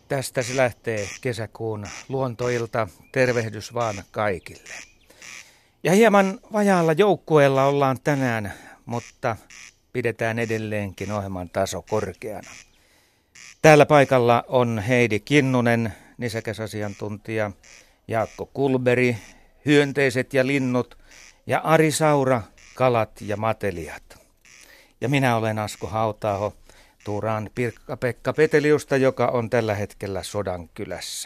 Tästä se lähtee kesäkuun luontoilta. Tervehdys vaan kaikille. Ja hieman vajaalla joukkueella ollaan tänään, mutta pidetään edelleenkin ohjelman taso korkeana. Täällä paikalla on Heidi Kinnunen, nisäkäsasiantuntija, Jaakko Kulberi, hyönteiset ja linnut, ja Ari Saura, kalat ja matelijat. Ja minä olen Asko Hauta-aho, tuuraan Pekka Peteliusta, joka on tällä hetkellä Sodankylässä.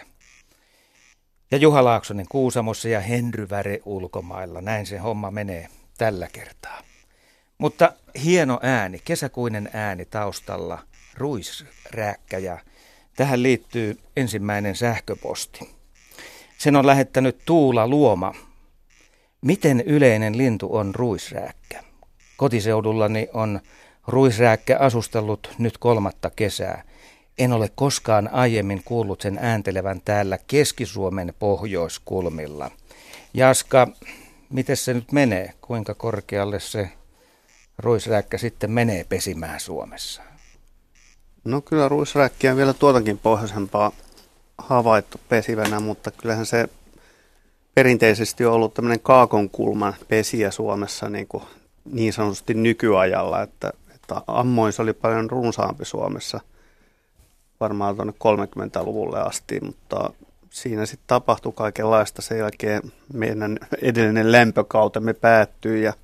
Ja Juha Laaksonen Kuusamossa ja Henry Väre ulkomailla. Näin se homma menee tällä kertaa. Mutta hieno ääni, kesäkuinen ääni taustalla, ruisrääkkä, ja tähän liittyy ensimmäinen sähköposti. Sen on lähettänyt Tuula Luoma. Miten yleinen lintu on ruisrääkkä? Kotiseudullani on ruisrääkkä asustellut nyt 3. kesää. En ole koskaan aiemmin kuullut sen ääntelevän täällä Keski-Suomen pohjoiskulmilla. Jaska, miten se nyt menee? Kuinka korkealle se ruisrääkkä sitten menee pesimään Suomessa? No kyllä ruisrääkkiä on vielä tuotakin pohjoisempaa havaittu pesivänä, mutta kyllähän se perinteisesti on ollut tämmöinen kaakonkulman pesijä Suomessa niin sanotusti nykyajalla, että ammoin se oli paljon runsaampi Suomessa varmaan tuonne 30-luvulle asti, mutta siinä sitten tapahtui kaikenlaista. Sen jälkeen meidän edellinen lämpökautemme päättyi ja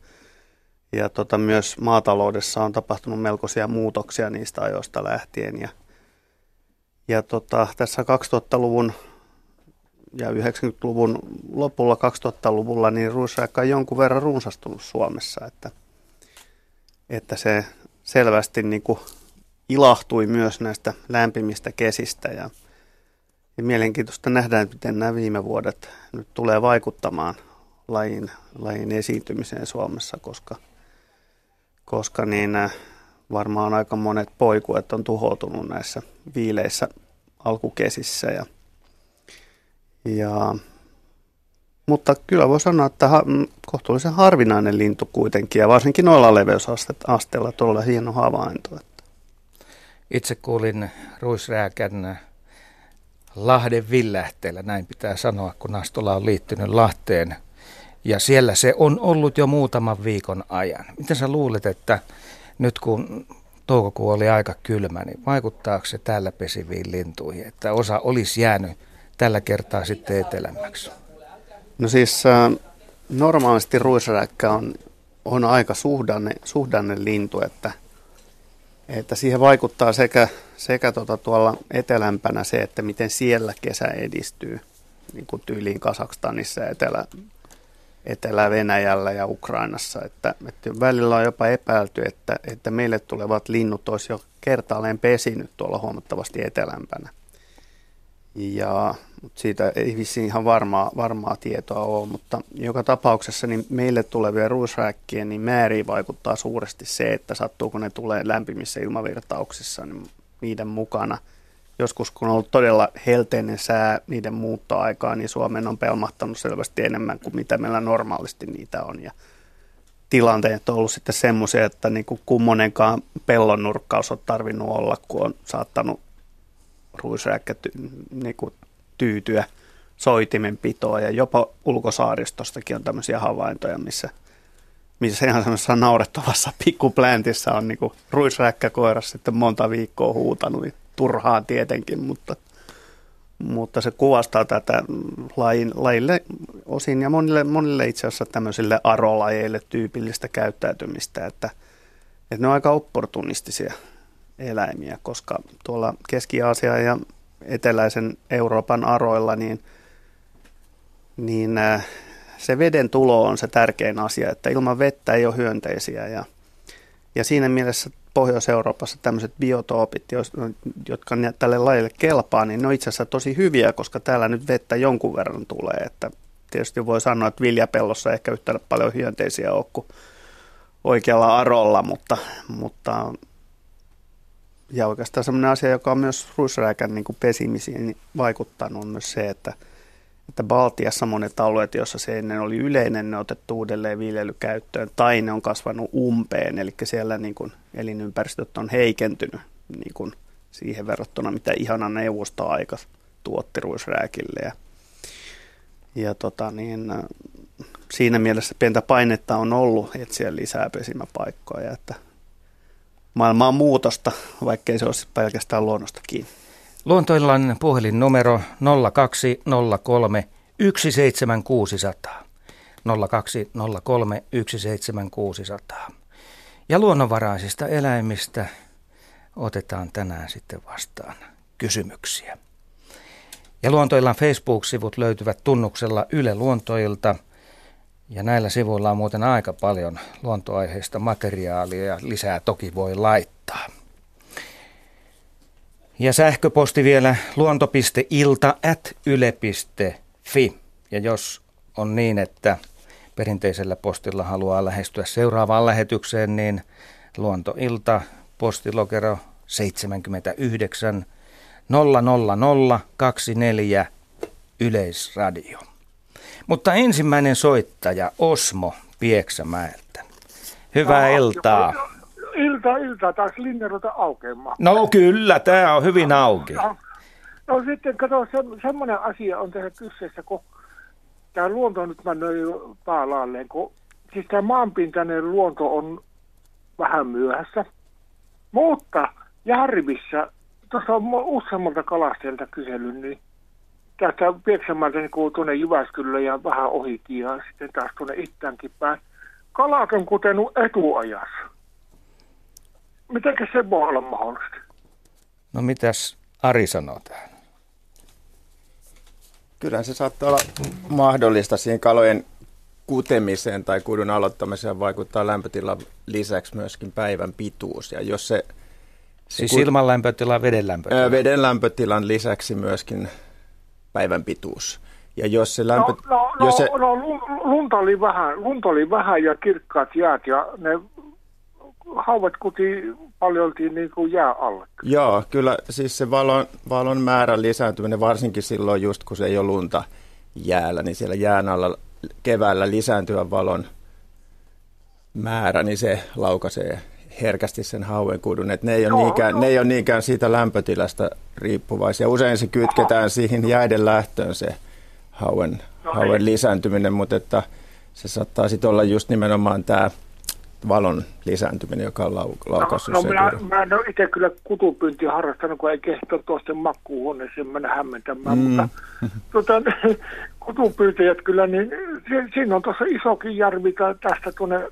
myös maataloudessa on tapahtunut melkoisia muutoksia niistä ajoista lähtien. Ja tässä 2000-luvun ja 90-luvun lopulla 2000-luvulla niin ruisrääkkä on jonkun verran runsastunut Suomessa, että se selvästi ilahtui myös näistä lämpimistä kesistä ja mielenkiintoista nähdään, miten nämä viime vuodet nyt tulee vaikuttamaan lajin esiintymiseen Suomessa, koska niin varmaan aika monet poikuet on tuhoutunut näissä viileissä alkukesissä mutta kyllä voi sanoa, että kohtuullisen harvinainen lintu kuitenkin ja varsinkin noilla leveysasteilla todella hieno havainto. Itse kuulin ruisrääkän Lahden Villähteellä, näin pitää sanoa, kun Nastola on liittynyt Lahteen. Ja siellä se on ollut jo muutaman viikon ajan. Miten sä luulet, että nyt kun toukokuu oli aika kylmä, niin vaikuttaako se täällä pesiviin lintuihin, että osa olisi jäänyt tällä kertaa sitten etelämmäksi? No siis normaalisti ruisrääkkä on aika suhdanne lintu, että siihen vaikuttaa sekä tuolla etelämpänä se, että miten siellä kesä edistyy, niin kuin tyyliin Kazakstanissa ja Etelä-Venäjällä ja Ukrainassa. Että välillä on jopa epäilty, että meille tulevat linnut olisi jo kertaalleen pesinyt tuolla huomattavasti etelämpänä. Mutta siitä ei vissiin ihan varmaa tietoa ole, mutta joka tapauksessa niin meille tulevien ruisrääkkien niin määriin vaikuttaa suuresti se, että sattuuko ne tulee lämpimissä ilmavirtauksissa niin niiden mukana. Joskus kun on ollut todella helteinen sää niiden muuttoaikaa, niin Suomen on pelmahtanut selvästi enemmän kuin mitä meillä normaalisti niitä on. Ja tilanteet on ollut sitten semmoisia, että niin kuin kummonenkaan pellon nurkkaus on tarvinnut olla, kun on saattanut ruisrääkkä tyytyä soitimenpitoa ja jopa ulkosaaristostakin on tämmöisiä havaintoja, missä ihan semmoisessa naurettavassa pikkupläntissä on ruisrääkkäkoiras sitten monta viikkoa huutanut, turhaan tietenkin, mutta se kuvastaa tätä lajille osin ja monille itse asiassa tämmöisille arolajeille tyypillistä käyttäytymistä, että ne on aika opportunistisia eläimiä, koska tuolla Keski-Aasian ja eteläisen Euroopan aroilla niin se veden tulo on se tärkein asia, että ilman vettä ei ole hyönteisiä ja siinä mielessä Pohjois-Euroopassa tämmöiset biotoopit, jotka tälle lajille kelpaa, niin ne on itse asiassa tosi hyviä, koska täällä nyt vettä jonkun verran tulee, että tietysti voi sanoa, että viljapellossa ehkä yhtä paljon hyönteisiä ole kuin oikealla arolla, mutta ja oikeastaan sellainen asia, joka on myös ruisrääkän pesimisiin vaikuttanut, on myös se, että Baltiassa monet alueet, joissa se ennen oli yleinen, ne on otettu uudelleen viljelykäyttöön tai ne on kasvanut umpeen, eli siellä elinympäristöt on heikentynyt siihen verrattuna, mitä ihana neuvostoaika tuotti ruisrääkille. Siinä mielessä pientä painetta on ollut etsiä lisää pesimäpaikkoja, että maailma on muutosta, vaikkei se olisi pelkästään luonnosta kiinni. Luontoillan puhelinnumero 0203 17600. 0203 17600. Ja luonnonvaraisista eläimistä otetaan tänään sitten vastaan kysymyksiä. Ja Luontoillan Facebook-sivut löytyvät tunnuksella Yle Luontoilta. Ja näillä sivuilla on muuten aika paljon luontoaiheista materiaalia ja lisää toki voi laittaa. Ja sähköposti vielä luonto.ilta@yle.fi. Ja jos on niin, että perinteisellä postilla haluaa lähestyä seuraavaan lähetykseen, niin Luontoilta postilokero 79 00024 Yleisradio. Mutta ensimmäinen soittaja Osmo Pieksämäeltä. Hyvää iltaa. Ilta, taas linjaruuta aukeamaan. No kyllä, tämä on hyvin auki. No sitten kato, semmoinen asia on tässä kyseessä, kun tämä luonto nyt menee jo päälaalleen, kun siis tämä maanpintainen luonto on vähän myöhässä, mutta järvissä, tuossa on useammalta kalastajalta kysely, niin tästä Pieksämäeltä niin tuonne Jyväskylään ja vähän ohikin ja sitten taas tuonne itäänkin päin. Kalat on kutenut etuajassa. Mitenkä se voi olla mahdollista? No mitäs Ari sanoo tähän? Kyllähän se saattaa olla mahdollista siihen kalojen kutemiseen tai kudun aloittamiseen vaikuttaa lämpötilan lisäksi myöskin päivän pituus. Ja jos se siis ilman lämpötila, veden lämpötila? Veden lämpötilan lisäksi myöskin päivän pituus. Ja jos se lunta oli vähän ja kirkkaat jäät ja ne hauvat kuti paljoltiin niin kuin jää alle. Joo, kyllä siis se valon määrän lisääntyminen, varsinkin silloin just kun se ei ole lunta jäällä, niin siellä jään alla keväällä lisääntyvän valon määrä, niin se laukaisee herkästi sen hauen kudun. Et ne ei ole niinkään siitä lämpötilasta riippuvaisia. Usein se kytketään siihen jäiden lähtöön se hauen lisääntyminen, mutta että se saattaa sitten olla just nimenomaan tämä valon lisääntyminen, joka on laukaissut sen. Mä en ole itse kyllä kutupyyntiä harrastanut, kun ei kehto tuosta makkuuhuoneeseen mennä hämmentämään, mutta kutupyytäjät kyllä, niin siinä on tuossa isokin järvi tästä tuonne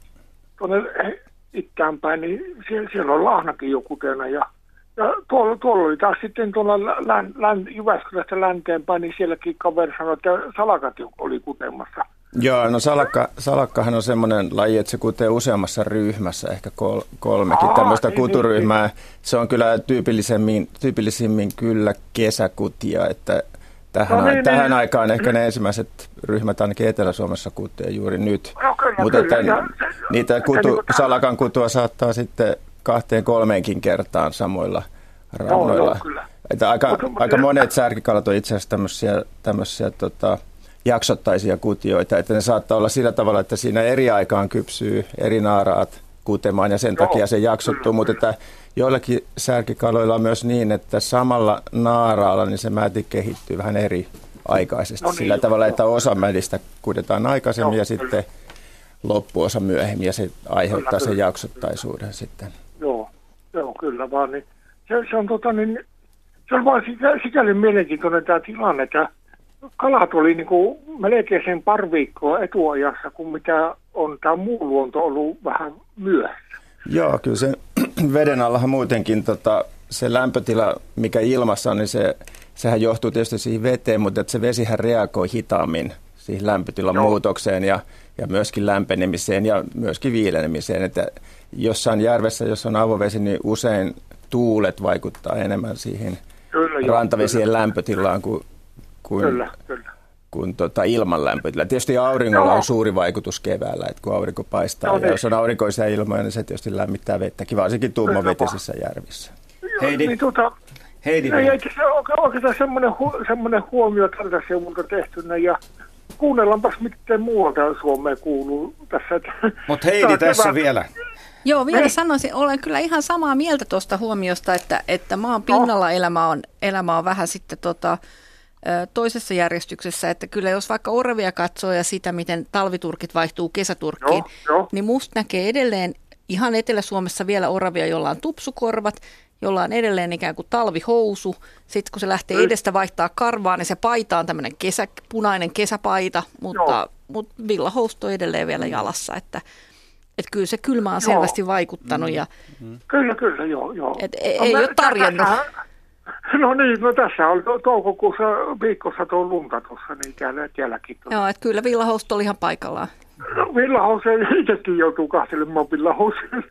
itäänpäin, niin siellä on lahnakin jo kutena ja tuolla oli taas sitten tuolla Jyväskylästä länteenpäin, niin sielläkin kaveri sanoi, että salakat oli kutemassa. Joo, no salakkahan on semmoinen laji, että se kutee useammassa ryhmässä, ehkä kolmekin tämmöistä kuturyhmää. Se on kyllä tyypillisimmin kyllä kesäkutia, että tähän aikaan ehkä ne ensimmäiset ryhmät ainakin Etelä-Suomessa kutee juuri nyt. Mutta niitä salakan kutua saattaa sitten 2-3 kertaan samoilla rannoilla. Että aika monet särkikalat on itse asiassa tämmöisiä jaksottaisia kutioita, että ne saattaa olla sillä tavalla, että siinä eri aikaan kypsyy eri naaraat kutemaan ja sen takia se jaksottuu, mutta että joillakin särkikaloilla on myös niin, että samalla naaraalla niin se mäti kehittyy vähän eri aikaisesti sillä tavalla, että osa mädistä kudetaan aikaisemmin ja sitten loppuosa myöhemmin ja se aiheuttaa sen jaksottaisuuden sitten. Joo, kyllä vaan. Niin. Se on vaan sikäli mielenkiintoinen tämä tilanne, että kalat oli niin kuin melkein sen pari viikkoa etuajassa, kun mitä on tämä muu luonto ollut vähän myöhässä. Joo, kyllä se veden allahan muutenkin se lämpötila, mikä ilmassa on, niin sehän johtuu tietysti siihen veteen, mutta että se vesihän reagoi hitaammin siihen lämpötilan muutokseen ja myöskin lämpenemiseen ja myöskin viilenemiseen. Että jossain järvessä, jos on avovesi, niin usein tuulet vaikuttaa enemmän siihen rantavesien lämpötilaan kuin ilman lämpötila. Tietysti auringolla on suuri vaikutus keväällä, että kun aurinko paistaa ja jos on aurinkoisia ilmoja, niin se tietysti lämmittää vettäkin, varsinkin tummavetisissä järvissä. Heidi. Heidi. Eikö se oikeastaan semmoinen huomio tältä seudulta tehtynä ja kuunnellaanpas miten muualta Suomeen kuuluu tässä. Mutta Heidi tässä vielä. Joo, vielä sanoisin, olen kyllä ihan samaa mieltä tuosta huomiosta, että maan pinnalla elämä on vähän sitten toisessa järjestyksessä, että kyllä jos vaikka orvia katsoo ja sitä, miten talviturkit vaihtuu kesäturkkiin, niin musta näkee edelleen ihan Etelä-Suomessa vielä oravia, jolla on tupsukorvat, jolla on edelleen ikään kuin talvihousu. Sitten kun se lähtee edestä vaihtaa karvaa, niin se paita on tämmöinen punainen kesäpaita, mutta villahousto on edelleen vielä jalassa, että kyllä se kylmä on selvästi vaikuttanut. Ja Kyllä, joo. Ei ole tarjennut. No niin, tässä on toukokuussa viikossa tuo lunta tuossa, niin täälläkin. Joo, että kyllä villahousto oli ihan paikallaan. No villahousu, itsekin joutuu kahtelemaan villahousuun.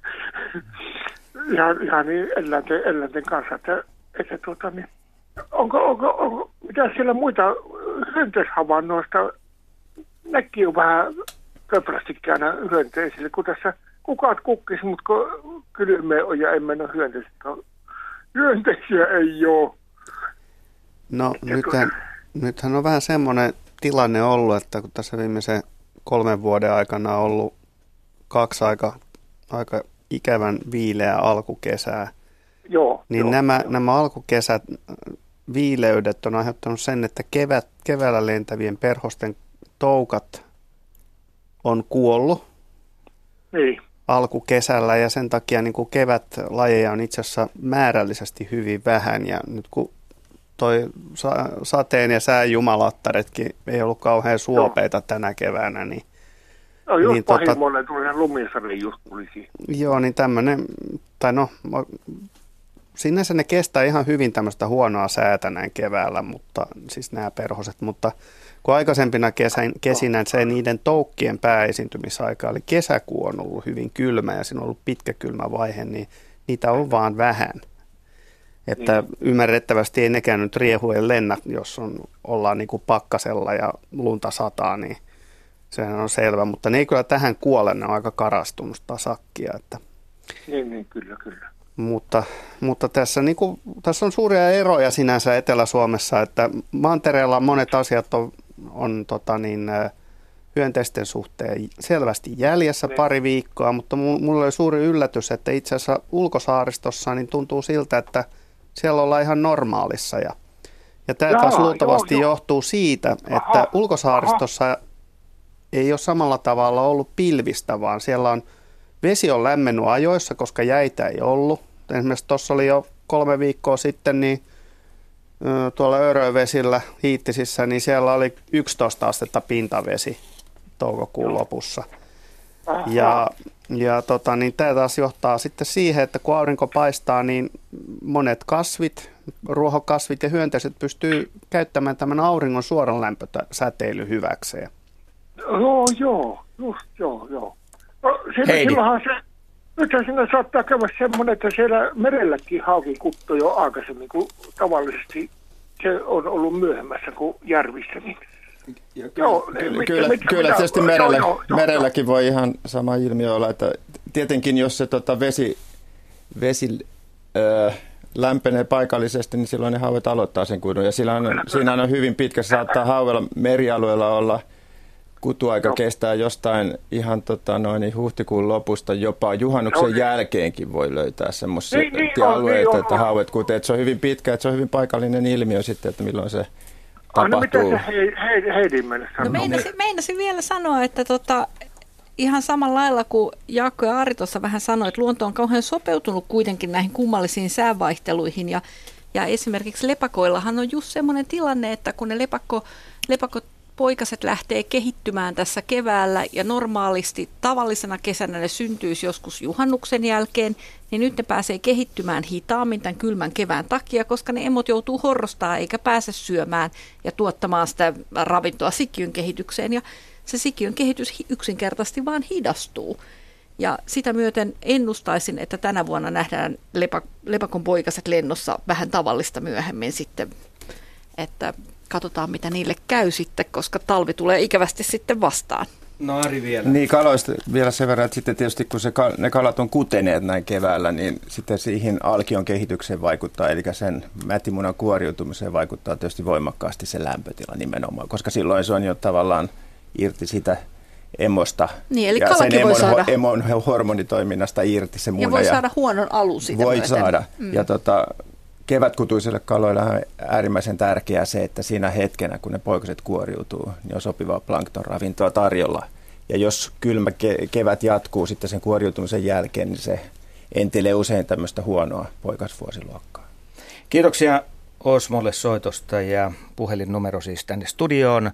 ihan niin eläinten kanssa, että niin. Onko mitä siellä muita hyönteishavainnoista? Näkin on vähän köprästikin aina hyönteisille, kun tässä kukat kukkisi, mutta kun kylmää on ja ei mennä hyönteisiä ei ole. No nythän on vähän semmoinen tilanne ollut, että kun tässä viimeisen 3 vuoden aikana on ollut 2 aika ikävän viileää alkukesää, niin nämä alkukesät viileydet on aiheuttanut sen, että keväällä lentävien perhosten toukat on kuollut alkukesällä ja sen takia niin kuin kevätlajeja on itse asiassa määrällisesti hyvin vähän ja nyt kun toi sateen ja sään jumalattaretkin ei ollut kauhean suopeita tänä keväänä, niin no just pahimmoinen tuli lumisarli just tulisi. Joo, niin tämmöinen, sinänsä ne kestää ihan hyvin tämmöistä huonoa säätä näin keväällä, mutta siis nämä perhoset, mutta kun aikaisempina kesinä se niiden toukkien pääesiintymisaika, eli kesäkuu on ollut hyvin kylmä ja siinä on ollut pitkä kylmä vaihe, niin niitä on vaan vähän. Että ymmärrettävästi ei nekään nyt riehujen lennä, jos ollaan niin kuin pakkasella ja lunta sataa, niin sehän on selvä. Mutta ne ei kyllä tähän kuole, ne on aika karastunutta sakkia. Että. Niin, kyllä. Mutta tässä, niin kuin, tässä on suuria eroja sinänsä Etelä-Suomessa, että mantereella monet asiat on hyönteisten suhteen selvästi jäljessä pari viikkoa, mutta mulla oli suuri yllätys, että itse asiassa ulkosaaristossa niin tuntuu siltä, että siellä ollaan ihan normaalissa. Ja tämä taas luultavasti johtuu siitä, että ulkosaaristossa ei ole samalla tavalla ollut pilvistä, vaan siellä on vesi on lämmennyt ajoissa, koska jäitä ei ollut. Esimerkiksi tuossa oli jo 3 viikkoa sitten, niin tuolla Örövesillä Hiittisissä, niin siellä oli 11 astetta pintavesi toukokuun lopussa. Niin tämä taas johtaa sitten siihen, että kun aurinko paistaa, niin monet kasvit, ruohokasvit ja hyönteiset pystyy käyttämään tämän auringon suoran lämpösäteily hyväkseen. Joo. No, silloinhan nythän siinä saattaa käydä semmoinen, että siellä merelläkin haukikutto jo aikaisemmin, kun tavallisesti se on ollut myöhemmässä kuin järvissä. Niin. Kyllä tietysti merelläkin voi ihan sama ilmiö olla, että tietenkin jos se vesi lämpenee paikallisesti, niin silloin ne hauet aloittaa sen kuidun. Ja siinä on hyvin pitkä, se saattaa hauella merialueella olla kutuaika kestää jostain ihan huhtikuun lopusta, jopa juhannuksen jälkeenkin voi löytää semmoisia alueita, että hauet kutee. Että se on hyvin pitkä, että se on hyvin paikallinen ilmiö sitten, että milloin se tapahtuu. No mitä se Heidi meinasin vielä sanoa, että ihan samalla lailla kuin Jaakko ja Ari tuossa vähän sanoi, että luonto on kauhean sopeutunut kuitenkin näihin kummallisiin säänvaihteluihin ja esimerkiksi lepakoillahan on just semmoinen tilanne, että kun ne lepakkopoikaset lähtee kehittymään tässä keväällä ja normaalisti tavallisena kesänä ne syntyisi joskus juhannuksen jälkeen, niin nyt ne pääsee kehittymään hitaammin tämän kylmän kevään takia, koska ne emot joutuu horrostaa eikä pääse syömään ja tuottamaan sitä ravintoa sikiön kehitykseen ja se sikiön kehitys yksinkertaisesti vaan hidastuu. Ja sitä myöten ennustaisin, että tänä vuonna nähdään lepakon poikaset lennossa vähän tavallista myöhemmin sitten, että katsotaan mitä niille käy sitten, koska talvi tulee ikävästi sitten vastaan. No Ari vielä. Niin kaloista vielä sen verran, että sitten tietysti kun ne kalat on kuteneet näin keväällä, niin sitten siihen alkion kehitykseen vaikuttaa, eli sen mätimunan kuoriutumiseen vaikuttaa tietysti voimakkaasti se lämpötila nimenomaan, koska silloin se on jo tavallaan irti sitä emosta. Niin, eli ja kalakin sen voi saada. emon hormonitoiminnasta irti se muna. Ja voi saada huonon alun sitä voi myöten. saada. Ja kevätkutuisille kaloille on äärimmäisen tärkeää se, että siinä hetkenä, kun ne poikaset kuoriutuu, niin on sopivaa planktonravintoa tarjolla. Ja jos kylmä kevät jatkuu sitten sen kuoriutumisen jälkeen, niin se entelee usein tämmöistä huonoa poikasvuosiluokkaa. Kiitoksia Osmolle soitosta ja puhelinnumero siis tänne studioon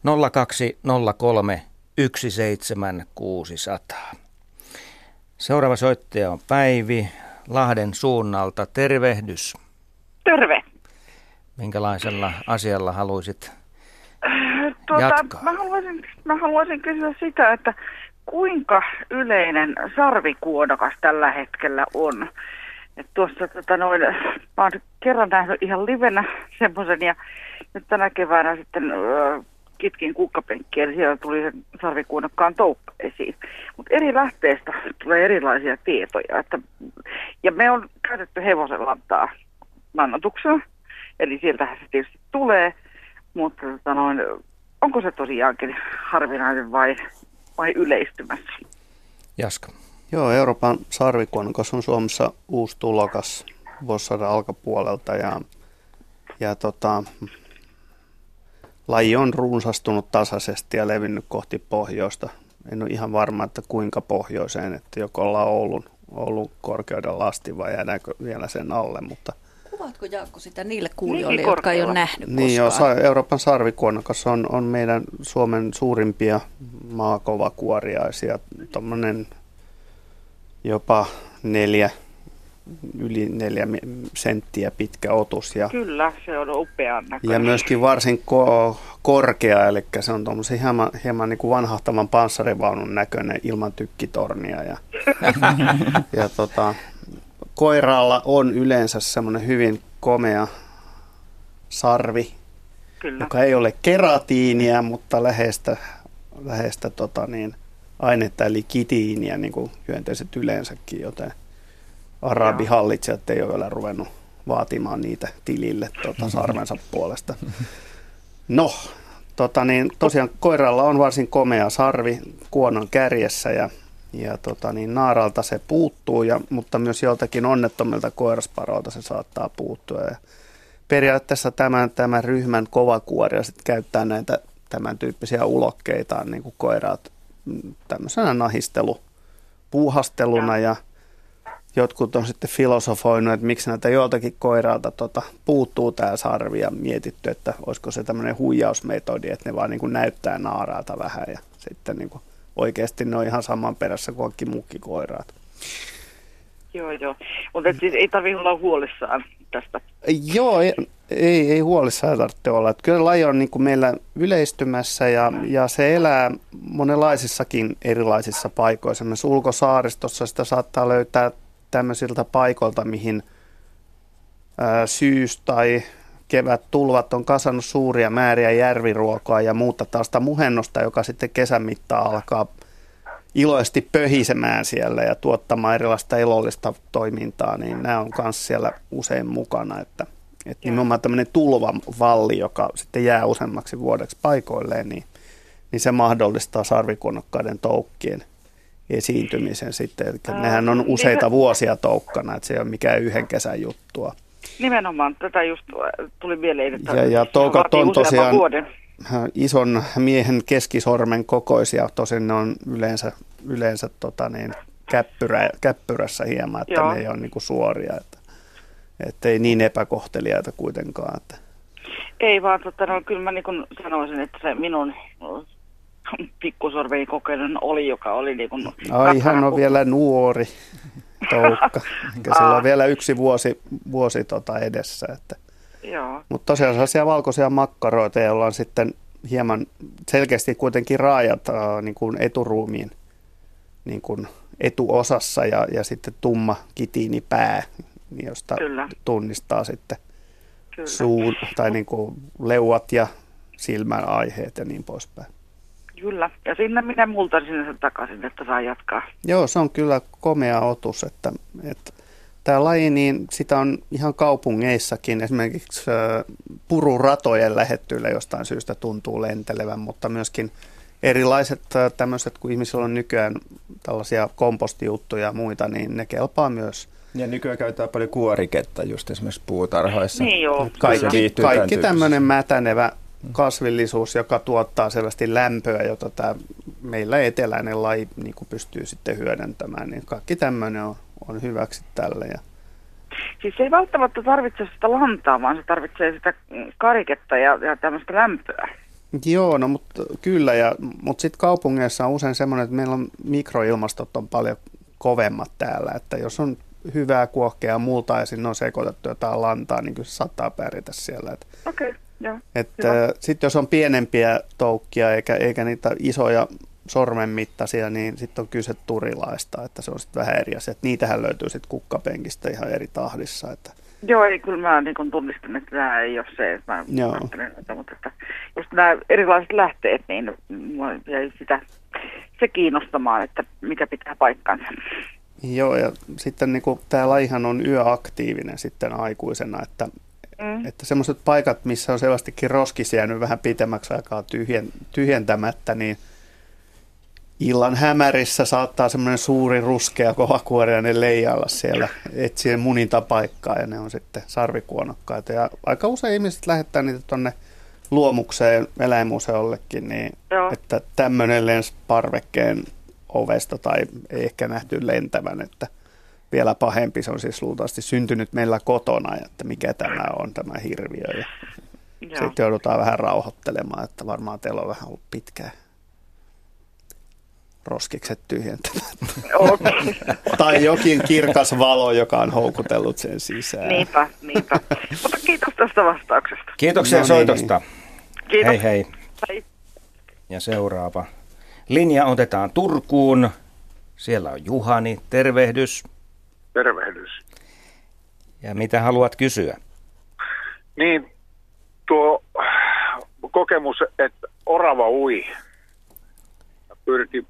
0203 17600. Seuraava soittaja on Päivi Lahden suunnalta. Tervehdys. Terve. Minkälaisella asialla haluaisit jatkaa? Mä haluaisin kysyä sitä, että kuinka yleinen sarvikuonokas tällä hetkellä on. Et tuossa mä oon kerran nähnyt ihan livenä semmoisen ja nyt tänä keväänä sitten kitkin kukkapenkkiä, eli siellä tuli sen sarvikuonokkaan toukka esiin. Mutta eri lähteistä tulee erilaisia tietoja. Ja me on käytetty hevosen lantaa lannoituksena, eli sieltähän se tietysti tulee, mutta onko se tosiaankin harvinainen vai yleistymässä? Jaska. Joo, Euroopan sarvikuonokas on Suomessa uusi tulokas vuosisadan alkapuolelta ja laji on runsastunut tasaisesti ja levinnyt kohti pohjoista. En ole ihan varma, että kuinka pohjoiseen, että joko ollaan Oulun korkeuden lasti vai jäädäänkö vielä sen alle. Mutta Kuvaatko Jaakko sitä niille kuulijoille, jotka ei ole nähnyt niin koskaan? Joo, Euroopan sarvikuonokas on meidän Suomen suurimpia maakovakuoriaisia. Tuommoinen jopa yli 4 senttiä pitkä otus. Kyllä, se on upean näköinen. Ja myöskin varsin korkea, eli se on tuommoisen hieman niin kuin vanhahtavan panssarivaunun näköinen ilman tykkitornia. Ja koiraalla on yleensä semmoinen hyvin komea sarvi, Kyllä. joka ei ole keratiinia, mutta läheistä ainetta eli kitiiniä, niin kuin hyönteiset yleensäkin, joten arabihallitsijat ei ole vielä ruvennut vaatimaan niitä tilille sarvensa puolesta. No, tosiaan koiralla on varsin komea sarvi kuonon kärjessä ja naaralta se puuttuu, mutta myös joltakin onnettomilta koirasparoilta se saattaa puuttua. Ja periaatteessa tämän ryhmän kovakuoria sitten käyttää näitä tämän tyyppisiä ulokkeitaan niin kuin koiraat tämmöisenä puuhasteluna ja jotkut on sitten filosofoinut, että miksi näitä joltakin koiralta puuttuu tämä sarvi ja mietitty, että olisiko se tämmöinen huijausmetodi, että ne vaan niin kuin näyttää naaraalta vähän ja sitten niin kuin oikeasti ne on ihan saman perässä kuin kaikki muutkin koiraat. Joo. Mutta siis ei tarvitse olla huolissaan tästä. Joo, ei huolissaan tarvitse olla. Että kyllä laji on niin kuin meillä yleistymässä ja se elää monenlaisissakin erilaisissa paikoissa. Myös ulkosaaristossa sitä saattaa löytää tämmöisiltä paikoilta, mihin syys- tai kevättulvat on kasannut suuria määriä järviruokoa ja muuta taasta muhennosta, joka sitten kesän mittaan alkaa iloisesti pöhisemään siellä ja tuottamaan erilaista elollista toimintaa, niin nämä on myös siellä usein mukana, että nimenomaan tämmöinen tulvavalli, joka sitten jää useammaksi vuodeksi paikoilleen, niin se mahdollistaa sarvikuonokkaiden toukkien esiintymisen sitten. Eli nehän on useita vuosia toukkana, että se ei ole mikään yhden kesän juttua. Nimenomaan, tätä just tuli mieleen, että ja toukat on tosiaan vuoden. Ison miehen keskisormen kokoisia, tosin ne on yleensä käppyrässä hieman, että ne ei ole niin kuin suoria, että ei niin epäkohteliaita kuitenkaan. Että. Ei vaan, kyllä mä niin kuin sanoisin, että se minun pikkusorveni kokeinen oli, joka oli niin kuin hän on vielä nuori toukka, eikä sillä on vielä yksi vuosi edessä. Että. Mutta tosiaan sellaisia valkoisia makkaroita, joilla on sitten hieman selkeästi kuitenkin raajat niin kuin eturuumiin niin kuin etuosassa ja sitten tumma kitiinipää, josta tunnistaa sitten suun tai niin kuin leuat ja silmän aiheet ja niin poispäin. Kyllä, ja sinne minä multaisin sen takaisin, että saa jatkaa. Joo, se on kyllä komea otus, että tämä laji, niin sitä on ihan kaupungeissakin, esimerkiksi pururatojen lähettyillä jostain syystä tuntuu lentelevän, mutta myöskin erilaiset tämmöiset, kun ihmisillä on nykyään tällaisia kompostijuttuja ja muita, niin ne kelpaa myös. Ja nykyään käytetään paljon kuoriketta just esimerkiksi puutarhoissa. Niin joo. Kaikki tämmöinen mätänevä kasvillisuus, joka tuottaa selvästi lämpöä, jota meillä eteläinen laji niin kuin pystyy sitten hyödyntämään, niin kaikki tämmöinen on hyväksi tälle. Siis se ei välttämättä tarvitse sitä lantaa, vaan se tarvitsee sitä kariketta ja tämmöistä lämpöä. Joo, no mutta kyllä, mutta sitten kaupungeissa on usein semmoinen, että meillä on mikroilmastot on paljon kovemmat täällä, että jos on hyvää kuohkea multaa ja sinne on sekoitettu jotain lantaa, niin kyllä se saattaa pärjätä siellä. Okei, joo. Sitten jos on pienempiä toukkia eikä niitä isoja sormen mittaisia, niin sitten on kyse turilaista, että se on sitten vähän eri asia. Niitähän löytyy sitten kukkapenkistä ihan eri tahdissa. Että. Joo, ei kyllä mä niin tunnistan, että tämä ei ole se, että mä ajattelen, mutta että just nämä erilaiset lähteet, niin mua jäi se kiinnostamaan, että mikä pitää paikkansa. Joo, ja sitten niin tämä lajihan on yöaktiivinen sitten aikuisena, että semmoiset paikat, missä on selvästikin roskis jäänyt vähän pitemmäksi aikaa tyhjentämättä, niin illan hämärissä saattaa semmoinen suuri ruskea kovakuoriainen leijailla siellä etsien munintapaikkaa, ja ne on sitten sarvikuonokkaita. Ja aika usein ihmiset lähettää niitä tuonne Luomukseen eläinmuseollekin, niin että tämmöinen lensi parvekkeen ovesta tai ei ehkä nähty lentävän, että vielä pahempi, se on siis luultavasti syntynyt meillä kotona, että mikä tämä on tämä hirviö. Ja sitten joudutaan vähän rauhoittelemaan, että varmaan teillä on vähän ollut pitkään roskikset tyhjentämät. Okay. Tai jokin kirkas valo, joka on houkutellut sen sisään. Niinpä. Mutta kiitos tästä vastauksesta. Kiitoksia soitosta. Kiitos. Hei. Ja seuraava linja otetaan Turkuun. Siellä on Juhani. Tervehdys. Tervehdys. Ja mitä haluat kysyä? Niin, tuo kokemus, että orava ui pyrki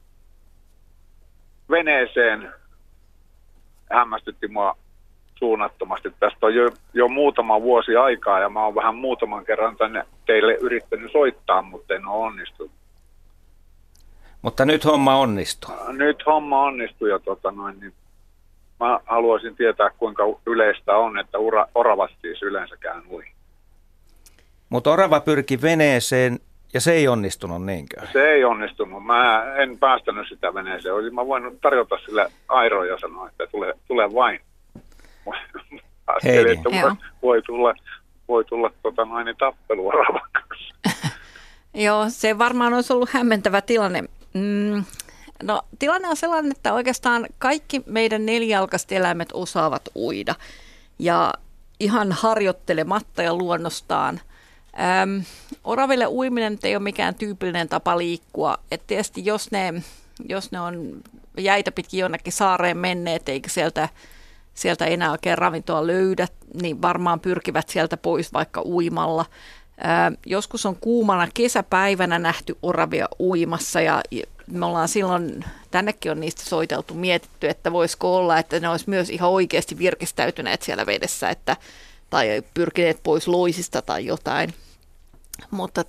veneeseen, hämmästytti mua suunnattomasti. Tästä on jo muutama vuosi aikaa ja mä oon vähän muutaman kerran tänne teille yrittänyt soittaa, mutta en ole onnistunut. Mutta nyt homma onnistuu. Nyt homma onnistuu ja niin mä haluaisin tietää, kuinka yleistä on, että oravat siis yleensäkään ui. Mutta orava pyrki veneeseen ja se ei onnistunut, niinkö? Se ei onnistunut. Mä en päästänyt sitä veneeseen. Olisin mä voinut tarjota sille airoa ja sanoa, että tule vain. Ajattelin, että voi tulla tappelu oravan kanssa. Joo, se varmaan olisi ollut hämmentävä tilanne. No, tilanne on sellainen, että oikeastaan kaikki meidän nelijalkaiset eläimet osaavat uida ja ihan harjoittelematta ja luonnostaan. Oraville uiminen ei ole mikään tyypillinen tapa liikkua. Et tietysti jos ne on jäitä pitkin jonnekin saareen menneet eikä sieltä enää oikein ravintoa löydä, niin varmaan pyrkivät sieltä pois vaikka uimalla. Joskus on kuumana kesäpäivänä nähty oravia uimassa ja me ollaan silloin, tännekin on niistä soiteltu, mietitty, että voisiko olla, että ne olisi myös ihan oikeasti virkistäytyneet siellä vedessä, tai pyrkineet pois loisista tai jotain. Mutta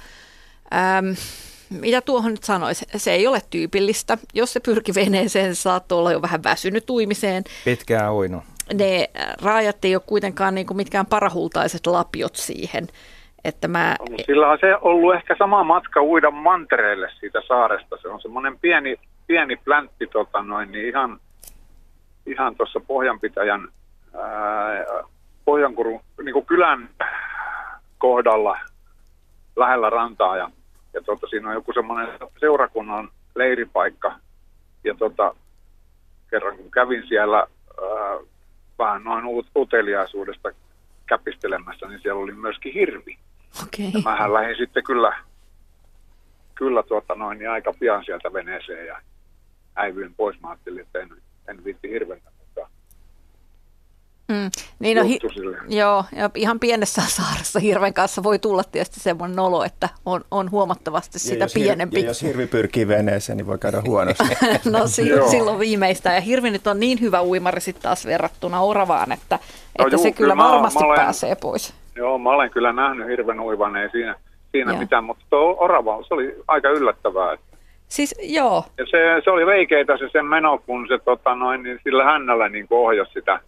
mitä tuohon nyt sanoisi? Se ei ole tyypillistä. Jos se pyrki veneeseen, se saattoi olla jo vähän väsynyt uimiseen. Pitkään uinut. Ne raajat ei ole kuitenkaan niin kuin mitkään parahultaiset lapiot siihen. Että sillä on se ollut ehkä sama matka uida mantereelle siitä saaresta. Se on semmoinen pieni pläntti niin ihan tuossa Pohjanpitäjän Pohjankurun niin kuin kylän kohdalla lähellä rantaa ja siinä on joku semmoinen seurakunnan leiripaikka ja kerran kun kävin siellä vähän noin uteliaisuudesta käpistelemässä, niin siellä oli myöskin hirvi. Okay. Ja mähän lähdin sitten kyllä niin aika pian sieltä veneeseen ja äivyin pois. Mä ajattelin, että en viitti hirveänä, mutta niin joo, ja ihan pienessä saaressa hirven kanssa voi tulla tietysti semmoinen olo, että on huomattavasti sitä pienempi. Ja jos hirvi pyrkii veneeseen, niin voi käydä huonosti. No silloin viimeistään. Ja hirvi nyt on niin hyvä uimari sitten taas verrattuna oravaan, että se kyllä varmasti pääsee pois. Joo, mä olen kyllä nähnyt hirven uivan, ei siinä Joo. mitään, mutta tuo orava, se oli aika yllättävää. Siis joo, Ja se oli veikeitä se sen meno, kun se niin sillä hännällä niin ohjasi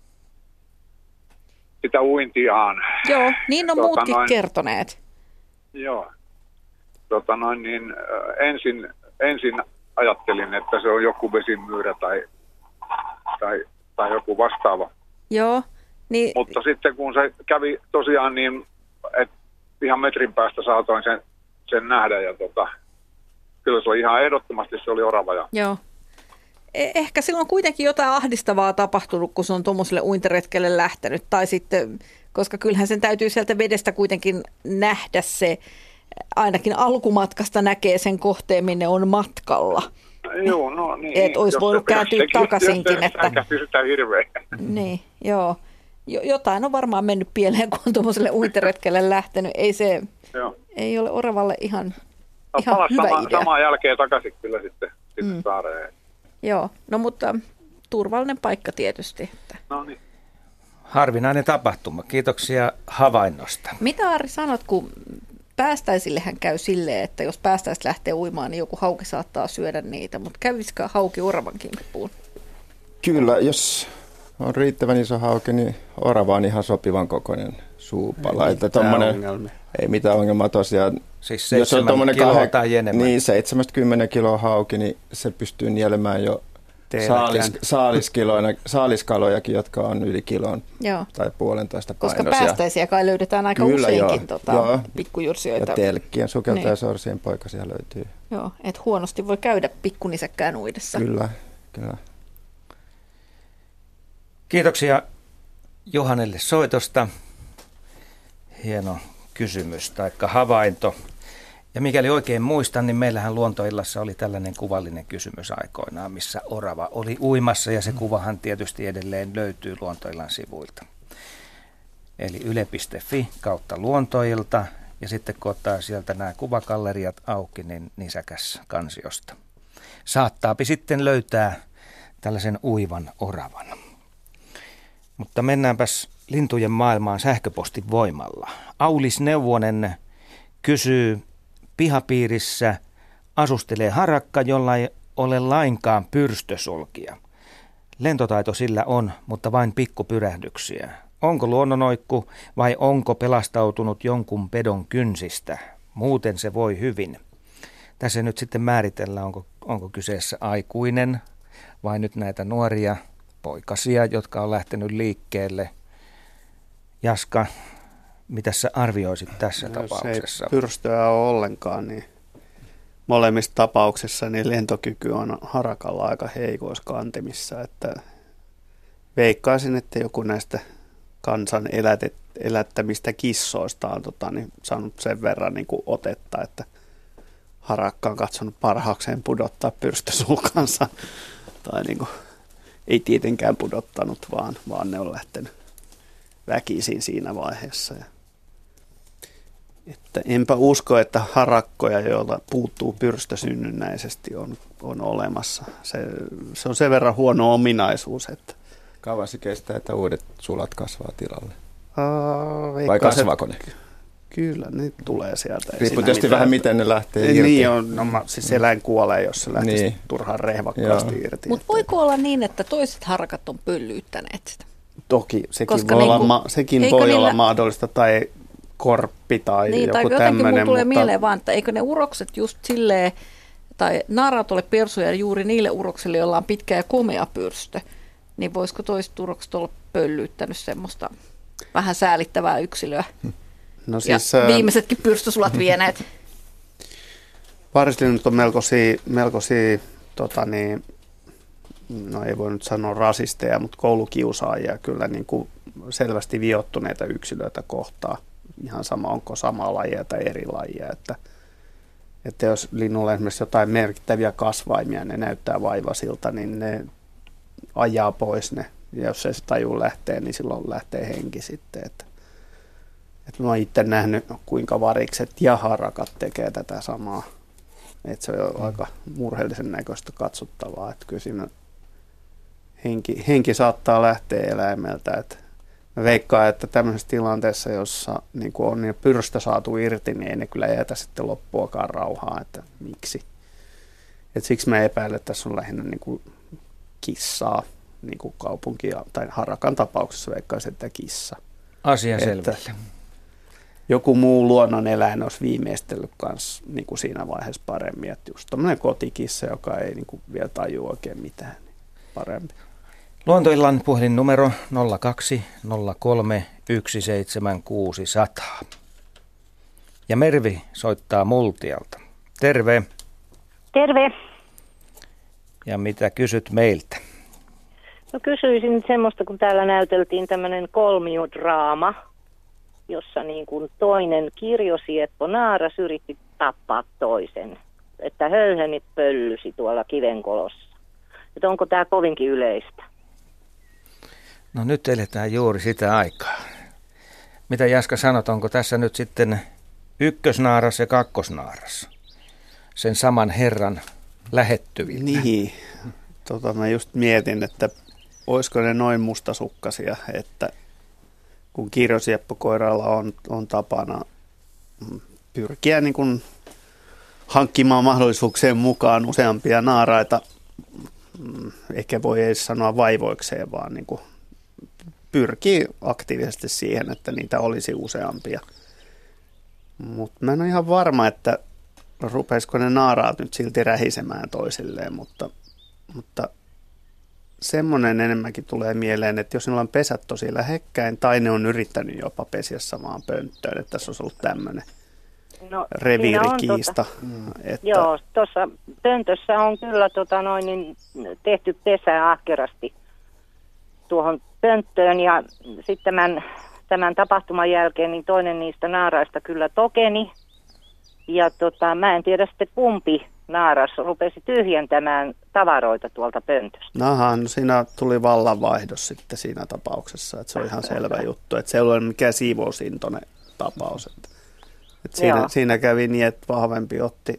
sitä uintiaan. joo, niin on muutkin kertoneet. Joo. Ensin ajattelin, että se on joku vesimyyrä tai joku vastaava. Joo, niin Mutta sitten kun se kävi tosiaan niin, että ihan metrin päästä saatoin sen nähdä ja kyllä se oli ihan ehdottomasti se oli orava. joo. Ehkä silloin kuitenkin jotain ahdistavaa tapahtunut, kun se on tuommoiselle uintiretkelle lähtenyt. Tai sitten, koska kyllähän sen täytyy sieltä vedestä kuitenkin nähdä se, ainakin alkumatkasta näkee sen kohteen, minne on matkalla. Joo, no niin. Että olisi voinut kääntyä takaisinkin. Että sitä hirveä. Niin, joo. Jotain on varmaan mennyt pieleen, kun on tuommoiselle uintiretkelle lähtenyt. Ei ole oravalle ihan hyvä idea. Samaan jälkeen takaisin kyllä sitten saareen. Joo, no mutta turvallinen paikka tietysti. No niin. Harvinainen tapahtuma. Kiitoksia havainnosta. Mitä Ari sanot, kun päästäisillehän käy silleen, että jos päästäiset lähtee uimaan, niin joku hauki saattaa syödä niitä, mutta kävisikö hauki oravan kimppuun? Kyllä, jos on riittävän iso hauki, niin orava on ihan sopivan kokoinen suupala. Ei mitään ongelmaa tosiaan. Siis 7 kiloa tai enemmän. Niin, 7-10 kiloa hauki, niin se pystyy nielemään jo saaliskalojakin, jotka on yli kilon tai 1,5 painoisia. Koska päästäisiä kai löydetään aika useinkin pikkujursioita. Ja telkkien, sukeltajasorsien poikasia löytyy. Joo, että huonosti voi käydä pikkunisäkkään uidessa. Kyllä. Kiitoksia Johannelle soitosta. Hieno kysymys tai havainto. Ja mikäli oikein muistan, niin meillähän Luontoillassa oli tällainen kuvallinen kysymys aikoinaan, missä orava oli uimassa ja se kuvahan tietysti edelleen löytyy Luontoillan sivuilta. Eli yle.fi kautta Luontoilta ja sitten kun ottaa sieltä nämä kuvagalleriat auki, niin nisäkäs kansiosta. Saattaapi sitten löytää tällaisen uivan oravan. Mutta mennäänpäs lintujen maailmaan sähköpostin voimalla. Aulis Neuvonen kysyy, pihapiirissä asustelee harakka, jolla ei ole lainkaan pyrstösulkia. Lentotaito sillä on, mutta vain pikkupyrähdyksiä. Onko luonnonoikku vai onko pelastautunut jonkun pedon kynsistä? Muuten se voi hyvin. Tässä nyt sitten määritellään, onko kyseessä aikuinen vai nyt näitä nuoria poikasia, jotka on lähtenyt liikkeelle. Jaska, mitä sä arvioisit tässä tapauksessa? Jos ei pyrstöä ole ollenkaan, niin molemmissa tapauksissa niin lentokyky on harakalla aika heikoissa kantimissa. Että veikkaisin, että joku näistä kansan elättämistä kissoista on niin saanut sen verran niin kuin otetta, että harakka on katsonut parhaakseen pudottaa pyrstösulkansa. Tai niin kuin, ei tietenkään pudottanut, vaan ne on lähtenyt väkisin siinä vaiheessa. Että enpä usko, että harakkoja, joilla puuttuu pyrstö synnynnäisesti, on olemassa. Se on sen verran huono ominaisuus. Että kauan se kestää, että uudet sulat kasvaa tilalle? Vai kasvaako ne? Kyllä, ne tulee sieltä. Riippuu tietysti vähän, miten ne lähtee irti. Niin on, siis eläin kuolee, jos se lähtisi turhaan rehvakkaasti irti. Mutta voiko olla niin, että toiset harakat on pöllyyttäneet sitä? Toki, sekin voi olla mahdollista, tai korppi tai niin, joku tai tämmöinen. Niin, tulee mieleen vaan, että eikö ne urokset just silleen, tai naarat ole persuja juuri niille uroksille, joilla on pitkä ja komea pyrstö, niin voisiko toiset urokset olla pöllyyttänyt semmoista vähän säälittävää yksilöä? No siis, ja viimeisetkin pyrstösulat vieneet. Parislinnut on melkoisia no ei voi nyt sanoa rasisteja, mutta koulukiusaajia kyllä niin kuin selvästi viottuneita yksilöitä kohtaa. Ihan sama, onko samaa lajia tai eri lajia. Että jos linnulla on esimerkiksi jotain merkittäviä kasvaimia, ne näyttää vaivasilta, niin ne ajaa pois ne. Ja jos ei se taju lähtee, niin silloin lähtee henki sitten. Että mä oon itse nähnyt, kuinka varikset ja harakat tekee tätä samaa. Että se on aika murheellisen näköistä katsottavaa. Että kyllä siinä henki saattaa lähteä eläimeltä. Että Mä veikkaan, että tämmöisessä tilanteessa, jossa niin kuin on jo pyrstö saatu irti, niin ei ne kyllä jätä sitten loppuakaan rauhaa, että miksi. Et siksi mä epäilen, että tässä on lähinnä niin kuin kissaa, niin kuin kaupunkia, tai harakan tapauksessa veikkaisin, että kissa. Asia selvillä. Joku muu luonnoneläin olisi viimeistellyt kanssa niin kuin siinä vaiheessa paremmin. Että just tämmöinen kotikissa, joka ei niin kuin vielä tajua oikein mitään, niin parempi. Luontoillan puhelinnumero 0203 17600. Ja Mervi soittaa Multialta. Terve. Terve. Ja mitä kysyt meiltä? No kysyisin nyt semmoista, kun täällä näyteltiin tämmöinen kolmiodraama, jossa niin kuin toinen kirjosieppo naaras yritti tappaa toisen, että höyhenit pöllysi tuolla kivenkolossa. Että onko tämä kovinkin yleistä? No nyt eletään juuri sitä aikaa. Mitä Jaska sanot, onko tässä nyt sitten ykkösnaaras ja kakkosnaaras? Sen saman herran lähettyvillä. Niin, mä just mietin, että olisiko ne noin mustasukkasia, että kun kirjosieppokoiralla on tapana pyrkiä niin kuin hankkimaan mahdollisuuksien mukaan useampia naaraita, ehkä voi edes sanoa vaivoikseen, vaan niin kuin pyrkii aktiivisesti siihen, että niitä olisi useampia. Mutta mä en ole ihan varma, että rupeisiko ne naaraat nyt silti rähisemään toisilleen, mutta semmoinen enemmänkin tulee mieleen, että jos niillä on pesät tosi lähekkäin, tai ne on yrittänyt jopa pesiä samaan pönttöön, että tässä olisi ollut tämmöinen reviirikiista. Että joo, tuossa pöntössä on kyllä tehty pesää ahkerasti tuohon pönttöön, ja sitten tämän tapahtuman jälkeen niin toinen niistä naaraista kyllä tokeni, ja mä en tiedä sitten kumpi naaras rupesi tyhjentämään tavaroita tuolta pöntöstä. No siinä tuli vallanvaihdos sitten siinä tapauksessa, että se on ihan selvä juttu, että se ei ole mikään siivousintoinen tapaus. Että siinä kävi niin, että vahvempi otti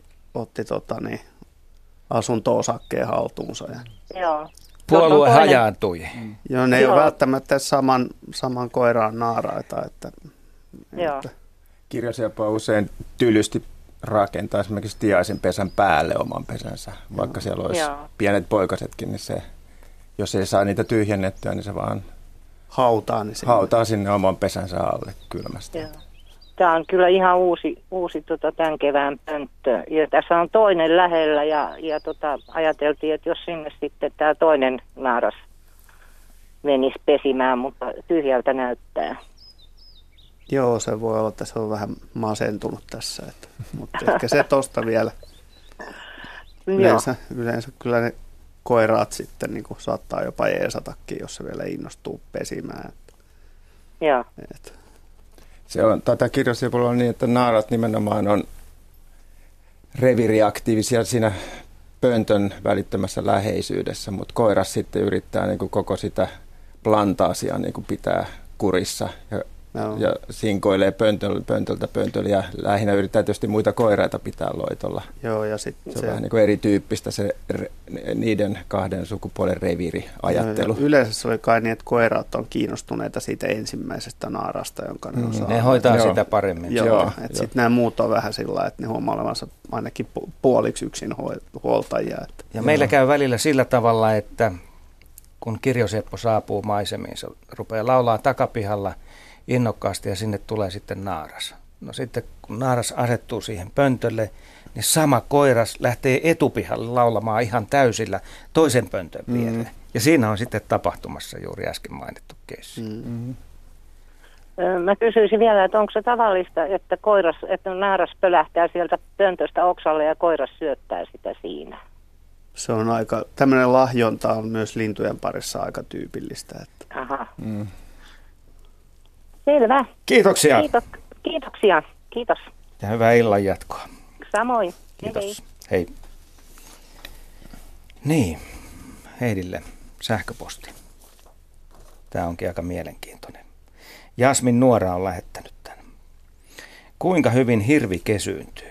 asunto-osakkeen haltuunsa. Joo. Puolue hajaantui. Joo, ne ei ole välttämättä saman koiraan naaraita. Että Kirjosieppo usein tylysti rakentaa esimerkiksi tiaisen pesän päälle oman pesänsä, vaikka siellä olisi pienet poikasetkin, niin se, jos ei saa niitä tyhjennettyä, niin se vaan hautaa sinne oman pesänsä alle kylmästä. Joo. Tämä on kyllä ihan uusi tämän kevään pönttö. Ja tässä on toinen lähellä ja ajateltiin, että jos sinne sitten tämä toinen naaras menisi pesimään, mutta tyhjältä näyttää. Joo, se voi olla, että se on vähän masentunut tässä, mutta ehkä se tosta vielä. Yleensä kyllä ne koiraat sitten niin kuin saattaa jopa jeesatakin, jos se vielä innostuu pesimään. Joo. Se on, kirjosiepolla on niin, että naarat nimenomaan on reviiriaktiivisia siinä pöntön välittömässä läheisyydessä, mutta koiras sitten yrittää niin kuin koko sitä plantaasia niin kuin pitää kurissa ja sinkoilee pöntöltä pöntölle ja lähinnä yrittää tietysti muita koiraita pitää loitolla. Joo, ja se on vähän niin kuin erityyppistä se niiden kahden sukupuolen reviiriajattelu. Yleensä se oli kai niin, että koirat on kiinnostuneita siitä ensimmäisestä naarasta, jonka ne osaa. Ne hoitaa sitä paremmin. Joo. Sitten nämä muut on vähän sillä lailla, että ne huomaa olevansa ainakin puoliksi yksin huoltajia. Ja meillä käy välillä sillä tavalla, että kun kirjosieppo saapuu maisemiin, se rupeaa laulaa takapihalla innokkaasti ja sinne tulee sitten naaras. No sitten kun naaras asettuu siihen pöntölle, niin sama koiras lähtee etupihalle laulamaan ihan täysillä toisen pöntön viereen. Ja siinä on sitten tapahtumassa juuri äsken mainittu keissi. Mä kysyisin vielä, että onko se tavallista, että naaras pölähtää sieltä pöntöstä oksalle ja koiras syöttää sitä siinä? Se on tämmöinen lahjonta on myös lintujen parissa aika tyypillistä. Että. Aha. Selvä. Kiitoksia. Kiitoksia. Kiitos. Ja hyvää illan jatkoa. Samoin. Kiitos. Hei. Niin, Heidille sähköposti. Tämä onkin aika mielenkiintoinen. Jasmin Nuora on lähettänyt tämän. Kuinka hyvin hirvi kesyyntyy?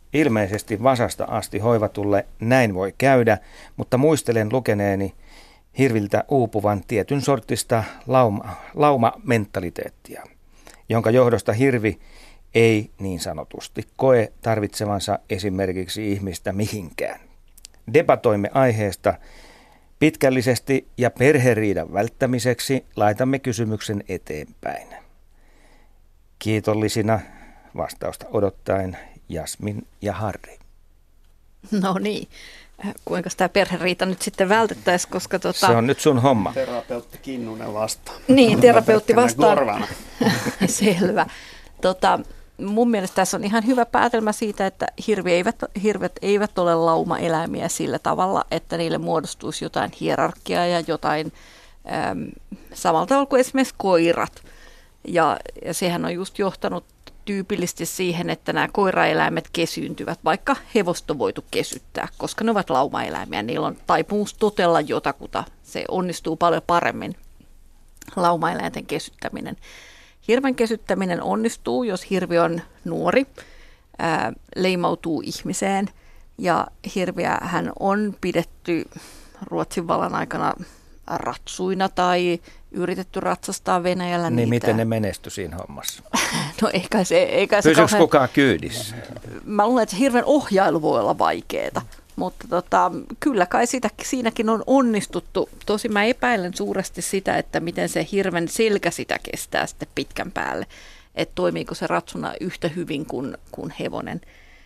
Ilmeisesti vasasta asti hoivatulle näin voi käydä, mutta muistelen lukeneeni hirviltä uupuvan tietyn sortista laumamentaliteettia, jonka johdosta hirvi ei niin sanotusti koe tarvitsevansa esimerkiksi ihmistä mihinkään. Debatoimme aiheesta pitkällisesti ja perheriidan välttämiseksi laitamme kysymyksen eteenpäin. Kiitollisina vastausta odottaen Jasmin ja Harri. No niin, kuinka tämä perheriita nyt sitten vältettäisiin, koska Se on nyt sun homma. Terapeutti Kinnunen vastaan. Niin, terapeutti vastaan. Selvä. Mun mielestä tässä on ihan hyvä päätelmä siitä, että hirvet eivät ole laumaeläimiä sillä tavalla, että niille muodostuisi jotain hierarkiaa ja jotain samalla tavalla kuin esimerkiksi koirat. Ja sehän on just johtanut tyypillisesti siihen, että nämä koiraeläimet kesyyntyvät, vaikka hevosta on voitu kesyttää, koska ne ovat laumaeläimiä. Niillä on taipumus totella jotakuta. Se onnistuu paljon paremmin, laumaeläinten kesyttäminen. Hirven kesyttäminen onnistuu, jos hirvi on nuori, leimautuu ihmiseen ja hirviä hän on pidetty Ruotsin vallan aikana ratsuina tai yritetty ratsastaa Venäjällä niin niitä. Miten ne menestyi siinä hommassa? No eikä se Pysyykö kukaan kyydissä? Mä luulen, että hirven ohjailu voi olla vaikeaa. Mutta kyllä kai siinäkin on onnistuttu. Tosin mä epäilen suuresti sitä, että miten se hirven selkä sitä kestää sitten pitkän päälle. Että toimiiko se ratsuna yhtä hyvin kuin hevonen.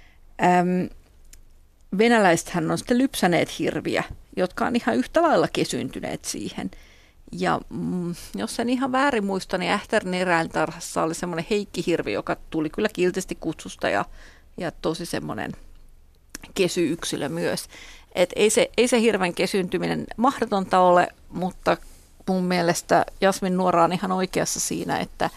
Venäläisethän on sitten lypsäneet hirviä, jotka on ihan yhtä lailla kesyyntyneet siihen. Ja jos en ihan väärin muista, niin Ähtärin eläintarhassa oli semmoinen Heikki-hirvi, joka tuli kyllä kiltisti kutsusta ja tosi semmoinen kesyyksilö myös. Et ei se hirven kesyntyminen mahdotonta ole, mutta mun mielestä Jasmin Nuora on ihan oikeassa siinä, että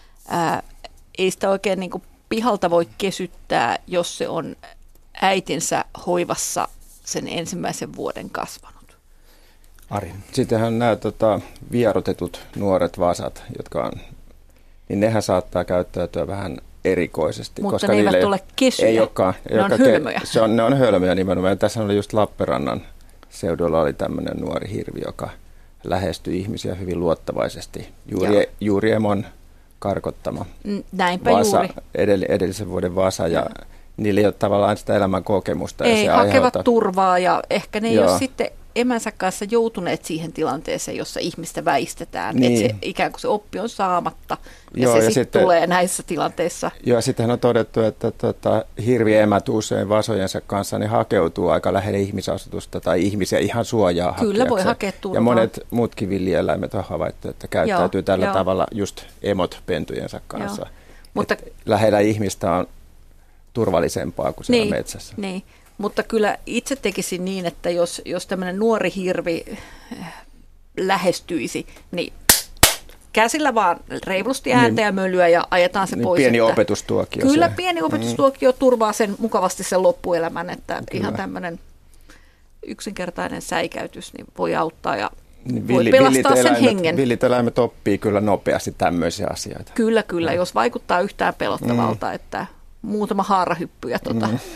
ei sitä oikein niin kuin pihalta voi kesyttää, jos se on äitinsä hoivassa sen ensimmäisen vuoden kasvanut. Ari. Sittenhän nämä vierotetut nuoret vasat, jotka on, niin nehän saattaa käyttäytyä vähän erikoisesti. Mutta koska ne eivät ole kesyjä. Ei olekaan. Ne on hölmöjä. Ne on hölmöjä nimenomaan. Tässä oli just Lappeenrannan seudulla oli tämmöinen nuori hirvi, joka lähestyi ihmisiä hyvin luottavaisesti. Juuri emon karkottama. Näinpä vasa, juuri. Edellisen vuoden vasa ja niillä ei ole tavallaan sitä elämän kokemusta. Ei, hakevat turvaa ja ehkä ne ei ole sitten emänsä kanssa joutuneet siihen tilanteeseen, jossa ihmistä väistetään. Niin. Että se, ikään kuin se oppi on saamatta ja se sitten tulee näissä tilanteissa. Joo, sittenhän on todettu, että hirviemät usein vasojensa kanssa niin hakeutuu aika lähelle ihmisasutusta tai ihmisiä ihan suojaa hakeakseen. Kyllä voi hakea turvaa. Ja monet muutkin villieläimet on havaittu, että käyttäytyy tällä tavalla just emot pentujensa kanssa. Mutta lähellä ihmistä on turvallisempaa kuin siellä metsässä. Niin. Mutta kyllä itse tekisin niin, että jos tämmöinen nuori hirvi lähestyisi, niin käsillä vaan reilusti ääntä ja mölyä ja ajetaan se pois. Pieni opetustuokio. Kyllä pieni opetustuokio turvaa sen mukavasti sen loppuelämän, että ihan tämmöinen yksinkertainen säikäytys niin voi auttaa ja voi pelastaa sen hengen. Villit eläimet oppii kyllä nopeasti tämmöisiä asioita. Kyllä, jos vaikuttaa yhtään pelottavalta, että muutama haarahyppy ja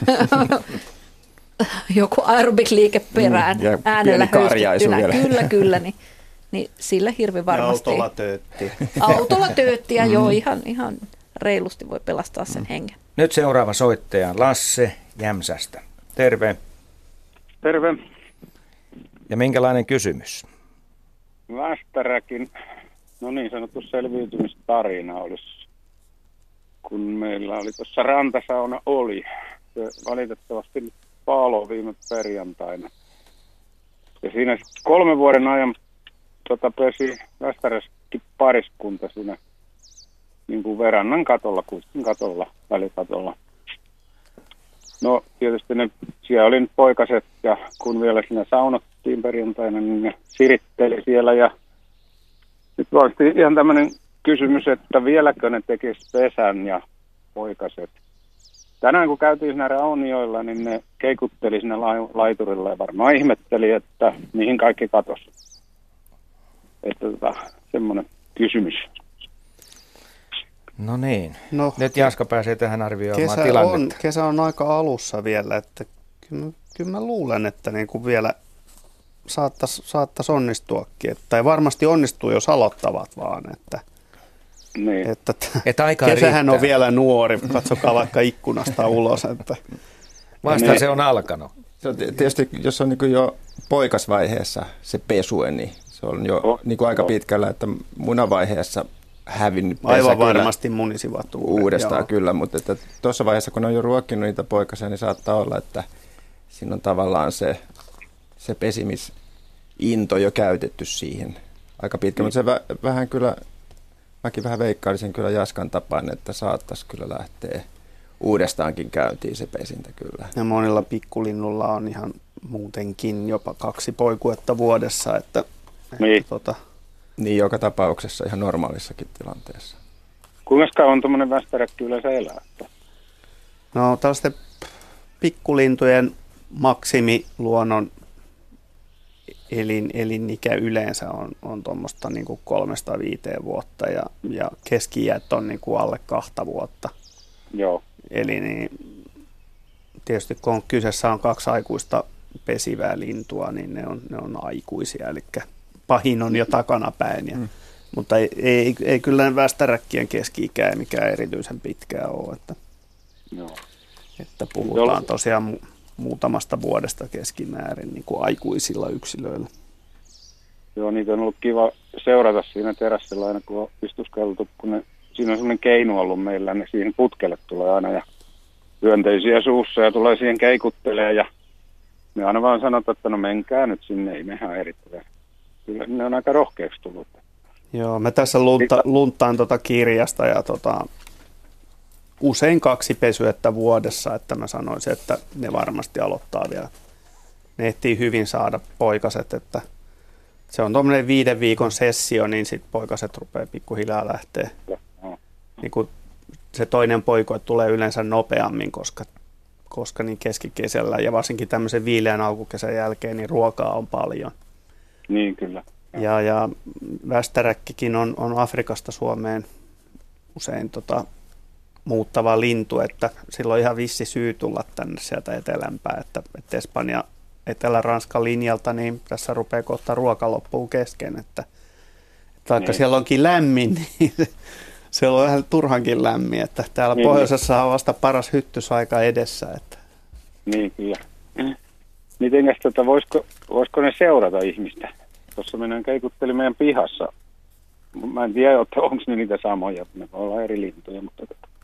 joku aerobic-liike perään äänellä höystettynä. Kyllä, niin sillä hirvi varmasti. Autolla tööttiä, joo, ihan reilusti voi pelastaa sen hengen. Nyt seuraava soittaja on Lasse Jämsästä. Terve. Terve. Ja minkälainen kysymys? Västäräkin, no niin sanottu selviytymistarina olisi, kun meillä oli tuossa rantasauna oli. Se valitettavasti paloi viime perjantaina. Ja siinä 3 vuoden ajan pesi Västärässäkin pariskunta siinä niin kuin verannan katolla, välikatolla. No tietysti siellä oli nyt poikaset ja kun vielä siinä saunottiin perjantaina, niin ne siritteli siellä. Ja nyt voisi ihan tämmöinen kysymys, että vieläkö ne tekisi pesän ja poikaset. Tänään kun käytiin siinä raunioilla, niin ne keikutteli siinä laiturilla ja varmaan ihmetteli, että mihin kaikki katosi. Että semmoinen kysymys. No niin. Nyt Jaska pääsee tähän arvioimaan tilannetta. Kesä on aika alussa vielä, että kyllä mä luulen, että niin kuin saattaisi onnistuakin. Tai varmasti onnistuu, jos aloittavat vaan. Niin. Että aikaa kesähän riittää. on vielä nuori. Katsokaa vaikka ikkunasta ulos. Vasta se on alkanut. Se on tietysti, jos on niin jo poikasvaiheessa se pesue, niin se on jo niin aika pitkällä, että munavaiheessa hävinnyt pesä. Aivan varmasti munisivat uudestaan kyllä, mutta tuossa vaiheessa, kun on jo ruokkinut niitä poikasia, niin saattaa olla, että siinä on tavallaan se pesimisinto jo käytetty siihen aika pitkä, mutta se vähän kyllä, mäkin vähän veikkailisin kyllä Jaskan tapaan, että saattaisi kyllä lähteä uudestaankin käyntiin se pesintä kyllä. Ja monilla pikkulinnulla on ihan muutenkin jopa 2 poikuetta vuodessa, Niin joka tapauksessa ihan normaalissakin tilanteessa. Kuinka kauan tuommoinen västäräkki yleensä elää? No tällaisten pikkulintujen maksimiluonnon elinikä yleensä on tuommoista niin kuin 3-5 vuotta ja keski-iät on niin kuin alle 2 vuotta. Joo. Eli niin, tietysti kun kyseessä on 2 aikuista pesivää lintua, niin ne on aikuisia, eli pahin on jo takanapäin. Mutta ei kyllä västäräkkien keski-ikää mikään erityisen pitkää ole. Että puhutaan tosiaan muutamasta vuodesta keskimäärin niin kuin aikuisilla yksilöillä. Joo, niitä on ollut kiva seurata siinä terassilla aina, kun on istuskeltu, kun siinä on sellainen keinu ollut meillä, niin siihen putkelle tulee aina ja hyönteisiä suussa ja tulee siihen keikuttelee ja me aina vaan sanotaan, että no menkää nyt sinne, ei mehän erittäin. Kyllä ne on aika rohkeaksi tullut. Joo, mä tässä lunttaan kirjasta ja usein 2 pesyettä vuodessa, että mä sanoisin, että ne varmasti aloittaa vielä. Ne ehtii hyvin saada poikaset, että se on tuommoinen 5 viikon sessio, niin sitten poikaset rupeaa pikkuhiljaa lähteä. Niin kun se toinen poikue tulee yleensä nopeammin, koska niin keskikesällä ja varsinkin tämmöisen viileän alkukesän jälkeen niin ruokaa on paljon. Niin kyllä. Ja västäräkkikin on Afrikasta Suomeen usein muuttava lintu, että sillä on ihan vissi syy tulla tänne sieltä etelämpää, että Espanja Etelä-Ranskan linjalta, niin tässä rupeaa kohta ruoka loppuu kesken, että vaikka siellä onkin lämmin, niin se on vähän turhankin lämmin, että täällä pohjoisessa on vasta paras hyttysaika edessä. Että. Niin kyllä. Mitenkäs voisiko ne seurata ihmistä? Tuossa mennään keikutteli meidän pihassa. Mä en tiedä, onko ne niitä samoja, ne voi olla eri lintuja, mutta...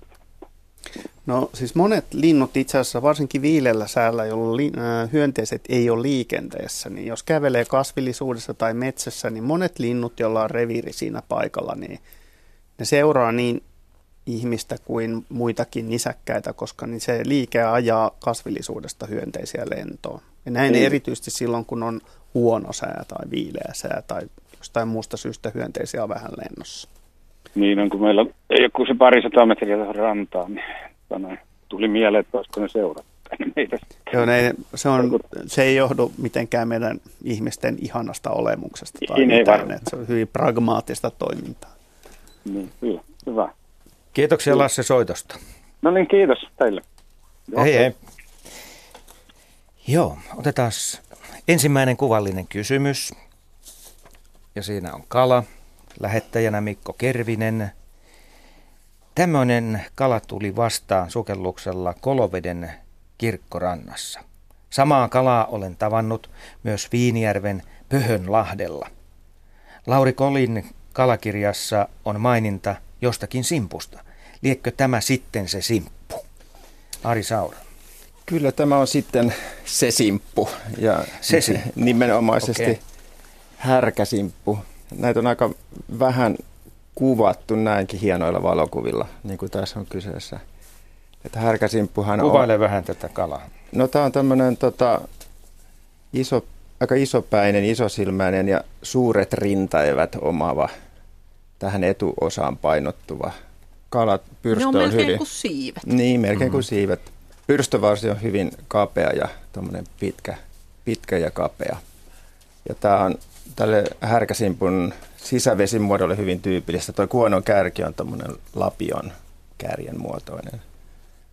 No siis monet linnut itse asiassa, varsinkin viileällä säällä, jolloin hyönteiset ei ole liikenteessä, niin jos kävelee kasvillisuudessa tai metsässä, niin monet linnut, joilla on reviiri siinä paikalla, niin ne seuraa niin ihmistä kuin muitakin nisäkkäitä, koska niin se liike ajaa kasvillisuudesta hyönteisiä lentoon. Ja näin erityisesti silloin, kun on huono sää tai viileä sää tai jostain muusta syystä hyönteisiä on vähän lennossa. Niin on, kun meillä on joku se 200 metriä tuohon rantaan, niin tuli mieleen, että olisiko ne seurattu meitä. Joo, se ei johdu mitenkään meidän ihmisten ihanasta olemuksesta tai mitään, se on hyvin pragmaattista toimintaa. Niin, hyvä. Kiitoksia Lasse soitosta. No niin, kiitos teille. Hei. Joo, otetaan ensimmäinen kuvallinen kysymys. Ja siinä on kala. Lähettäjänä Mikko Kervinen. Tämmöinen kala tuli vastaan sukelluksella Koloveden kirkkorannassa. Samaa kalaa olen tavannut myös Viinijärven Pöhönlahdella. Lauri Kolin kalakirjassa on maininta jostakin simpusta. Liekkö tämä sitten se simppu? Ari Saura. Kyllä tämä on sitten se simppu ja nimenomaisesti härkäsimppu. Näitä on aika vähän kuvattu näinkin hienoilla valokuvilla, niin kuin tässä on kyseessä. Että härkäsimppuhan kuvaile vähän tätä kalaa. No tämä on tämmöinen aika isopäinen, isosilmäinen ja suuret rintaevät omaava, tähän etuosaan painottuva kala. Pyrstö on melkein hyvin, kuin siivet. Niin, melkein kuin siivet. Pyrstövarsi on hyvin kapea ja tommoinen pitkä ja kapea. Ja tämä on tälle härkäsimpun sisävesimuodolle hyvin tyypillistä. Tuo kuonon kärki on tommoinen lapion kärjen muotoinen.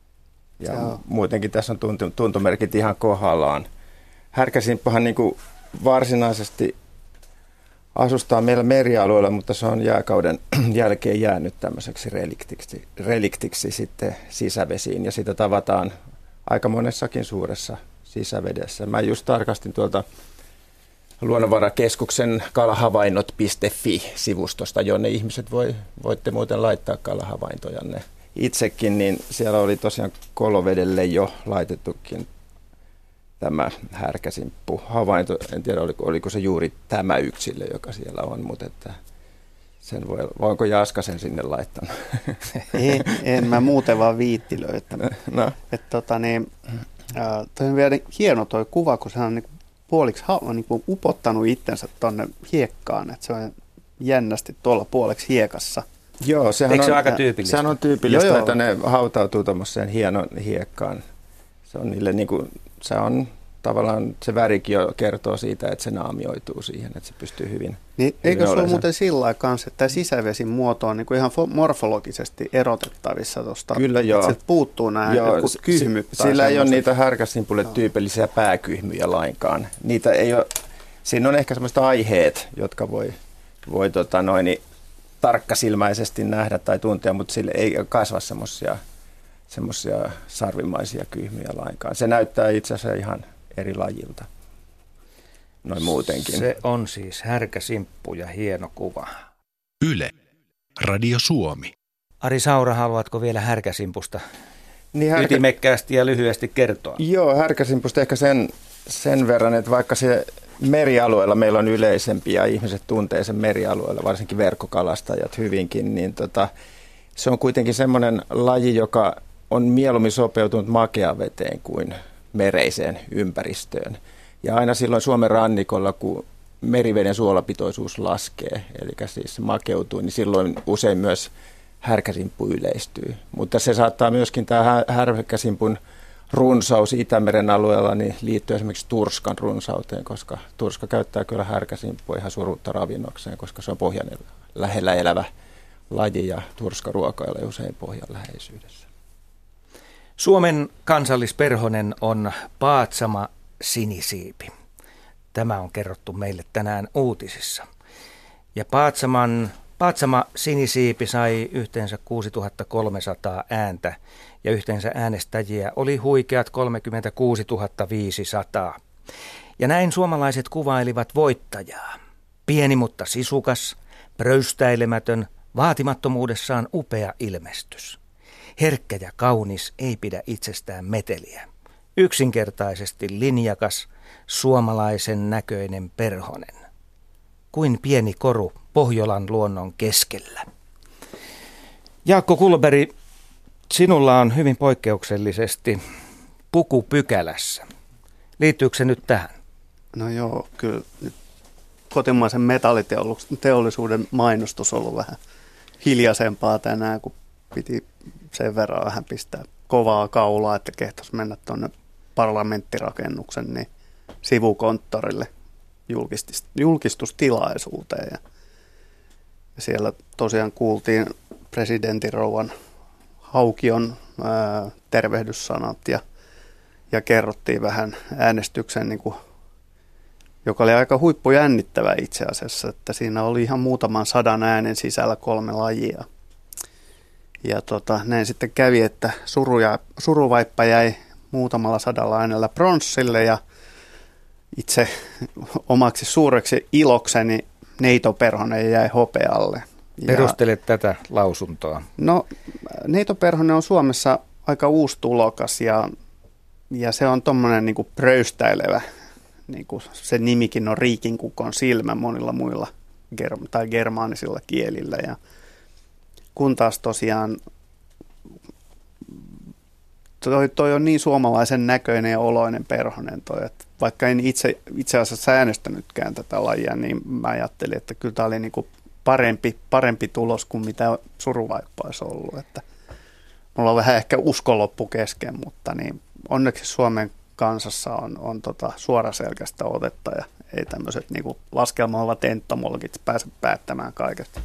Ja muutenkin tässä on tuntomerkit ihan kohdallaan. Härkäsimppuhan niin kuin varsinaisesti asustaa meillä merialueella, mutta se on jääkauden jälkeen jäänyt tämmöiseksi reliktiksi sitten sisävesiin, ja sitä tavataan aika monessakin suuressa sisävedessä. Mä just tarkastin tuolta Luonnonvarakeskuksen kalahavainnot.fi-sivustosta, jonne ihmiset voitte muuten laittaa kalahavaintojanne itsekin, niin siellä oli tosiaan Kolovedelle jo laitettukin tämä härkäsimppu havainto. En tiedä, oliko se juuri tämä yksilö, joka siellä on, mutta että voinko Jaska sen sinne laittanut? En mä muuten vaan viittilöittänyt. No. Toi on vielä hieno toi kuva, kun se on niin puoliksi niin upottanut itsensä tonne hiekkaan, että se on jännästi tuolla puoleksi hiekassa. Joo, Eikö se ole aika tyypillistä? Sehän on tyypillistä, joo, että ne hautautuu tuommoiseen hienon hiekkaan. Se on niille se on tavallaan, se värikin jo kertoo siitä, että se naamioituu siihen, että se pystyy hyvin. Niin, eikö se ole muuten sillä lailla kanssa, että tämä sisävesin muoto on niin ihan morfologisesti erotettavissa tuosta? Kyllä joo. Että puuttuu nämä jotkut kyhmyt. Sillä ei ole niitä härkäsimpulle tyypillisiä pääkyhmyjä lainkaan. Niitä ei ole, siinä on ehkä semmoista aiheet, jotka voi tarkkasilmäisesti nähdä tai tuntea, mutta sille ei kasva semmoisia sarvimaisia kyhmyjä lainkaan. Se näyttää itse asiassa ihan eri lajilta. Noin muutenkin. Se on siis härkäsimppu ja hieno kuva. Yle. Radio Suomi. Ari Saura, haluatko vielä härkäsimpusta ytimekkäästi ja lyhyesti kertoa? Joo, härkäsimpusta ehkä sen verran, että vaikka se merialueella meillä on yleisempi ja ihmiset tuntee sen merialueella, varsinkin verkkokalastajat hyvinkin, niin se on kuitenkin semmoinen laji, joka on mieluummin sopeutunut makeaveteen kuin mereiseen ympäristöön. Ja aina silloin Suomen rannikolla, kun meriveden suolapitoisuus laskee, eli siis makeutuu, niin silloin usein myös härkäsimppu yleistyy. Mutta se saattaa myöskin tämä härkäsimpun runsaus Itämeren alueella niin liittyy esimerkiksi turskan runsauteen, koska turska käyttää kyllä härkäsimppua ihan surutta ravinnokseen, koska se on pohjan lähellä elävä laji ja turska ruokailee usein pohjan läheisyydessä. Suomen kansallisperhonen on paatsama sinisiipi. Tämä on kerrottu meille tänään uutisissa. Ja paatsama sinisiipi sai yhteensä 6300 ääntä ja yhteensä äänestäjiä oli huikeat 36 500. Ja näin suomalaiset kuvailivat voittajaa. Pieni mutta sisukas, pröystäilemätön, vaatimattomuudessaan upea ilmestys. Herkkä ja kaunis, ei pidä itsestään meteliä. Yksinkertaisesti linjakas, suomalaisen näköinen perhonen. Kuin pieni koru Pohjolan luonnon keskellä. Jaakko Kullberg, sinulla on hyvin poikkeuksellisesti puku pykälässä. Liittyykö se nyt tähän? No joo, kyllä nyt kotimaisen metalliteollisuuden mainostus on ollut vähän hiljaisempaa tänään, kun piti sen verran vähän pistää kovaa kaulaa, että kehtas mennä tuonne parlamenttirakennuksen niin sivukonttorille julkistustilaisuuteen. Ja siellä tosiaan kuultiin presidentin rouvan Haukion tervehdyssanat ja kerrottiin vähän äänestyksen, niin kuin, joka oli aika huippujännittävä itse asiassa, että siinä oli ihan muutaman 100 äänen sisällä 3 lajia. Ja näin sitten kävi, että suruvaippa jäi muutamalla 100 äänellä pronssille ja itse omaksi suureksi ilokseni neitoperhonen jäi hopealle. Perustele tätä lausuntoa. No, neitoperhonen on Suomessa aika uusi tulokas ja se on tommonen niinku pröystäilevä, niinku se nimikin on riikinkukon silmä monilla muilla tai germaanisilla kielillä. Ja kun taas tosiaan toi on niin suomalaisen näköinen ja oloinen perhonen toi, että vaikka en itse asiassa äänestänytkään tätä lajia, niin mä ajattelin, että kyllä tämä oli niinku parempi tulos kuin mitä suruvaippa olisi ollut. Että mulla on vähän ehkä uskonloppu kesken, mutta niin onneksi Suomen kansassa on suoraselkäistä otetta ja ei tämmöiset niinku laskelmoivat enttomolkit pääse päättämään kaikesta.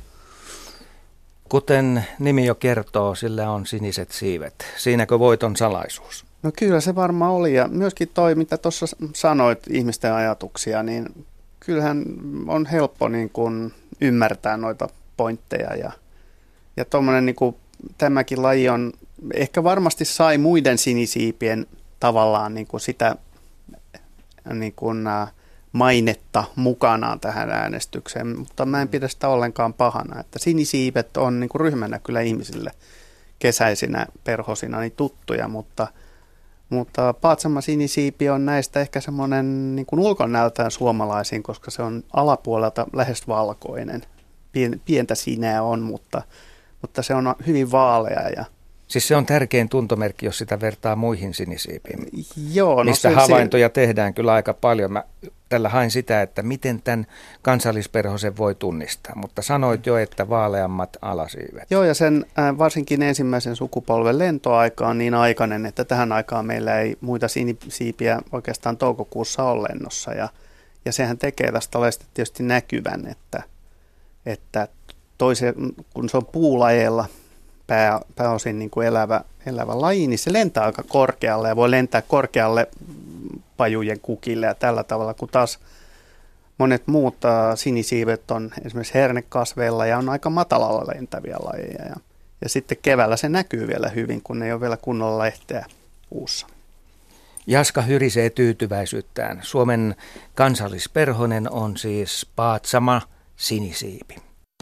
Kuten nimi jo kertoo, sillä on siniset siivet. Siinäkö voiton salaisuus? No kyllä se varmaan oli, ja myöskin toi, mitä tuossa sanoit, ihmisten ajatuksia, niin kyllähän on helppo niin kuin ymmärtää noita pointteja, ja tuommoinen niin kuin tämäkin laji on, ehkä varmasti sai muiden sinisiipien tavallaan niin kuin sitä niin kuin mainetta mukanaan tähän äänestykseen, mutta mä en pidä sitä ollenkaan pahana, että sinisiipet on niin kuin ryhmänä kyllä ihmisille kesäisinä perhosina niin tuttuja, mutta Paatsama sinisiipi on näistä ehkä semmoinen niin kuin ulkonäöltään suomalaisiin, koska se on alapuolelta lähes valkoinen. Pientä sineä on, mutta se on hyvin vaalea. Ja siis se on tärkein tuntomerkki, jos sitä vertaa muihin sinisiipiin. Joo, mistä havaintoja tehdään kyllä aika paljon. Mä tällä hain sitä, että miten tämän kansallisperhosen voi tunnistaa, mutta sanoit jo, että vaaleammat alasiivet. Joo, ja sen varsinkin ensimmäisen sukupolven lentoaika on niin aikainen, että tähän aikaan meillä ei muita sinisiipiä oikeastaan toukokuussa ole lennossa. Ja sehän tekee tästä olesta tietysti näkyvän, että kun se on puulajeilla pääosin niin kuin elävä laji, niin se lentää aika korkealle ja voi lentää korkealle pajujen kukille ja tällä tavalla, kun taas monet muut sinisiivet on esimerkiksi hernekasveilla ja on aika matalalla lentäviä lajeja. Ja sitten keväällä se näkyy vielä hyvin, kun ei ole vielä kunnolla lehteä puussa. Jaska hyrisee tyytyväisyyttään. Suomen kansallisperhonen on siis Paatsama sinisiipi.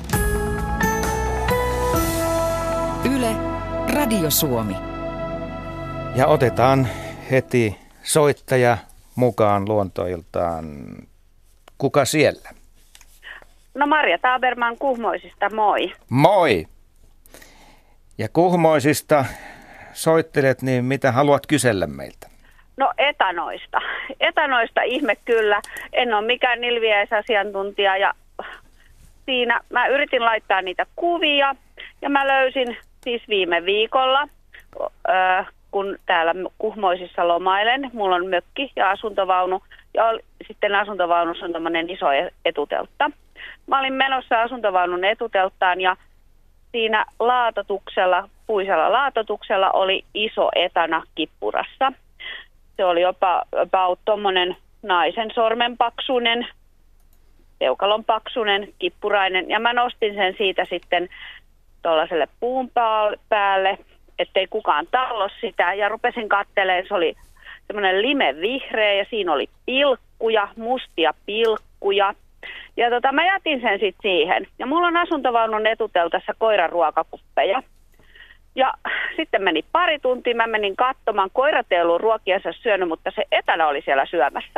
Yle, Radio Suomi. Ja otetaan heti soittaja mukaan luontoiltaan. Kuka siellä? No Marja Taberman Kuhmoisista, moi. Moi. Ja Kuhmoisista soittelet, niin mitä haluat kysellä meiltä? No etanoista. Etanoista ihme kyllä. En ole mikään nilviäisasiantuntija ja siinä mä yritin laittaa niitä kuvia ja mä löysin siis viime viikolla, kun täällä Kuhmoisissa lomailen, mulla on mökki ja asuntovaunu ja sitten asuntovaunussa on tämmöinen iso etuteltta. Mä olin menossa asuntovaunun etutelttaan ja siinä laatotuksella, puisella laatotuksella oli iso etana kippurassa. Se oli about tommonen naisen sormen paksuinen, peukalon paksuinen, kippurainen ja mä nostin sen siitä sitten tuollaiselle puun päälle, ettei kukaan tallo sitä ja rupesin katselemaan, se oli semmoinen limevihreä ja siinä oli pilkkuja, mustia pilkkuja. Ja mä jätin sen sitten siihen. Ja mulla on asuntovaunun etuteltassa koiran ruokakuppeja. Ja sitten meni pari tuntia, mä menin katsomaan, koirat ei ollut ruokiansa syönyt, mutta se etana oli siellä syömässä.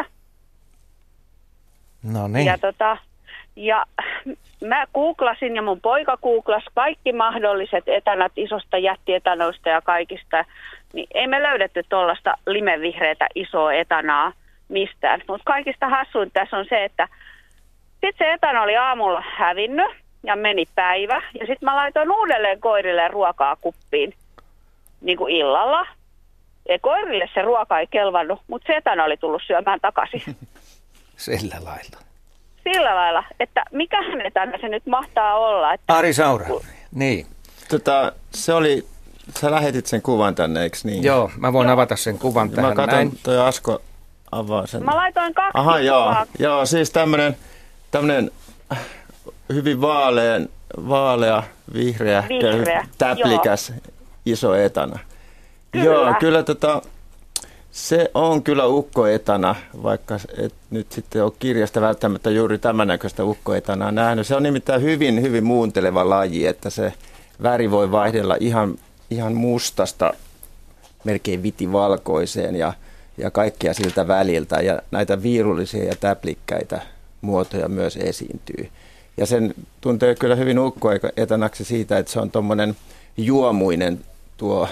No niin. Ja mä googlasin ja mun poika googlasi kaikki mahdolliset etanat isosta jättietanoista ja kaikista. Niin ei me löydetty tuollaista limevihreätä isoa etanaa mistään. Mutta kaikista hassuin tässä on se, että sitten se etana oli aamulla hävinnyt ja meni päivä. Ja sitten mä laitoin uudelleen koirille ruokaa kuppiin niin kuin illalla. Ja koirille se ruoka ei kelvannut, mutta se etana oli tullut syömään takaisin. Sillä lailla. Sillä lailla, että mikähän etana se nyt mahtaa olla. Että Ari Saura, niin. Sä lähetit sen kuvan tänne, eikö niin? Joo, mä voin avata sen kuvan tähän. Mä katson, toi Asko avaa sen. Mä laitoin 2 kuvaa. Joo, siis tämmönen hyvin vaalea, vihreä täplikäs, iso etana. Kyllä. Joo, kyllä se on kyllä ukkoetana, vaikka et nyt sitten ole kirjasta välttämättä juuri tämän näköistä ukkoetanaa nähnyt. Se on nimittäin hyvin, hyvin muunteleva laji, että se väri voi vaihdella ihan mustasta melkein vitivalkoiseen ja kaikkea siltä väliltä. Ja näitä viirullisia ja täplikkäitä muotoja myös esiintyy. Ja sen tuntee kyllä hyvin ukkoetanaksi siitä, että se on tuommoinen juomuinen tuo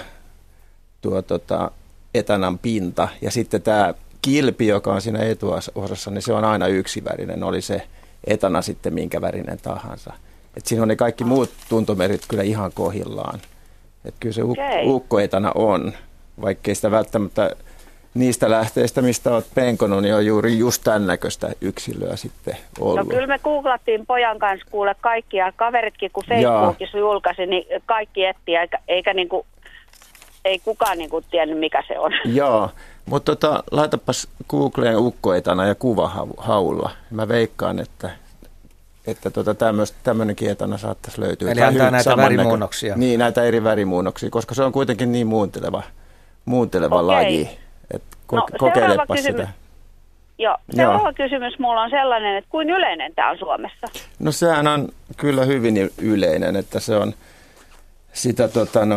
etanan pinta. Ja sitten tämä kilpi, joka on siinä etuosassa, niin se on aina yksivärinen. Oli se etana sitten minkä värinen tahansa. Et siinä on ne kaikki muut tuntomerit kyllä ihan kohillaan. Et kyllä se ukkoetana on, vaikkei sitä välttämättä niistä lähteistä, mistä olet penkonut, niin on juuri just tämän näköistä yksilöä sitten ollut. No kyllä me googlattiin pojan kanssa kuule kaikki ja kaveritkin, kun Facebookissa julkaisi, niin kaikki etti eikä niinku ei kukaan niin kuin tiennyt, mikä se on. Joo, mutta laitapas Googleen ukkoetana ja kuvahaulla. Mä veikkaan, että tämmöinenkin etana saattaisi löytyä. Eli antaa näitä värimuunnoksia. Niin, näitä eri värimuunnoksia, koska se on kuitenkin niin muunteleva laji. Kokeilepas sitä. Joo, seuraava kysymys mulla on sellainen, että kuinka yleinen tämä on Suomessa? No sehän on kyllä hyvin yleinen, että se on sitä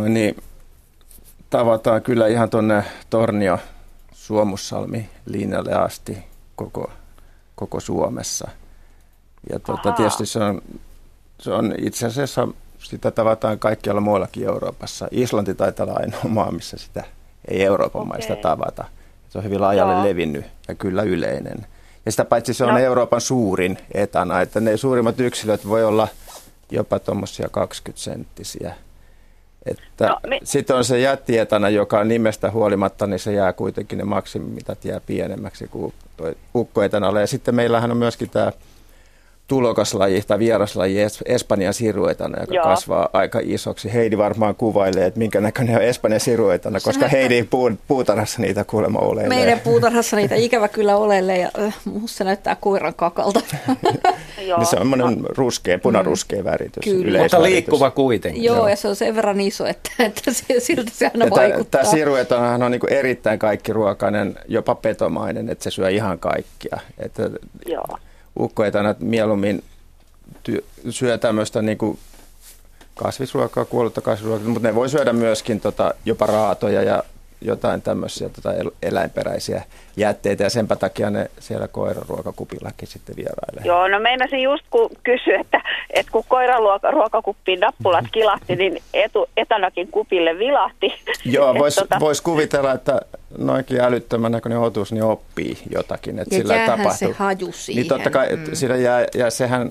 tavataan kyllä ihan tuonne Tornio-Suomussalmi linjalle asti koko Suomessa. Ja tietysti se on itse asiassa, sitä tavataan kaikkialla muuallakin Euroopassa. Islanti taitaa olla ainoa maa, missä sitä ei Euroopan maista tavata. Se on hyvin laajalle levinnyt ja kyllä yleinen. Ja sitä paitsi se on Euroopan suurin etana, että ne suurimmat yksilöt voi olla jopa tuommoisia 20-senttisiä. Sitten on se jättietana, joka on nimestä huolimatta, niin se jää kuitenkin ne maksimimitat jää pienemmäksi kuin ukkoetanalle. Ja sitten meillähän on myöskin tämä tulokaslaji tai vieraslaji Espanjan siruetana, joka kasvaa aika isoksi. Heidi varmaan kuvailee, että minkä näköinen on Espanjan siruetana, koska Heidin puutarhassa niitä kuulemma olelee. Meidän puutarhassa niitä ikävä kyllä olelee ja musta se näyttää koiran kakalta. Niin se on ruskea, punaruskea väritys. Mutta liikkuva kuitenkin. Joo, ja se on sen verran iso, että siltä se aina vaikuttaa. Tämä siruetanahan on niin erittäin kaikkiruokainen, jopa petomainen, että se syö ihan kaikkia. Joo. Ukkoetana mieluummin syö tämmöistä niin kuin kasvisruokaa, kuollutta kasvisruokaa, mutta ne voi syödä myöskin jopa raatoja ja jotain tämmöisiä eläinperäisiä jätteitä, ja senpä takia ne siellä koiran ruokakupillakin sitten vierailee. Joo, no meinasin just kysyä, että kun koiran ruokakuppiin nappulat kilahti, niin etanakin kupille vilahti. Joo, vois kuvitella, että noinkin älyttömän näköinen otus niin oppii jotakin. Että ja sillä jäähän se haju siihen. Niin totta kai, sillä jää, ja sehän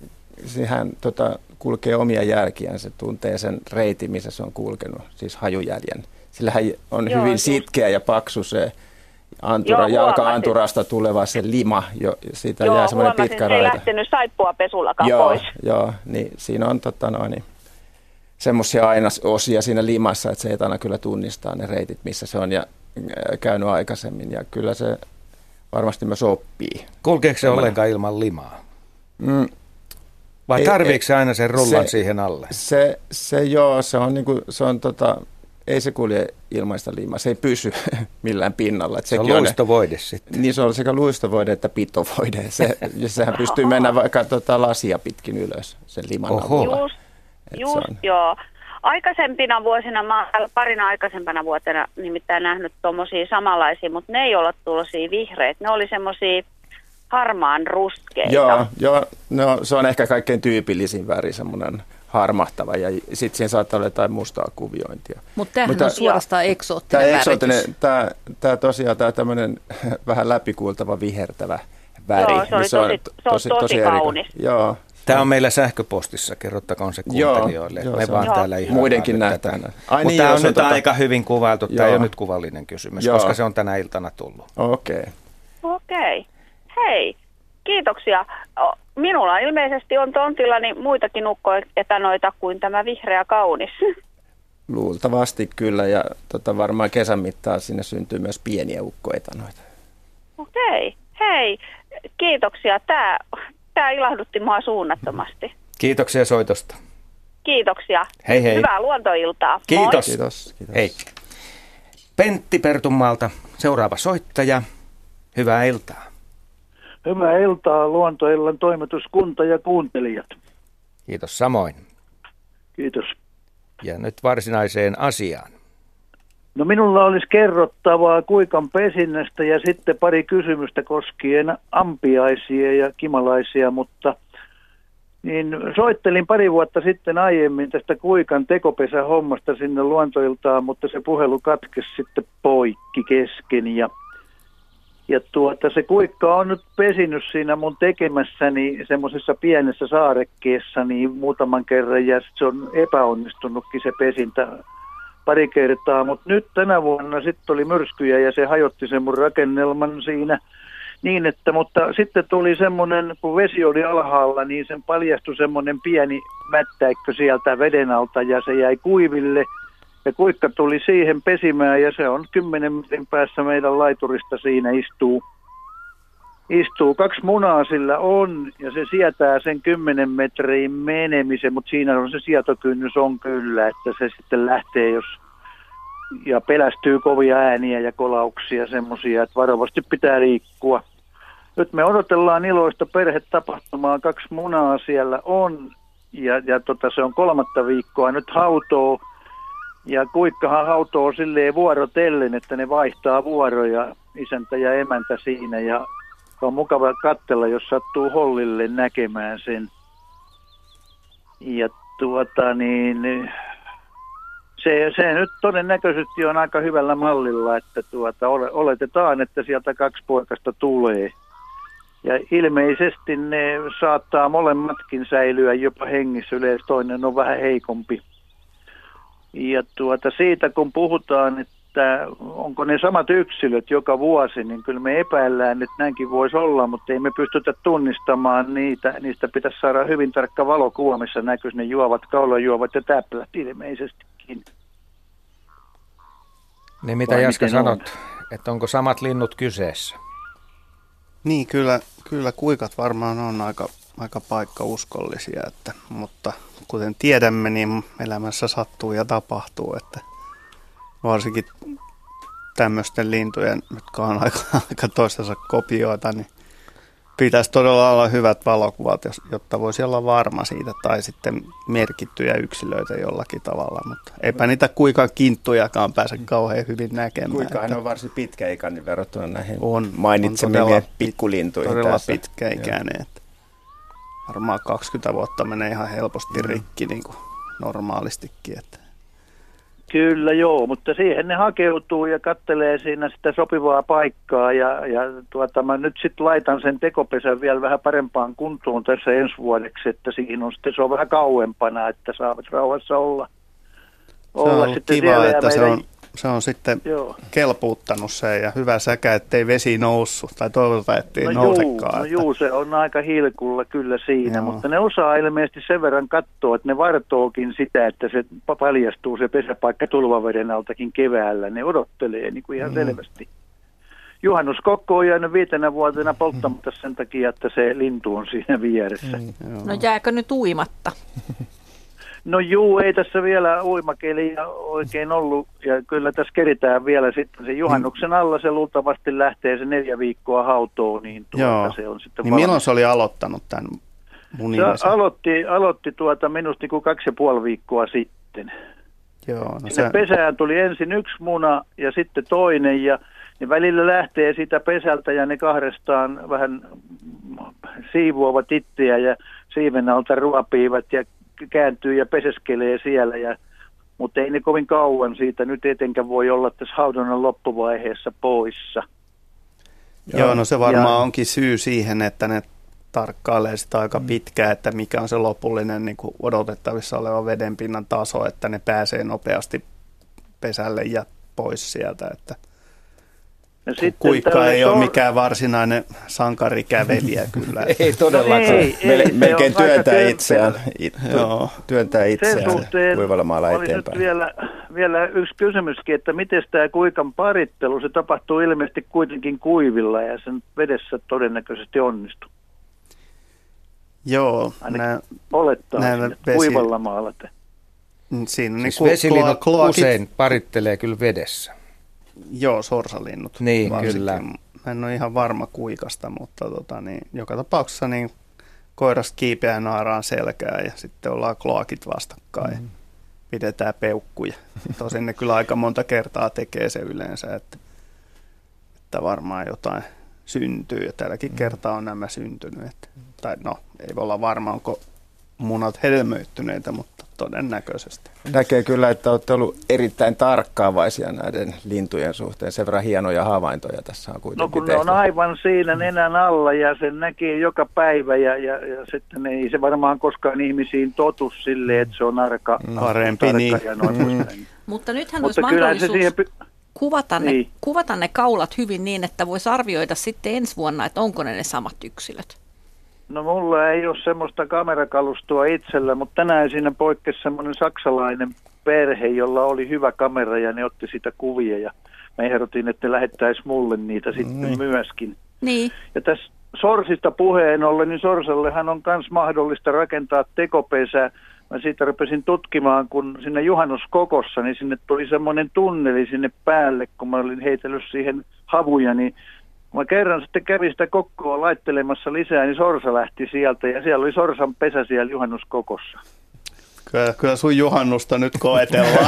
kulkee omia jälkiään, se tuntee sen reitin, missä se on kulkenut, siis hajujäljen. Sillähän on hyvin sitkeä ja paksu se jalka-anturasta tuleva se lima, siitä jää semmoinen pitkä raita. Joo, ei lähtenyt saippua pesullakaan pois. Joo, niin siinä on semmoisia ainesosia siinä limassa, että se etana kyllä tunnistaa ne reitit, missä se on ja käynyt aikaisemmin, ja kyllä se varmasti myös oppii. Kulkeeko se ollenkaan ilman limaa? Vai tarviiko se aina sen rullan siihen alle? Se on ei se kulje ilmaista limaa, se ei pysy millään pinnalla. Se on luistovoide sitten. Niin, se on sekä luistovoide että pitovoide. Sehän pystyy mennä vaikka lasia pitkin ylös sen liman avulla. Joo. Aikaisempina vuosina, mä olen parina aikaisempana vuotena nimittäin nähnyt tuommoisia samanlaisia, mutta ne ei ole tuollaisia vihreitä. Ne oli semmoisia harmaan ruskeita. Joo, se on ehkä kaikkein tyypillisin väri, semmoinen harmahtava, ja sitten siinä saattaa olla jotain mustaa kuviointia. Mutta tämähän on suorastaan eksoottinen väritys. Tämä tosiaan tämmöinen vähän läpikuultava vihertävä väri. Joo, se oli tosi kaunis. Joo. Tämä on meillä sähköpostissa, kerrottakoon se kuuntelijoille. Me vaan täällä ihan muidenkin nähdään. Mutta tämä on nyt aika hyvin kuvailtu, tämä ei ole nyt kuvallinen kysymys, koska se on tänä iltana tullut. Okei. Hei, kiitoksia. Minulla ilmeisesti on tontillani muitakin ukkoetanoita kuin tämä vihreä kaunis. Luultavasti kyllä, ja varmaan kesän mittaan sinne syntyy myös pieniä ukkoetanoita. Okei, hei, kiitoksia. Tämä ilahdutti mua suunnattomasti. Kiitoksia soitosta. Kiitoksia. Hei. Hyvää luontoiltaa. Kiitos. Kiitos. Hei. Pentti Pertunmaalta, seuraava soittaja. Hyvää iltaa. Hyvää iltaa, Luontoillan toimituskunta ja kuuntelijat. Kiitos samoin. Kiitos. Ja nyt varsinaiseen asiaan. No minulla olisi kerrottavaa kuikan pesinnästä ja sitten pari kysymystä koskien ampiaisia ja kimalaisia, mutta niin soittelin pari vuotta sitten aiemmin tästä kuikan tekopesähommasta sinne Luontoiltaan, mutta se puhelu katkesi sitten poikki kesken ja se kuikka on nyt pesinyt siinä mun tekemässäni semmoisessa pienessä saarekkeessa niin muutaman kerran ja se on epäonnistunutkin se pesintä pari kertaa, mutta nyt tänä vuonna sitten oli myrskyjä ja se hajotti sen mun rakennelman siinä niin, että mutta sitten tuli semmoinen, kun vesi oli alhaalla, niin sen paljastui semmoinen pieni mättäikkö sieltä veden alta ja se jäi kuiville Ja kuikka tuli siihen pesimään ja se on 10 metrin päässä meidän laiturista, siinä istuu 2 munaa sillä on ja se sietää sen 10 metriin menemisen, mutta siinä on se sietokynnys on kyllä, että se sitten lähtee ja pelästyy kovia ääniä ja kolauksia semmoisia, että varovasti pitää liikkua. Nyt me odotellaan iloista perhetapahtumaa, 2 munaa siellä on ja se on 3. viikkoa nyt hautoo. Ja kuikkahan hautoo silleen vuorotellen, että ne vaihtaa vuoroja, isäntä ja emäntä siinä. Ja on mukava katsella, jos sattuu hollille näkemään sen. Ja se nyt todennäköisesti on aika hyvällä mallilla, että oletetaan, että sieltä 2 poikasta tulee. Ja ilmeisesti ne saattaa molemmatkin säilyä jopa hengissä, yleensä toinen on vähän heikompi. Ja siitä kun puhutaan, että onko ne samat yksilöt joka vuosi, niin kyllä me epäillään, että näinkin voisi olla, mutta ei me pystytä tunnistamaan niitä. Niistä pitäisi saada hyvin tarkka valokuva, missä näkyisi ne kaulajuovat ja täplät ilmeisestikin. Niin mitä Jaska sanot, että onko samat linnut kyseessä? Niin, kyllä kuikat varmaan on aika paikkauskollisia, mutta kuten tiedämme, niin elämässä sattuu ja tapahtuu, että varsinkin tämmöisten lintujen, jotka on aika toistensa kopioita, niin pitäisi todella olla hyvät valokuvat, jotta voisi olla varma siitä, tai sitten merkittyjä yksilöitä jollakin tavalla, mutta eipä niitä kuikan kinttujakaan pääse kauhean hyvin näkemään. Kuikahan on varsin pitkäikäinen verrattuna näihin mainitsemien pikkulintuihin. Todella pitkäikäinen, että varmaan 20 vuotta menee ihan helposti rikki niin kuin normaalistikin. Että. Kyllä joo, mutta siihen ne hakeutuu ja kattelee siinä sitä sopivaa paikkaa ja mä nyt sitten laitan sen tekopesän vielä vähän parempaan kuntoon tässä ensi vuodeksi, että siinä on sitten se on vähän kauempana, että saavat rauhassa olla. Se on ollut kiva, että se on sitten kelpuuttanut sen ja hyvä säkä, ettei vesi noussut tai toivotaan, ettei nousekaan. No juu, se on aika hilkulla kyllä siinä, mutta ne osaa ilmeisesti sen verran katsoa, että ne vartookin sitä, että se paljastuu se pesäpaikka tulvaveden altakin keväällä. Ne odottelee niin kuin ihan selvästi. Juhannuskokko on jäänyt 5 vuotena polttamatta sen takia, että se lintu on siinä vieressä. No jääkö nyt uimatta? No juu, ei tässä vielä uimakeliä oikein ollut, ja kyllä tässä keritään vielä sitten se juhannuksen alla, se luultavasti lähtee se 4 viikkoa hautoon, niin se on sitten niin milloin se oli aloittanut tämän munimisen? Se aloitti minusta niin 2,5 viikkoa sitten. Joo, no pesään tuli ensin 1 muna ja sitten toinen, ja ne välillä lähtee siitä pesältä ja ne kahdestaan vähän siivoavat itseä ja siiven alta ruopiivat ja kääntyy ja peseskelee siellä, mutta ei ne kovin kauan siitä nyt etenkään voi olla tässä haudonnan loppuvaiheessa poissa. Joo, no se varmaan onkin syy siihen, että ne tarkkailee sitä aika pitkään, että mikä on se lopullinen niin kuin odotettavissa oleva vedenpinnan taso, että ne pääsee nopeasti pesälle ja pois sieltä, että kuikka ei ole mikään varsinainen sankarikävelijä kyllä. Ei todellakaan. Melkein työntää itseään kuivalla maalla eteenpäin. Vielä yksi kysymyskin, että miten tämä kuikan parittelu, se tapahtuu ilmeisesti kuitenkin kuivilla ja sen vedessä todennäköisesti onnistuu. Joo. Olettaa kuivalla maalla. Siinä siis vesilinnut usein parittelee kyllä vedessä. Joo, sorsalinnut. Niin, varsinkin. Kyllä. Mä en ole ihan varma kuikasta, mutta joka tapauksessa niin koiras kiipeää naaraan selkää ja sitten ollaan kloakit vastakkain ja pidetään peukkuja. Tosin ne kyllä aika monta kertaa tekee se yleensä, että varmaan jotain syntyy ja tälläkin kertaa on nämä syntynyt. Ei voi olla varma, onko munat hedelmöittyneitä, mutta todennäköisesti. Näkee kyllä, että olette ollut erittäin tarkkaavaisia näiden lintujen suhteen. Sen verran hienoja havaintoja tässä on kuitenkin tehty. tehty. Ne on aivan siinä nenän alla ja sen näkee joka päivä ja sitten ei se varmaan koskaan ihmisiin totu silleen, että se on parempi niin. Mutta nythän olisi mahdollisuus kuvata ne kaulat hyvin niin, että voisi arvioida sitten ensi vuonna, että onko ne samat yksilöt. No mulla ei ole semmoista kamerakalustoa itsellä, mutta tänään siinä poikkesi semmoinen saksalainen perhe, jolla oli hyvä kamera ja ne otti sitä kuvia ja mä ehdotin, että ne lähettäisi mulle niitä sitten myöskin. Niin. Ja tässä sorsista puheen ollen, niin sorsallehan on myös mahdollista rakentaa tekopesä. Mä siitä rupesin tutkimaan, kun sinne juhannuskokossa, niin sinne tuli semmoinen tunneli sinne päälle, kun mä olin heitellyt siihen havuja, niin kun mä kerran sitten kävin sitä kokkoa laittelemassa lisää, niin sorsa lähti sieltä ja siellä oli sorsan pesä siellä juhannuskokossa. Kyllä sun juhannusta nyt koetellaan.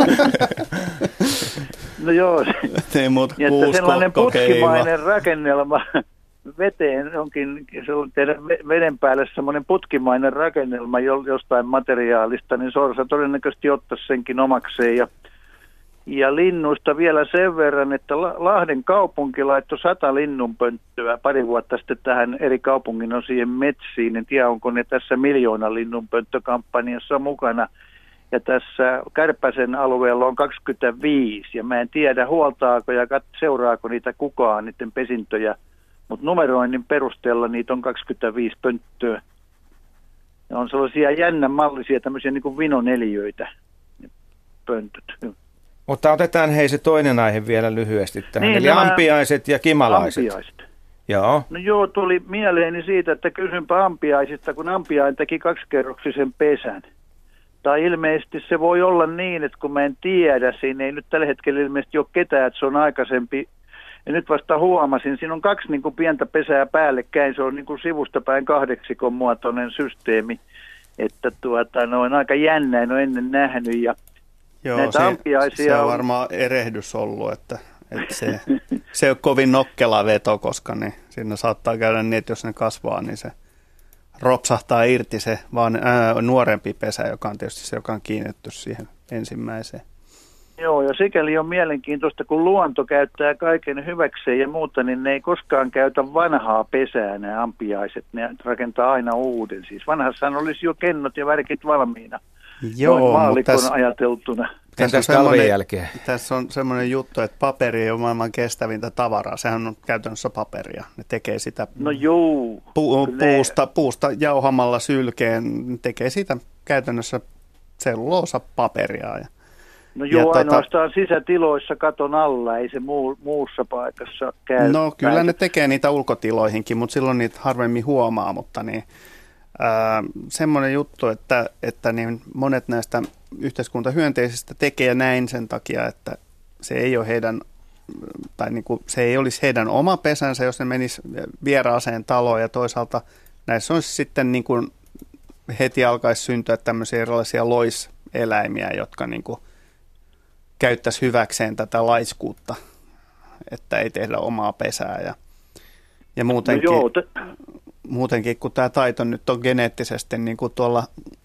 No joo, että sellainen putkimainen rakennelma veteen onkin, se on tehdä veden päälle semmoinen putkimainen rakennelma jostain materiaalista, niin sorsa todennäköisesti ottaisi senkin omakseen. Ja linnuista vielä sen verran, että Lahden kaupunki laittoi 100 linnunpönttöä pari vuotta sitten tähän eri kaupungin osien metsiin. En tiedä, onko ne tässä 1 000 000 linnunpönttökampanjassa mukana. Ja tässä Kärpäsen alueella on 25, ja mä en tiedä huoltaako ja seuraako niitä kukaan, niiden pesintöjä. Mutta numeroinnin perusteella niitä on 25 pönttöä. Ja on sellaisia jännän mallisia tämmöisiä niin kuin vinoneliöitä, pöntöt. Mutta otetaan se toinen aihe vielä lyhyesti tähän, niin, eli ampiaiset ja kimalaiset. Ampiaiset. Joo. No joo, tuli mieleeni siitä, että kysynpä ampiaisista, kun ampiain teki 2-kerroksisen pesän. Tai ilmeisesti se voi olla niin, että kun mä en tiedä, siinä ei nyt tällä hetkellä ilmeisesti ole ketään, että se on aikaisempi. Ja nyt vasta huomasin, siinä on 2 niin kuin pientä pesää päällekkäin, se on niin kuin sivusta päin 8 muotoinen systeemi. Että on aika jännä, en ole ennen nähnyt. Ja joo, näitä ampiaisia se on varmaan erehdys ollut, että se ei ole kovin nokkela veto, koska niin, siinä saattaa käydä niin, että jos ne kasvaa, niin se ropsahtaa irti se vaan nuorempi pesä, joka on tietysti se, joka on kiinnitty siihen ensimmäiseen. Joo, ja sikäli on mielenkiintoista, kun luonto käyttää kaiken hyväkseen ja muuta, niin ne ei koskaan käytä vanhaa pesää, nämä ampiaiset. Ne rakentaa aina uuden. Siis vanhassahan olisi jo kennot ja värkit valmiina. Joo, maallikon ajateltuna. Tässä on semmoinen juttu, että paperi ei ole maailman kestävintä tavaraa. Sehän on käytännössä paperia. Ne tekee sitä puusta jauhamalla sylkeen. Ne tekee siitä käytännössä selluloosapaperia. No joo, ainoastaan sisätiloissa katon alla, ei se muussa paikassa käy. No kyllä ne tekee niitä ulkotiloihinkin, mutta silloin niitä harvemmin huomaa, mutta niin, semmoinen juttu, että niin monet näistä yhteiskuntahyönteisistä tekee näin sen takia, että se ei ole heidän, tai niin kuin, se ei olisi heidän oma pesänsä, jos ne menisi vieraaseen taloon, ja toisaalta näissä on sitten niin kuin heti alkaisi syntyä tämmöisiä erilaisia loiseläimiä, jotka niin kuin käyttäisi hyväkseen tätä laiskuutta, että ei tehdä omaa pesää. Ja muutenkin, muutenkin, kun tämä taito nyt on geneettisesti niin kuin tuolla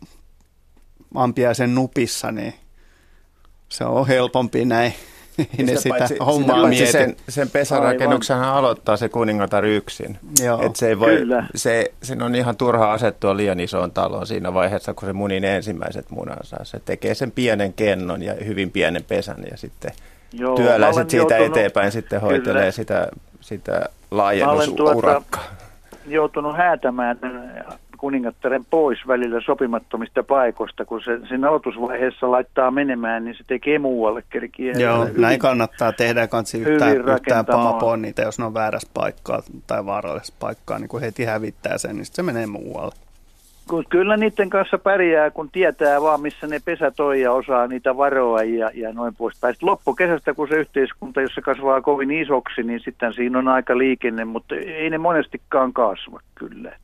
ampiaisen nupissa, niin se on helpompi näin. Ne sitä hommaa mieti. Sen pesärakennuksenhan aloittaa se kuningatar yksin. Et se ei voi, sen on ihan turha asettua liian isoon taloon siinä vaiheessa, kun se munii ne ensimmäiset munansa. Se tekee sen pienen kennon ja hyvin pienen pesän ja sitten työläiset siitä eteenpäin sitten hoitelee sitä laajennusurakkaa. Joutunut häätämään kuningattaren pois välillä sopimattomista paikoista, kun se siinä aloitusvaiheessa laittaa menemään, niin se tekee muualle kerkiä. Joo, näin kannattaa tehdä kanssa yhtään paapoa niitä, jos ne on väärässä paikkaa tai vaarallisessa paikkaa, niin kun heti hävittää sen, niin se menee muualle. Kyllä niiden kanssa pärjää, kun tietää vaan, missä ne pesät on ja osaa niitä varoa ja noin poispäin. Loppukesästä, kun se yhteiskunta, jos se kasvaa kovin isoksi, niin sitten siinä on aika liikenne, mutta ei ne monestikaan kasva kyllä.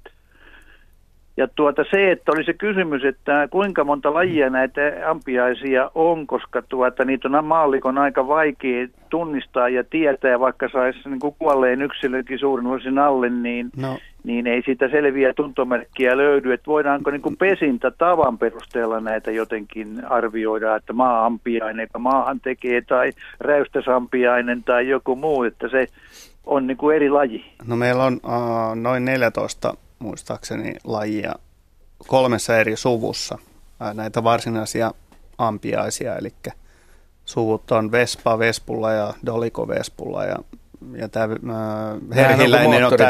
Ja se, että oli se kysymys, että kuinka monta lajia näitä ampiaisia on, koska niitä on maallikon aika vaikea tunnistaa ja tietää, vaikka saisi niin kuin kuolleen yksilönkin suurin osin alle, niin ei siitä selviä tuntomerkkiä löydy. Että voidaanko niin kuin pesintätavan perusteella näitä jotenkin arvioida, että maa-ampiainen, joka maahan tekee, tai räystäsampiainen tai joku muu, että se on niin kuin eri laji. No meillä on noin 14 muistaakseni lajia 3 eri suvussa, näitä varsinaisia ampiaisia, eli suvut on Vespa Vespulla ja Dolico Vespulla, ja tämä herhiläinen on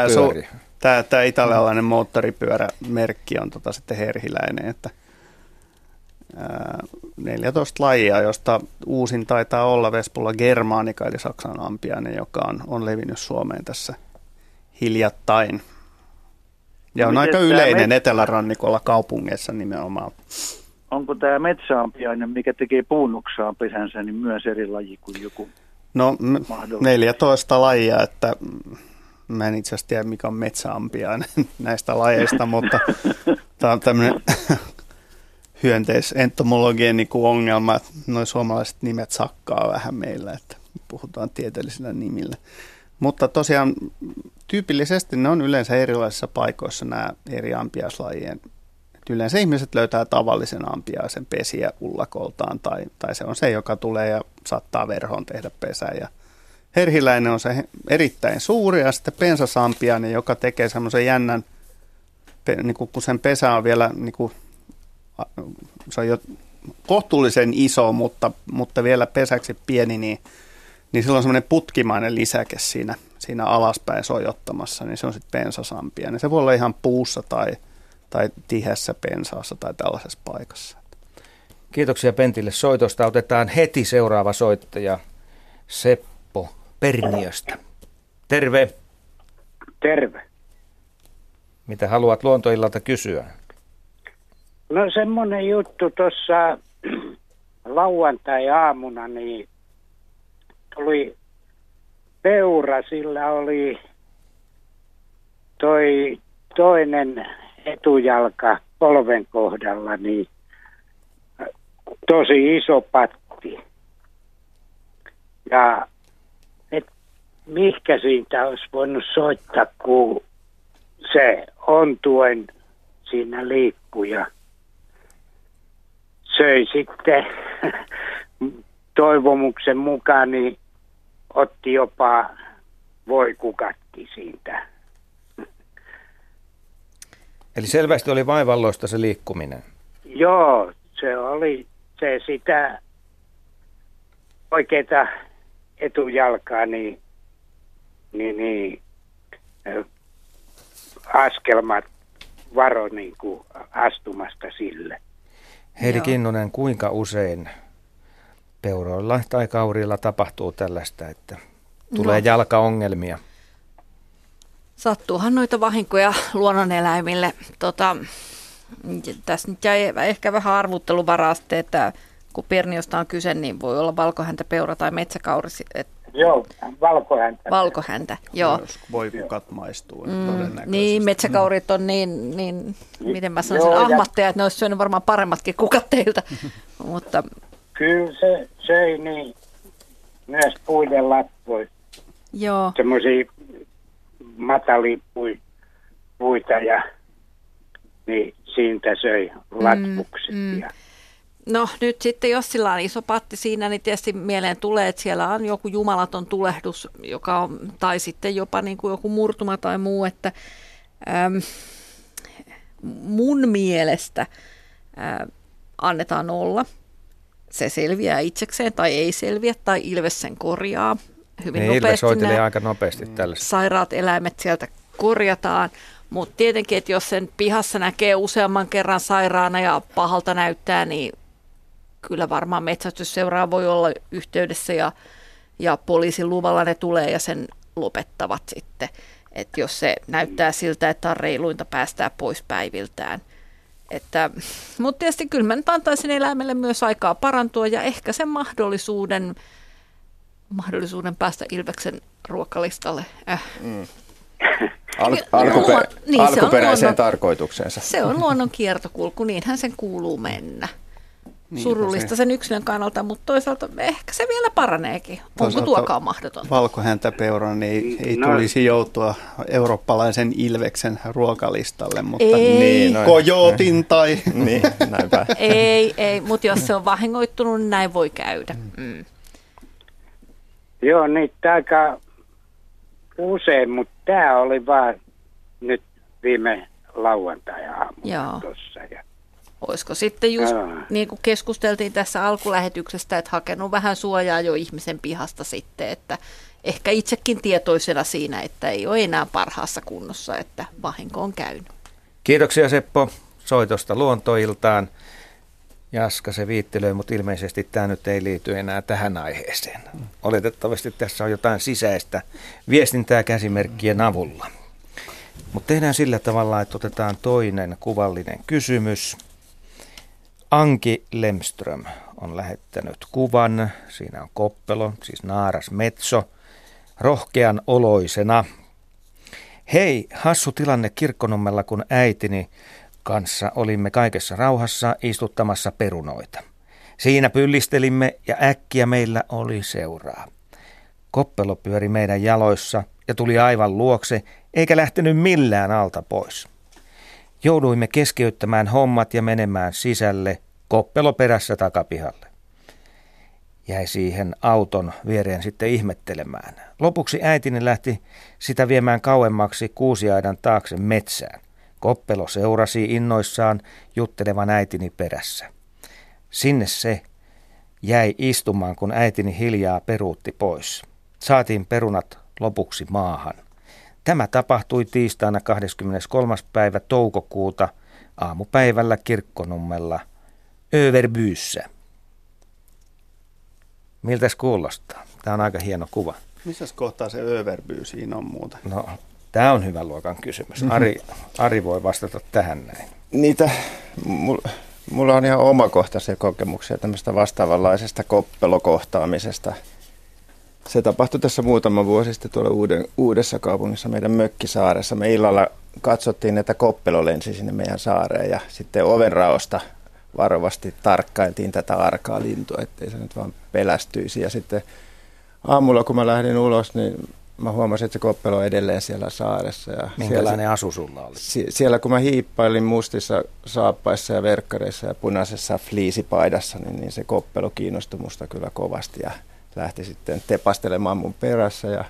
tämä italialainen moottoripyörämerkki on sitten herhiläinen, että 14 lajia, josta uusin taitaa olla Vespulla germanica, eli saksan ampiainen, joka on levinnyt Suomeen tässä hiljattain. Ja on aika yleinen etelärannikolla kaupungeissa nimenomaan. Onko tämä metsäampiainen, mikä tekee puunnoksaan pesänsä, niin myös eri laji kuin joku? No 14 lajia, että mä en itse asiassa tiedä, mikä on metsäampiainen näistä lajeista, mutta tämä on tämmöinen hyönteisentomologien niin kuin ongelma, että nuo suomalaiset nimet sakkaa vähän meillä, että puhutaan tieteellisillä nimillä. Mutta tosiaan tyypillisesti ne on yleensä erilaisissa paikoissa nämä eri ampiaislajien. Yleensä ihmiset löytää tavallisen ampiaisen pesiä ullakoltaan tai se on se, joka tulee ja saattaa verhoon tehdä pesää. Ja herhiläinen on se erittäin suuri ja sitten pensasampiainen, joka tekee semmoisen jännän, niin kun sen pesä on vielä, niin kuin, se on jo kohtuullisen iso, mutta vielä pesäksi pieni, niin sillä on semmoinen putkimainen lisäke siinä alaspäin sojottamassa, niin se on sitten pensasampiainen. Se voi olla ihan puussa tai tiheässä pensaassa tai tällaisessa paikassa. Kiitoksia Pentille soitosta. Otetaan heti seuraava soittaja, Seppo Perniöstä. Terve. Terve. Mitä haluat luontoillalta kysyä? No semmoinen juttu tuossa lauantai-aamuna, niin tuli peura, sillä oli toinen etujalka polven kohdalla, niin tosi iso patti. Ja mihkä siitä olisi voinut soittaa, kun se ontuen siinä liikkui ja söi sitten toivomuksen mukaan, niin otti jopa voikukatkin siitä. Eli selvästi oli vaivalloista se liikkuminen. Joo, se oli se sitä oikeaa etujalkaa, niin askelmat varo niin kuin astumasta sille. Heidi Kinnunen, kuinka usein peuroilla tai kauriilla tapahtuu tällaista, että tulee jalkaongelmia? Sattuuhan noita vahinkoja luonnoneläimille. Tässä nyt jäi ehkä vähän arvutteluvaraa sitten, että kun Perniöstä on kyse, niin voi olla valkohäntäpeura tai metsäkauri. Joo, valkohäntä. Valkohäntä, joo. Voikukat maistuu todennäköisesti. Niin, metsäkaurit on niin miten mä sanoisin, ahmatteja, että ne olisi syönyt varmaan paremmatkin kukat teiltä. Mutta kyllä se söi niin myös puiden latvoja. Joo. Semmoisia matalia puita ja niin siitä söi latvukset. No nyt sitten, jos sillä on iso patti siinä, niin tietysti mieleen tulee, että siellä on joku jumalaton tulehdus, joka on, tai sitten jopa niin kuin joku murtuma tai muu, että mun mielestä annetaan olla. Se selviää itsekseen tai ei selviä, tai Ilves sen korjaa hyvin nopeasti. Ilves hoitelee aika nopeasti tällaista. Sairaat eläimet sieltä korjataan. Mutta tietenkin, että jos sen pihassa näkee useamman kerran sairaana ja pahalta näyttää, niin kyllä varmaan metsästysseuraa voi olla yhteydessä ja poliisin luvalla ne tulee ja sen lopettavat sitten. Että jos se näyttää siltä, että on reiluinta päästää pois päiviltään. Mutta tietysti kyllä mä nyt antaisin eläimelle myös aikaa parantua ja ehkä sen mahdollisuuden päästä Ilveksen ruokalistalle. Alkuperäiseen tarkoitukseensa. Se on luonnon kiertokulku, niinhän sen kuuluu mennä. Niin, surullista sen yksilön kannalta, mutta toisaalta ehkä se vielä paraneekin. Onko tuokaan mahdotonta? Valkohäntäpeuran ei tulisi joutua eurooppalaisen Ilveksen ruokalistalle, mutta kojootin tai... niin, näinpä. Ei, mutta jos se on vahingoittunut, niin näin voi käydä. Joo, niitä aika usein, mutta tämä oli vaan nyt viime lauantai-aamuna tuossa. Olisiko sitten just niin kuin keskusteltiin tässä alkulähetyksestä, että hakenut vähän suojaa jo ihmisen pihasta sitten, että ehkä itsekin tietoisena siinä, että ei ole enää parhaassa kunnossa, että vahinko on käynyt. Kiitoksia Seppo soitosta Luontoiltaan. Jaska se viittelöi, mutta ilmeisesti tämä nyt ei liity enää tähän aiheeseen. Oletettavasti tässä on jotain sisäistä viestintää käsimerkkien avulla. Mutta tehdään sillä tavalla, että otetaan toinen kuvallinen kysymys. Anki Lemström on lähettänyt kuvan. Siinä on koppelo, siis naaras metso, rohkean oloisena. Hei, hassu tilanne Kirkkonummella, kun äitini kanssa olimme kaikessa rauhassa istuttamassa perunoita. Siinä pyllistelimme ja äkkiä meillä oli seuraa. Koppelo pyöri meidän jaloissa ja tuli aivan luokse, eikä lähtenyt millään alta pois. Jouduimme keskeyttämään hommat ja menemään sisälle, koppelo perässä takapihalle. Jäi siihen auton viereen sitten ihmettelemään. Lopuksi äitini lähti sitä viemään kauemmaksi kuusiaidan taakse metsään. Koppelo seurasi innoissaan juttelevan äitini perässä. Sinne se jäi istumaan, kun äitini hiljaa peruutti pois. Saatiin perunat lopuksi maahan. Tämä tapahtui tiistaina 23. päivä toukokuuta aamupäivällä Kirkkonummella Överbyyssä. Miltäs kuulostaa? Tämä on aika hieno kuva. Missäs kohtaa se Överby siinä on muuta? No, tämä on hyvän luokan kysymys. Ari voi vastata tähän näin. Niitä, mulla on ihan omakohtaisia kokemuksia tämmöistä vastaavanlaisesta koppelokohtaamisesta. Se tapahtui tässä muutama vuosi sitten tuolla Uudessa kaupungissa meidän mökkisaaressa. Me illalla katsottiin, että koppelo lensi sinne meidän saareen ja sitten ovenraosta varovasti tarkkailtiin tätä arkaa lintua, ettei se nyt vaan pelästyisi. Ja sitten aamulla, kun mä lähdin ulos, niin mä huomasin, että se koppelo on edelleen siellä saaressa. Ja minkälainen asu sulla oli? Siellä kun mä hiippailin mustissa saappaissa ja verkkareissa ja punaisessa fliisipaidassa, niin se koppelo kiinnostui musta kyllä kovasti ja lähti sitten tepastelemaan mun perässä ja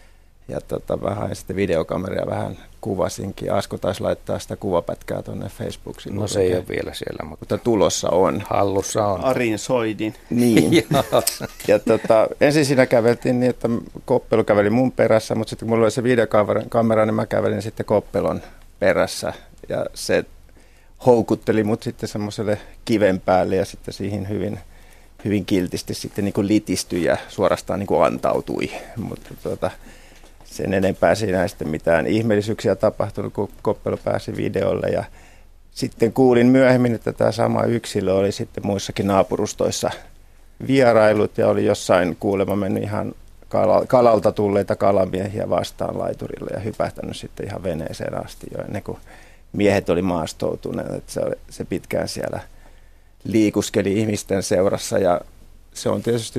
mä hain sitten videokameria vähän kuvasinkin. Asko taisi laittaa sitä kuvapätkää tuonne Facebooksiin. No se ei ole vielä siellä, mutta tulossa on. Hallussa on. Arin soidin. Niin. Ja ensin siinä käveltiin niin, että koppelo käveli mun perässä, mutta sitten kun mulla oli se videokamera, niin mä kävelin sitten koppelon perässä. Ja se houkutteli mut sitten semmoiselle kiven päälle ja sitten siihen hyvin kiltisti sitten niin kuin litistyi ja suorastaan niin kuin antautui. Mutta sen enempää siinä ei sitten mitään ihmeellisyyksiä tapahtunut, kun koppelo pääsi videolle. Ja sitten kuulin myöhemmin, että tämä sama yksilö oli sitten muissakin naapurustoissa vierailut ja oli jossain kuulemma mennyt ihan kalalta tulleita kalamiehiä vastaan laiturilla ja hypähtänyt sitten ihan veneeseen asti jo ennen kuin miehet oli maastoutuneet. Että se pitkään siellä liikuskeli ihmisten seurassa ja se on tietysti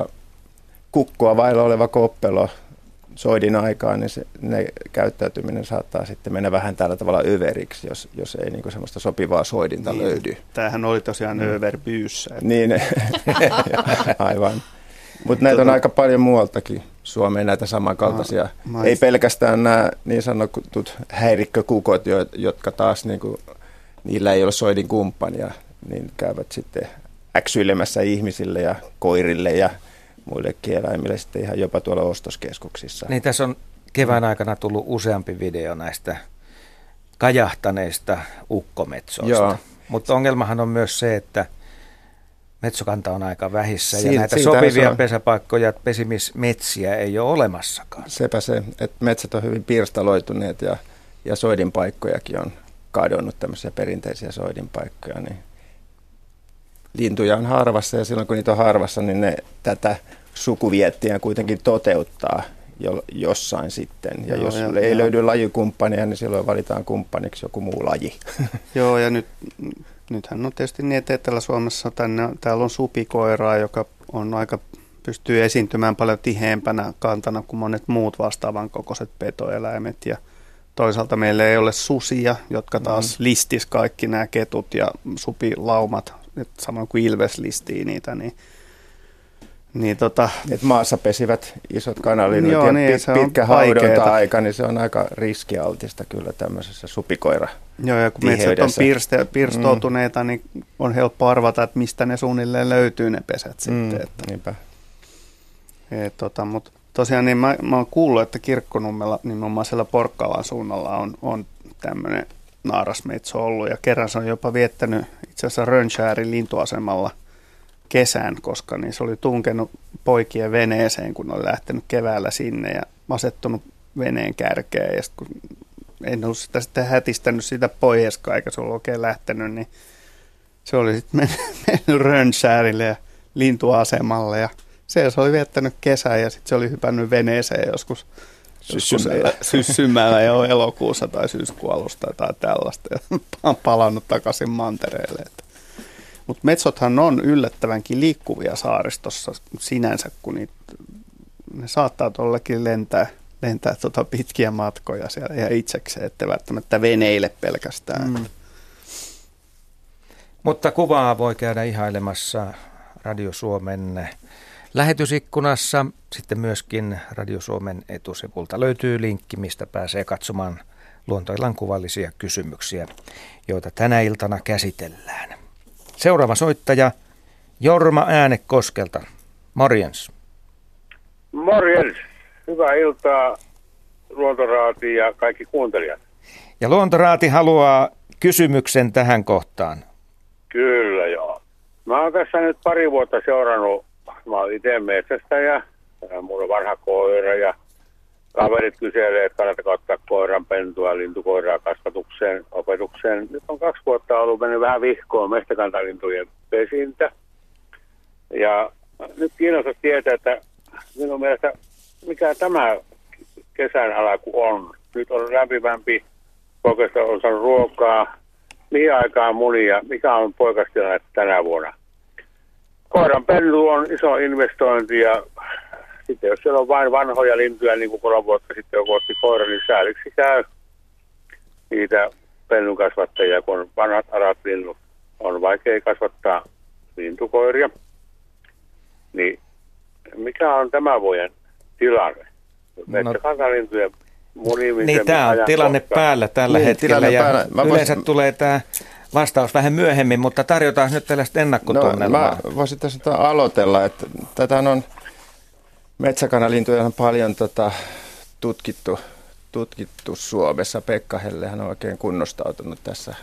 kukkoa vailla oleva koppelo soidin aikaan, niin ne käyttäytyminen saattaa sitten mennä vähän tällä tavalla överiksi, jos ei niinku semmoista sopivaa soidinta löydy. Tämähän oli tosiaan Överbyyssä. Niin, aivan. Mutta näitä on aika paljon muualtakin Suomeen, näitä samankaltaisia. Ei pelkästään nämä niin sanotut häirikkökukot, jotka taas niinku, niillä ei ole soidin kumppania, niin käyvät sitten äksyilemässä ihmisille ja koirille ja muillekin eläimille sitten ihan jopa tuolla ostoskeskuksissa. Niin tässä on kevään aikana tullut useampi video näistä kajahtaneista ukkometsoista. Mutta ongelmahan on myös se, että metsokanta on aika vähissä ja näitä sopivia pesäpaikkoja, pesimismetsiä ei ole olemassakaan. Sepä se, että metsät on hyvin pirstaloituneet ja soidinpaikkojakin on kadonnut, tämmöisiä perinteisiä soidinpaikkoja, niin lintuja on harvassa ja silloin kun niitä on harvassa, niin ne tätä sukuviettiä kuitenkin toteuttaa jossain sitten. Ja jos ei löydy lajikumppania, niin silloin valitaan kumppaniksi joku muu laji. Joo, ja nythän on tietysti niin, että Etelä-Suomessa täällä on supikoiraa, joka on pystyy esiintymään paljon tiheämpänä kantana kuin monet muut vastaavan kokoiset petoeläimet. Ja toisaalta meillä ei ole susia, jotka taas listis kaikki nämä ketut ja supilaumat, samoin kuin Ilves listii niitä, Et maassa pesivät isot kanalinnut ja pitkä haudonta-aika, niin se on aika riskialtista kyllä tämmöisessä supikoira. Joo, ja kun metsät on pirstoutuneita, niin on helppo arvata, että mistä ne suunnilleen löytyy ne pesät sitten. Niinpä. Mutta tosiaan niin mä oon kuullut, että Kirkkonummella nimenomaan siellä Porkkalan suunnalla on tämmöinen naarasmetso ollut ja kerran se on jopa viettänyt itse asiassa Rönnskärin lintuasemalla kesän, koska niin se oli tunkenut poikien veneeseen, kun oli lähtenyt keväällä sinne ja asettunut veneen kärkeen ja kun en ollut sitä sitten hätistänyt sitä poieskaan eikä se ollut oikein lähtenyt, niin se oli sitten mennyt Rönnskärille ja lintuasemalle ja se oli viettänyt kesän ja sitten se oli hypännyt veneeseen joskus syssymällä jo elokuussa tai syyskuun alusta tai tällaista ja on palannut takaisin mantereelle. Mutta metsothan on yllättävänkin liikkuvia saaristossa sinänsä, kun ne saattaa tuollakin lentää pitkiä matkoja siellä ja itsekseen, ettei välttämättä veneille pelkästään. Mutta kuvaa voi käydä ihailemassa Radio Suomen lähetysikkunassa. Sitten myöskin Radio Suomen etusivulta löytyy linkki, mistä pääsee katsomaan luontoillan kuvallisia kysymyksiä, joita tänä iltana käsitellään. Seuraava soittaja Jorma Äänekoskelta. Morjens. Morjens. Hyvää iltaa Luontoraati ja kaikki kuuntelijat. Ja Luontoraati haluaa kysymyksen tähän kohtaan. Kyllä joo. Mä oon tässä nyt pari vuotta seurannut, mä oon itse metsästäjä, mulla on vanha koira ja kaverit kyselee, että kannattaa ottaa koiran pentua, lintukoiraa kasvatukseen, opetukseen. Nyt on 2 vuotta ollut mennyt vähän vihkoon metsäkantalintujen pesintä. Ja nyt kiinnostaa tietää, että minun mielestä mikä tämä kesän alku on. Nyt on lämpimämpi, poikasta on saanut ruokaa, mihin aikaan munia, mikä on poikastilanne tänä vuonna. Koiran pennu on iso investointi ja sitten jos siellä on vain vanhoja lintuja, niin kuin 3 vuotta sitten joku otti koira, niin sääliksi käy niitä pennun kasvattajia, kun vanhat arat linnut on vaikea kasvattaa lintukoiria. Niin mikä on tämän vuoden tilanne? Metsäkantalintujen munimisen. Niin, tämä on tilanne päällä tällä hetkellä ja yleensä tulee tämä vastaus vähän myöhemmin, mutta tarjotaan nyt tällaista ennakkotunnelmaa. Mä voisin tässä aloitella, että tätä on metsäkanalintuja on paljon tutkittu Suomessa. Pekka Hellehän on oikein kunnostautunut tässä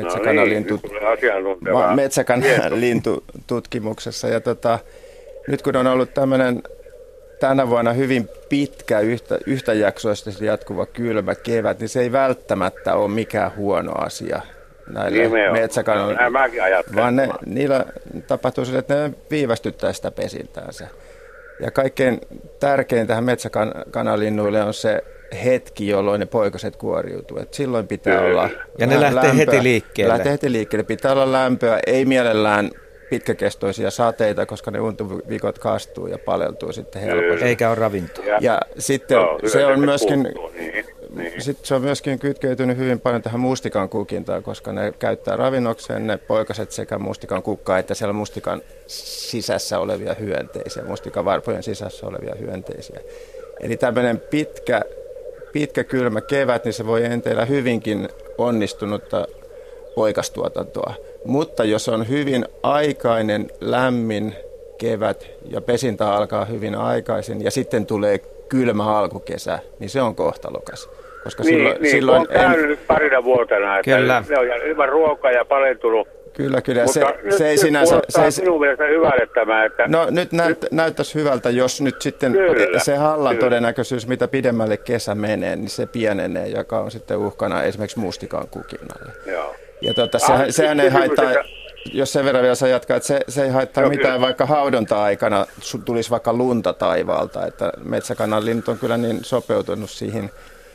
metsäkanalintututkimuksessa. Ja nyt kun on ollut tämmöinen tänä vuonna hyvin pitkä yhtäjaksoisesti jatkuva kylmä kevät, niin se ei välttämättä ole mikään huono asia näille metsäkanoille, vaan niillä tapahtuu sille, että ne viivästyttää sitä pesintäänsä. Ja kaikkein tärkein tähän metsäkanalinnuille on se hetki, jolloin ne poikaset kuoriutuu. Et silloin pitää olla ja ne lähtee heti liikkeelle. Pitää olla lämpöä, ei mielellään pitkäkestoisia sateita, koska ne untuvikot kastuu ja paleltuu sitten helposti. Eikä ole ravintoa. Ja sitten se on myöskin... Sitten se on myöskin kytkeytynyt hyvin paljon tähän mustikan kukintaan, koska ne käyttää ravinnokseen ne poikaset sekä mustikan kukkaa, että siellä mustikan sisässä olevia hyönteisiä, mustikan varpojen sisässä olevia hyönteisiä. Eli tämmöinen pitkä kylmä kevät, niin se voi enteillä hyvinkin onnistunutta poikastuotantoa. Mutta jos on hyvin aikainen, lämmin kevät ja pesintä alkaa hyvin aikaisin ja sitten tulee kylmä alkukesä, niin se on kohtalokas. Koska silloin on käynyt parina vuotena, että ne on ilman ruokaa ja palentunut. Kyllä. Mutta se ei sinänsä... minun mielestä hyvälle tämä, että... No nyt näyttäisi hyvältä, jos nyt sitten se hallan todennäköisyys, mitä pidemmälle kesä menee, niin se pienenee, joka on sitten uhkana esimerkiksi mustikan kukinnalle. Joo. Ja sehän ei haittaa... Jos sen verran vielä saa jatkaa, että se ei haittaa mitään, vaikka haudonta-aikana tulisi vaikka lunta taivaalta, että metsäkananlinnut on kyllä niin sopeutunut siihen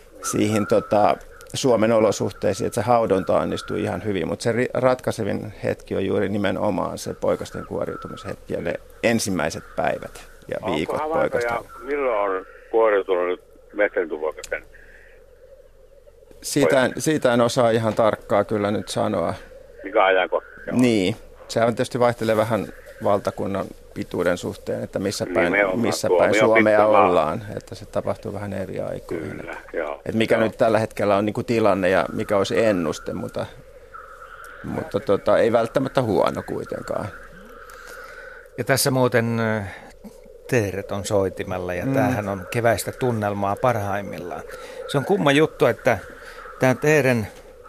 Suomen olosuhteisiin, että se haudonta onnistuu ihan hyvin, mutta se ratkaisevin hetki on juuri nimenomaan se poikasten kuoriutumishetki ja ne ensimmäiset päivät ja viikot poikasta. Milloin on kuoriutunut metsäntupoikasten? Siitä en osaa ihan tarkkaa kyllä nyt sanoa. Mikä ajankohta? Niin, se on tietysti vaihtelee vähän valtakunnan pituuden suhteen, että missä päin Suomea ollaan, että se tapahtuu vähän eri aikoina. Että mikä nyt tällä hetkellä on niinku tilanne ja mikä olisi ennuste, mutta ei välttämättä huono kuitenkaan. Ja tässä muuten teeret on soitimella ja tämähän on keväistä tunnelmaa parhaimmillaan. Se on kumma juttu, että tämä teeren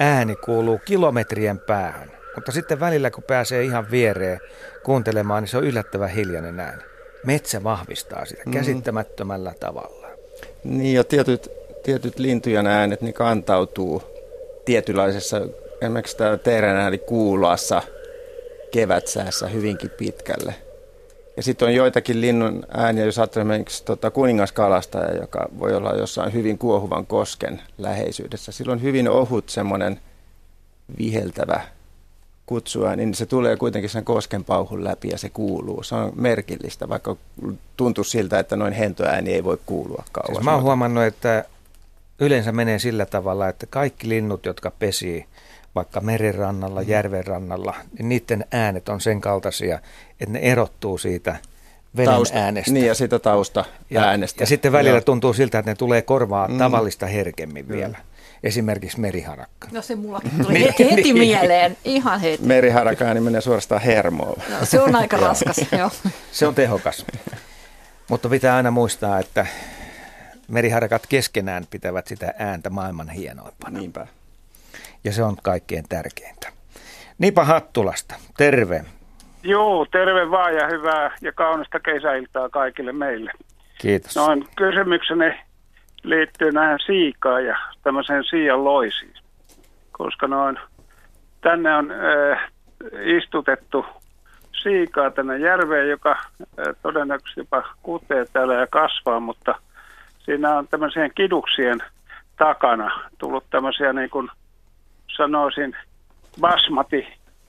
ääni kuuluu kilometrien päähän. Mutta sitten välillä, kun pääsee ihan viereen kuuntelemaan, niin se on yllättävän hiljainen ääni. Metsä vahvistaa sitä käsittämättömällä tavalla. Niin, ja tietyt lintujen äänet niin kantautuu tietynlaisessa, esimerkiksi tämä teidän ääni kuulaassa kevätsäässä hyvinkin pitkälle. Ja sitten on joitakin linnun ääniä, jos ajattelee esimerkiksi kuningaskalastaja, joka voi olla jossain hyvin kuohuvan kosken läheisyydessä. Silloin on hyvin ohut semmoinen viheltävä kutsua, niin se tulee kuitenkin sen kosken pauhun läpi ja se kuuluu. Se on merkillistä, vaikka tuntuu siltä, että noin hentoääni ei voi kuulua kauas. Siis mä oon huomannut, että yleensä menee sillä tavalla, että kaikki linnut, jotka pesii vaikka merenrannalla, järvenrannalla, niin niiden äänet on sen kaltaisia, että ne erottuu siitä veden äänestä. Niin, ja siitä tausta-äänestä. Ja sitten välillä tuntuu siltä, että ne tulee korvaa tavallista herkemmin vielä. Esimerkiksi meriharakka. No se mullakin tuli heti mieleen, ihan heti. Meriharakka ääni menee suorastaan hermoon. No, se on aika raskas, joo. Se on tehokas. Mutta pitää aina muistaa, että meriharakat keskenään pitävät sitä ääntä maailman hienoimpana. Niinpä. Ja se on kaikkein tärkeintä. Niinpä Hattulasta, terve. Joo, terve vaan ja hyvää ja kaunista kesäiltaa kaikille meille. Kiitos. Noin kysymykseni liittyy näihin siikaan ja tämmöiseen siian loisiin, koska tänne on istutettu siikaa tänne järveen, joka todennäköisesti jopa kutee täällä ja kasvaa, mutta siinä on tämmöisien kiduksien takana tullut tämmöisiä niin kuin sanoisin basmati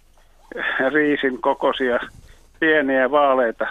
riisin kokoisia pieniä vaaleita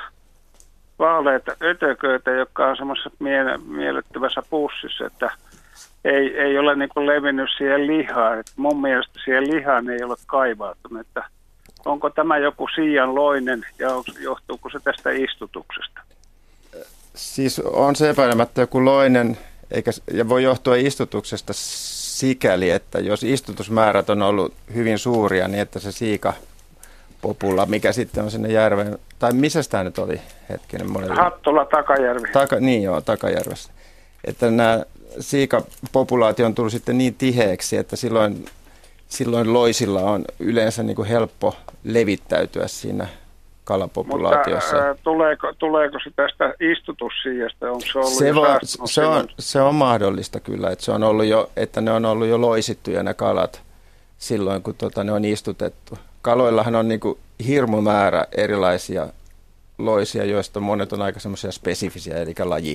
ötököitä, jotka on semmoisessa miellyttävässä pussissa, että ei ole niin kuin levinnyt siihen lihaan. Et mun mielestä siihen lihaan ei ole kaivautunut. Että onko tämä joku siianloinen ja johtuuko se tästä istutuksesta? Siis on se epäilemättä joku loinen, ja voi johtua istutuksesta sikäli, että jos istutusmäärät on ollut hyvin suuria, niin että se siikapopulla, mikä sitten on sinne järveen, tai missä tämä nyt oli hetkinen? Hattula, Takajärvi. Niin joo, Takajärvessä. Että nämä siikapopulaatio on tullut sitten niin tiheäksi, että silloin loisilla on yleensä niin kuin helppo levittäytyä siinä kalapopulaatiossa. Mutta tuleeko se tästä istutussiiasta? Onko se ollut se on mahdollista kyllä, että se on ollut että ne on ollut jo loisittuja ne kalat silloin, kun ne on istutettu. Kaloillahan on niin kuin hirmu määrä erilaisia loisia, joista monet on aika semmoisia spesifisiä, eli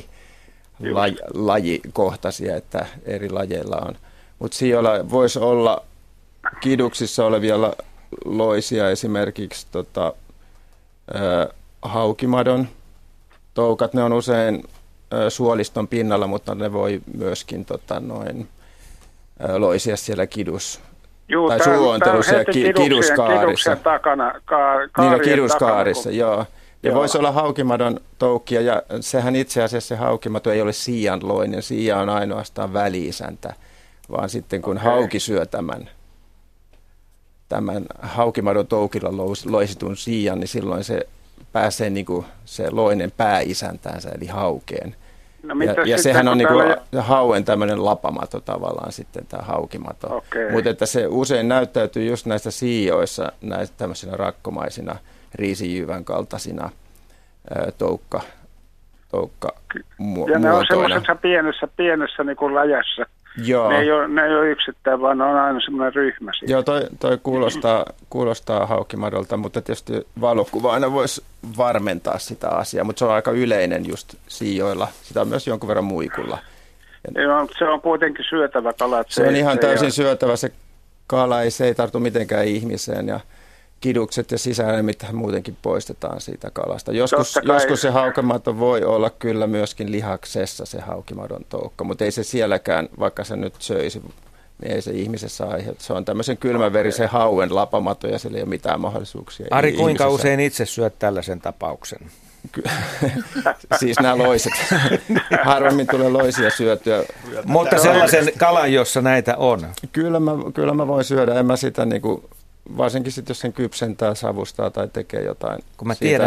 lajikohtaisia, että eri lajeilla on. Mutta siellä voisi olla kiduksissa olevia loisia, esimerkiksi haukimadon toukat, ne on usein suoliston pinnalla, mutta ne voi myöskin loisia siellä tai suuontelussa ja kiduskaarissa. Niin kiduskaarissa, joo. Ja voisi olla haukimadon toukkia, ja sehän itse asiassa se haukimato ei ole siianloinen. Siia on ainoastaan väli-isäntä, vaan sitten kun hauki syö tämän haukimadon toukilla loisitun siian, niin silloin se pääsee niin kuin se loinen pääisäntänsä, eli haukeen. No, ja sehän on niin kuin hauen tämmöinen lapamato tavallaan sitten, tämä haukimato. Okay. Mutta että se usein näyttäytyy just näissä siijoissa, näissä tämmöisinä rakkomaisina, riisijyvän kaltaisina toukkamuotoina. Ja ne on semmoisessa pienessä niin kuin läjässä. Joo. Ne ei ole yksittäin, vaan ne on aina semmoinen ryhmä. Siitä. Joo, toi kuulostaa haukimadolta, mutta tietysti valokuva aina voisi varmentaa sitä asiaa, mutta se on aika yleinen just siijoilla. Sitä on myös jonkun verran muikulla. Joo, se on kuitenkin syötävä kala. Se on ihan täysin syötävä se kala, se ei tartu mitenkään ihmiseen ja kidukset ja sisäelimet muutenkin poistetaan siitä kalasta. Joskus se haukimato voi olla kyllä myöskin lihaksessa se haukimadon toukka, mutta ei se sielläkään, vaikka se nyt söisi, niin ei se ihmisessä aiheuta. Se on tämmöisen kylmäverisen hauen lapamato ja sillä ei ole mitään mahdollisuuksia. Ari, kuinka usein itse syöt tällaisen tapauksen? Siis nämä loiset. Harvemmin tulee loisia syötyä. Mutta sellaisen kalan, jossa näitä on. Kyllä mä voin syödä. En mä sitä niinku, varsinkin sit, jos sen kypsentää, savustaa tai tekee jotain. Kun mä tiedän,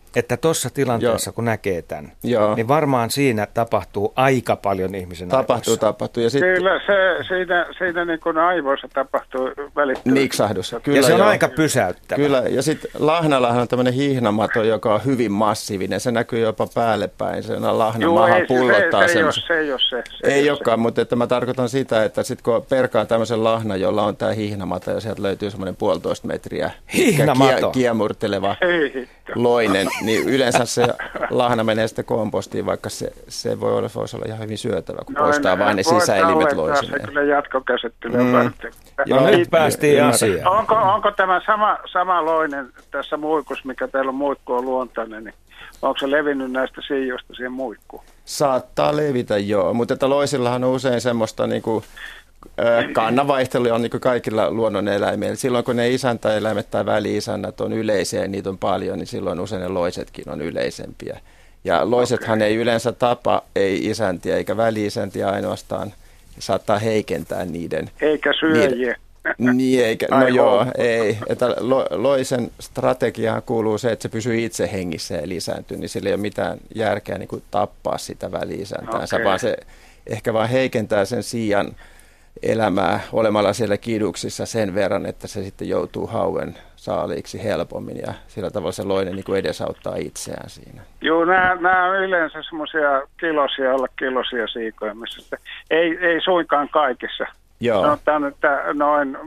että tuossa tilanteessa, kun näkee tämän, niin varmaan siinä tapahtuu aika paljon ihmisen aivoissa. Tapahtuu. Ja kyllä siinä niin kuin aivoissa tapahtuu välittömästi. Niksahdus. Kyllä, ja se on aika pysäyttävä. Kyllä, ja sitten lahnallahan on tämmöinen hihnamato, joka on hyvin massiivinen. Se näkyy jopa päälle päin. Se on lahnamaha pullottaa semmoisen. Se ei ole se. Ei olekaan, mutta että mä tarkoitan sitä, että sitten kun perkaa tämmöisen lahnan, jolla on tämä hihnamato, ja sieltä löytyy semmoinen 1,5 metriä kiemurteleva loinen, niin yleensä se lahna menee sitten kompostiin, vaikka se voisi olla ihan hyvin syötävä, kun poistaa vain ne sisäelimet loisineen. Se kyllä jatkokäsittelyä varten. No nyt päästiin asiaan. Onko tämä sama loinen tässä muikussa, mikä teillä on muikku on luontainen, niin onko se levinnyt näistä siijoista siihen muikkuun? Saattaa levitä, joo, mutta että loisillahan on usein semmoista niinku kannanvaihtelu on niin kuin kaikilla luonnoneläimillä. Silloin kun ne isäntäeläimet tai väli-isännät on yleisiä ja niitä on paljon, niin silloin usein ne loisetkin on yleisempiä. Ja loisethan ei yleensä tapa, ei isäntiä eikä väli-isäntiä ainoastaan, saattaa heikentää niiden. Eikä syöjiä. Niin, ei. Että loisen strategiaan kuuluu se, että se pysyy itse hengissä ja lisääntyy, niin sillä ei ole mitään järkeä niin kuin tappaa sitä väli-isäntäänsä, vaan se ehkä vaan heikentää sen siian elämää olemalla siellä kiduksissa sen verran, että se sitten joutuu hauen saaliiksi helpommin ja sillä tavalla se loinen niin kuin edesauttaa itseään siinä. Joo, nämä on yleensä semmoisia kilosia siikoja, missä sitten, ei suinkaan kaikissa. Joo. Sanotaan, että noin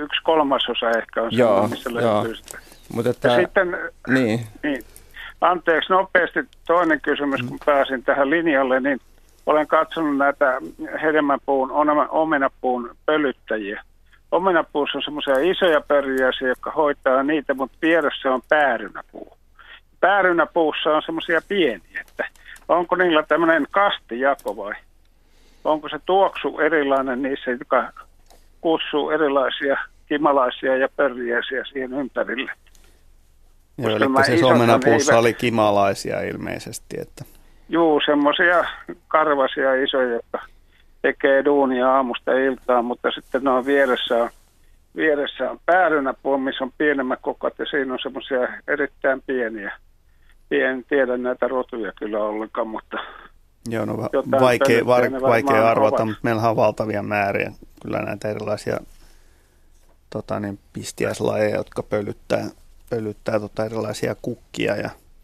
1/3 ehkä on semmoinen, missä löytyy sitä. Ja sitten, niin. Anteeksi, nopeasti toinen kysymys, kun pääsin tähän linjalle, niin olen katsonut näitä hedelmäpuun, omenapuun pölyttäjiä. Omenapuussa on semmoisia isoja perjäisiä, jotka hoitaa niitä, mutta vieressä on päärynäpuu. Päärynäpuussa on semmoisia pieniä, että onko niillä tämmöinen kastijako vai onko se tuoksu erilainen niissä, joka kutsuu erilaisia kimalaisia ja perjäisiä siihen ympärille? Joo, eli siis omenapuussa oli kimalaisia ilmeisesti, että juu, semmoisia karvasia isoja, jotka tekee duunia aamusta iltaan, mutta sitten ne on vieressä on päärynäpuu, missä on pienemmät kokot ja siinä on semmoisia erittäin pieniä. En tiedä näitä rotuja kyllä ollenkaan, mutta joo, no vaikea arvata, mutta meillä on valtavia määriä kyllä näitä erilaisia pistiäislajeja, jotka pölyttää erilaisia kukkia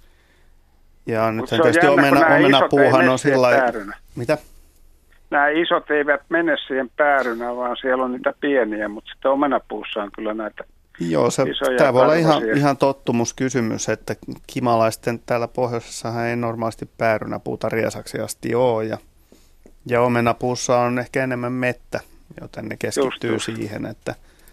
ja nyt tietysti omenapuuhan on sillä lailla. Mitä? Nämä isot eivät mene siihen päärynään, vaan siellä on niitä pieniä, mutta sitten omenapuussa on kyllä näitä isoja. Tämä voi olla ihan tottumuskysymys, että kimalaisten täällä pohjoisessahan ei normaalisti päärynäpuuta riesaksi asti ole, ja omenapuussa on ehkä enemmän mettä, joten ne keskittyy siihen, että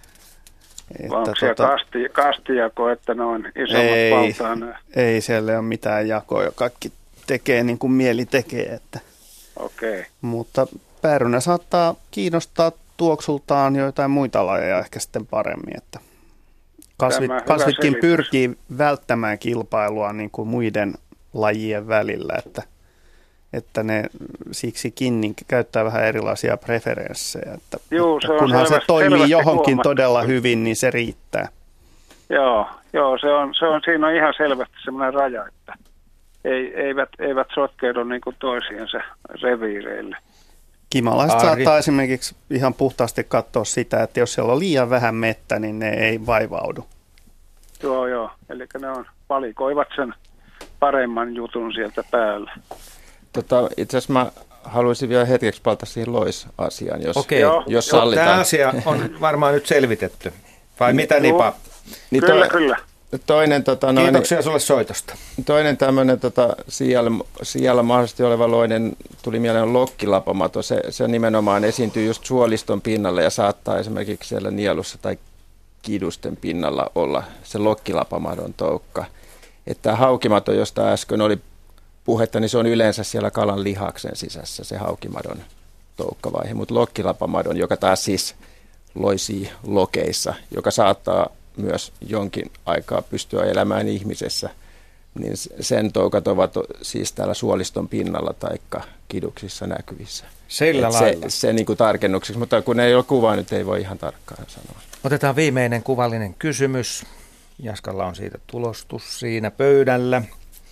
onko siellä kastijako, että ne on isommat valtaan? Ei, siellä ei ole mitään jakoa, kaikki tekee niin kuin mieli tekee. Okay. Mutta päärynä saattaa kiinnostaa tuoksultaan joitain muita lajeja ehkä sitten paremmin. Että kasvitkin pyrkii välttämään kilpailua niin kuin muiden lajien välillä, että ne siksikin niin käyttää vähän erilaisia preferenssejä. Että kunhan se toimii johonkin todella hyvin, niin se riittää. Joo, siinä on ihan selvästi semmoinen raja, että eivät sotkeudu niin kuin toisiinsa reviireille. Kimalaiset saattaa esimerkiksi ihan puhtaasti katsoa sitä, että jos siellä on liian vähän mettä, niin ne ei vaivaudu. Joo, eli ne valikoivat sen paremman jutun sieltä päälle. Itse asiassa mä haluaisin vielä hetkeksi palata siihen loisasiaan, jos sallitaan. Tämä asia on varmaan nyt selvitetty. Vai mitä, Nipa? Niin kyllä. Toinen, kiitoksia sulle soitosta. Toinen tämmöinen sijalla mahdollisesti oleva loinen tuli mieleen lokkilapamato. Se nimenomaan esiintyy just suoliston pinnalla ja saattaa esimerkiksi siellä nielussa tai kidusten pinnalla olla se lokkilapamadon toukka. Että haukimato, josta äsken oli puhetta, niin se on yleensä siellä kalan lihaksen sisässä se haukimadon toukkavaihe. Mutta lokkilapamadon, joka taas siis loisii lokeissa, joka saattaa myös jonkin aikaa pystyä elämään ihmisessä, niin sen toukat ovat siis täällä suoliston pinnalla tai kiduksissa näkyvissä. Sillä lailla. Se niin kuin tarkennukseksi, mutta kun ei ole kuvaa, nyt ei voi ihan tarkkaan sanoa. Otetaan viimeinen kuvallinen kysymys. Jaskalla on siitä tulostus siinä pöydällä.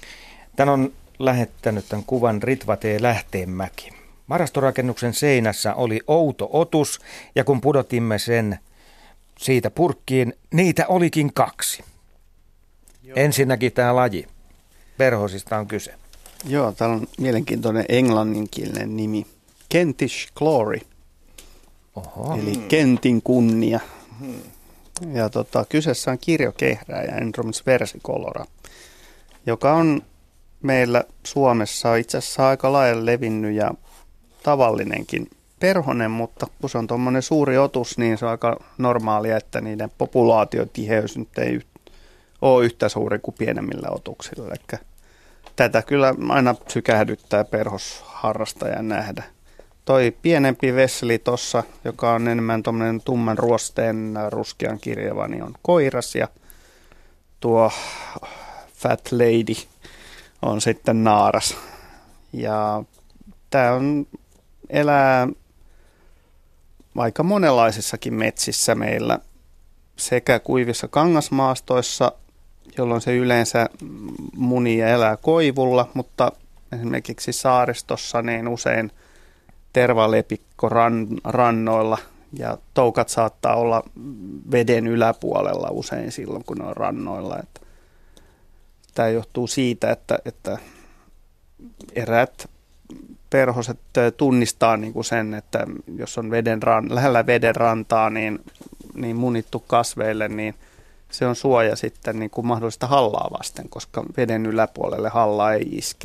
Tän on lähettänyt tämän kuvan Ritva T. Lähteenmäki. Varastorakennuksen seinässä oli outo otus, ja kun pudotimme sen siitä purkkiin, niitä olikin 2. Joo. Ensinnäkin tämä laji. Perhosista on kyse. Joo, täällä on mielenkiintoinen englanninkielinen nimi. Kentish Glory. Oho. Eli Kentin kunnia. Ja kyseessä on kirjokehrääjä Andromedas versicolora, joka on meillä Suomessa itse asiassa aika lailla levinnyt ja tavallinenkin perhonen, mutta kun se on tuommoinen suuri otus, niin se on aika normaalia, että niiden populaatiotiheys nyt ei ole yhtä suuri kuin pienemmillä otuksilla. Eli tätä kyllä aina sykähdyttää perhosharrastajan nähdä. Toi pienempi vesseli tossa, joka on enemmän tuommoinen tumman ruosteen ruskean kirjava, niin on koiras, ja tuo fat lady on sitten naaras. Ja tämä elää aika monenlaisissakin metsissä meillä, sekä kuivissa kangasmaastoissa, jolloin se yleensä munii ja elää koivulla, mutta esimerkiksi saaristossa niin usein tervalepikko rannoilla, ja toukat saattaa olla veden yläpuolella usein silloin, kun ne on rannoilla. Tämä johtuu siitä, että eräät perhoset tunnistaa niin kuin sen, että jos on lähellä veden rantaa, niin munittu kasveille, niin se on suoja sitten niin kuin mahdollista hallaa vasten, koska veden yläpuolelle hallaa ei iske.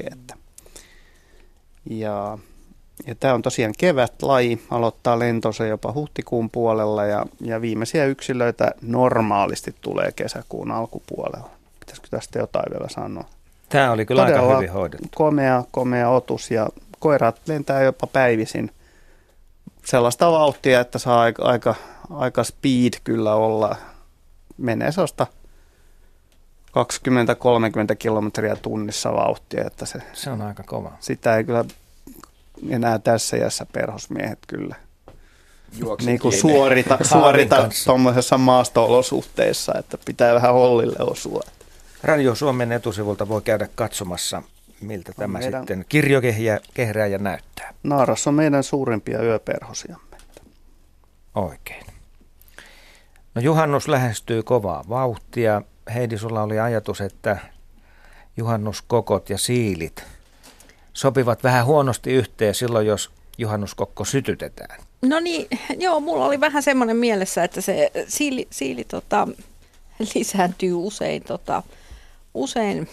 Ja tämä on tosiaan kevätlaji, aloittaa lentonsa jopa huhtikuun puolella, ja viimeisiä yksilöitä normaalisti tulee kesäkuun alkupuolella. Pitäisikö tästä jotain vielä sanoa? Tämä oli kyllä todella aika hyvin hoidettu. Komea otus, ja koirat lentää jopa päivisin sellaista vauhtia, että saa aika speed kyllä olla. Menee sellaista 20-30 kilometriä tunnissa vauhtia. Että se on aika kova. Sitä ei kyllä enää tässä iässä perhosmiehet kyllä niin kuin suorita tuommoisessa maasto-olosuhteissa, että pitää vähän hollille osua. Radio Suomen etusivulta voi käydä katsomassa, miltä tämä sitten kirjokehrääjä näyttää. Naaras on meidän suurimpia yöperhosiamme. Oikein. No juhannus lähestyy kovaa vauhtia. Heidi, sulla oli ajatus, että juhannuskokot ja siilit sopivat vähän huonosti yhteen silloin, jos juhannuskokko sytytetään. No niin, joo, mulla oli vähän semmoinen mielessä, että se siili lisääntyy usein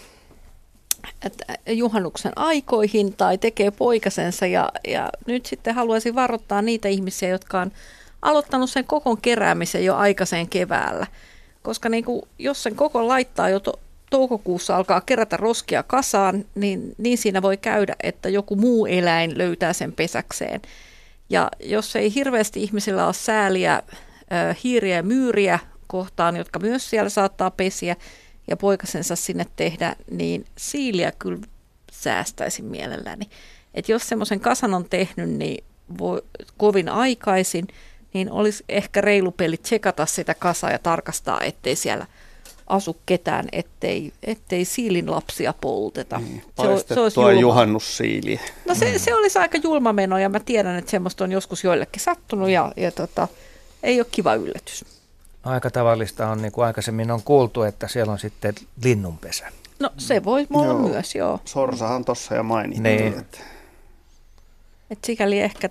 juhannuksen aikoihin tai tekee poikasensa, ja nyt sitten haluaisin varoittaa niitä ihmisiä, jotka on aloittanut sen kokon keräämisen jo aikaiseen keväällä, koska niin kuin, jos sen kokon laittaa jo toukokuussa alkaa kerätä roskia kasaan, niin siinä voi käydä, että joku muu eläin löytää sen pesäkseen. Ja jos ei hirveästi ihmisillä ole sääliä hiiriä ja myyriä kohtaan, jotka myös siellä saattaa pesiä ja poikasensa sinne tehdä, niin siiliä kyllä säästäisin mielelläni. Että jos semmoisen kasan on tehnyt niin kovin aikaisin, niin olisi ehkä reilu peli tsekata sitä kasaa ja tarkastaa, ettei siellä asu ketään, ettei siilin lapsia polteta. Paistettua juhannussiiliä. No se olisi aika julma meno, ja mä tiedän, että semmoista on joskus joillekin sattunut, ja ei ole kiva yllätys. Aika tavallista on, niin kuin aikaisemmin on kuultu, että siellä on sitten linnunpesä. No se voi olla myös, joo. Sorsahan tuossa jo mainittiin. Niin. Et sikäli ehkä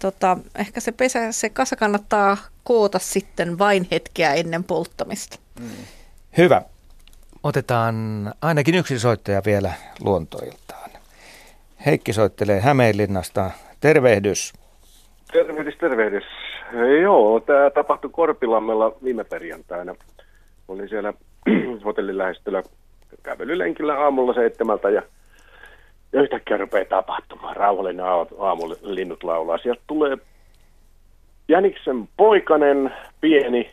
se kasa kannattaa koota sitten vain hetkeä ennen polttamista. Hyvä. Otetaan ainakin yksi soittaja vielä luontoiltaan. Heikki soittelee Hämeenlinnasta. Tervehdys. Tervehdys. Joo, tämä tapahtui Korpilammella viime perjantaina. Olin siellä hotellin lähestöllä kävelylenkillä aamulla 7 ja yhtäkkiä rupeaa tapahtumaan. Rauhallinen aamulla linnut laulaa. Sieltä tulee jäniksen poikanen, pieni,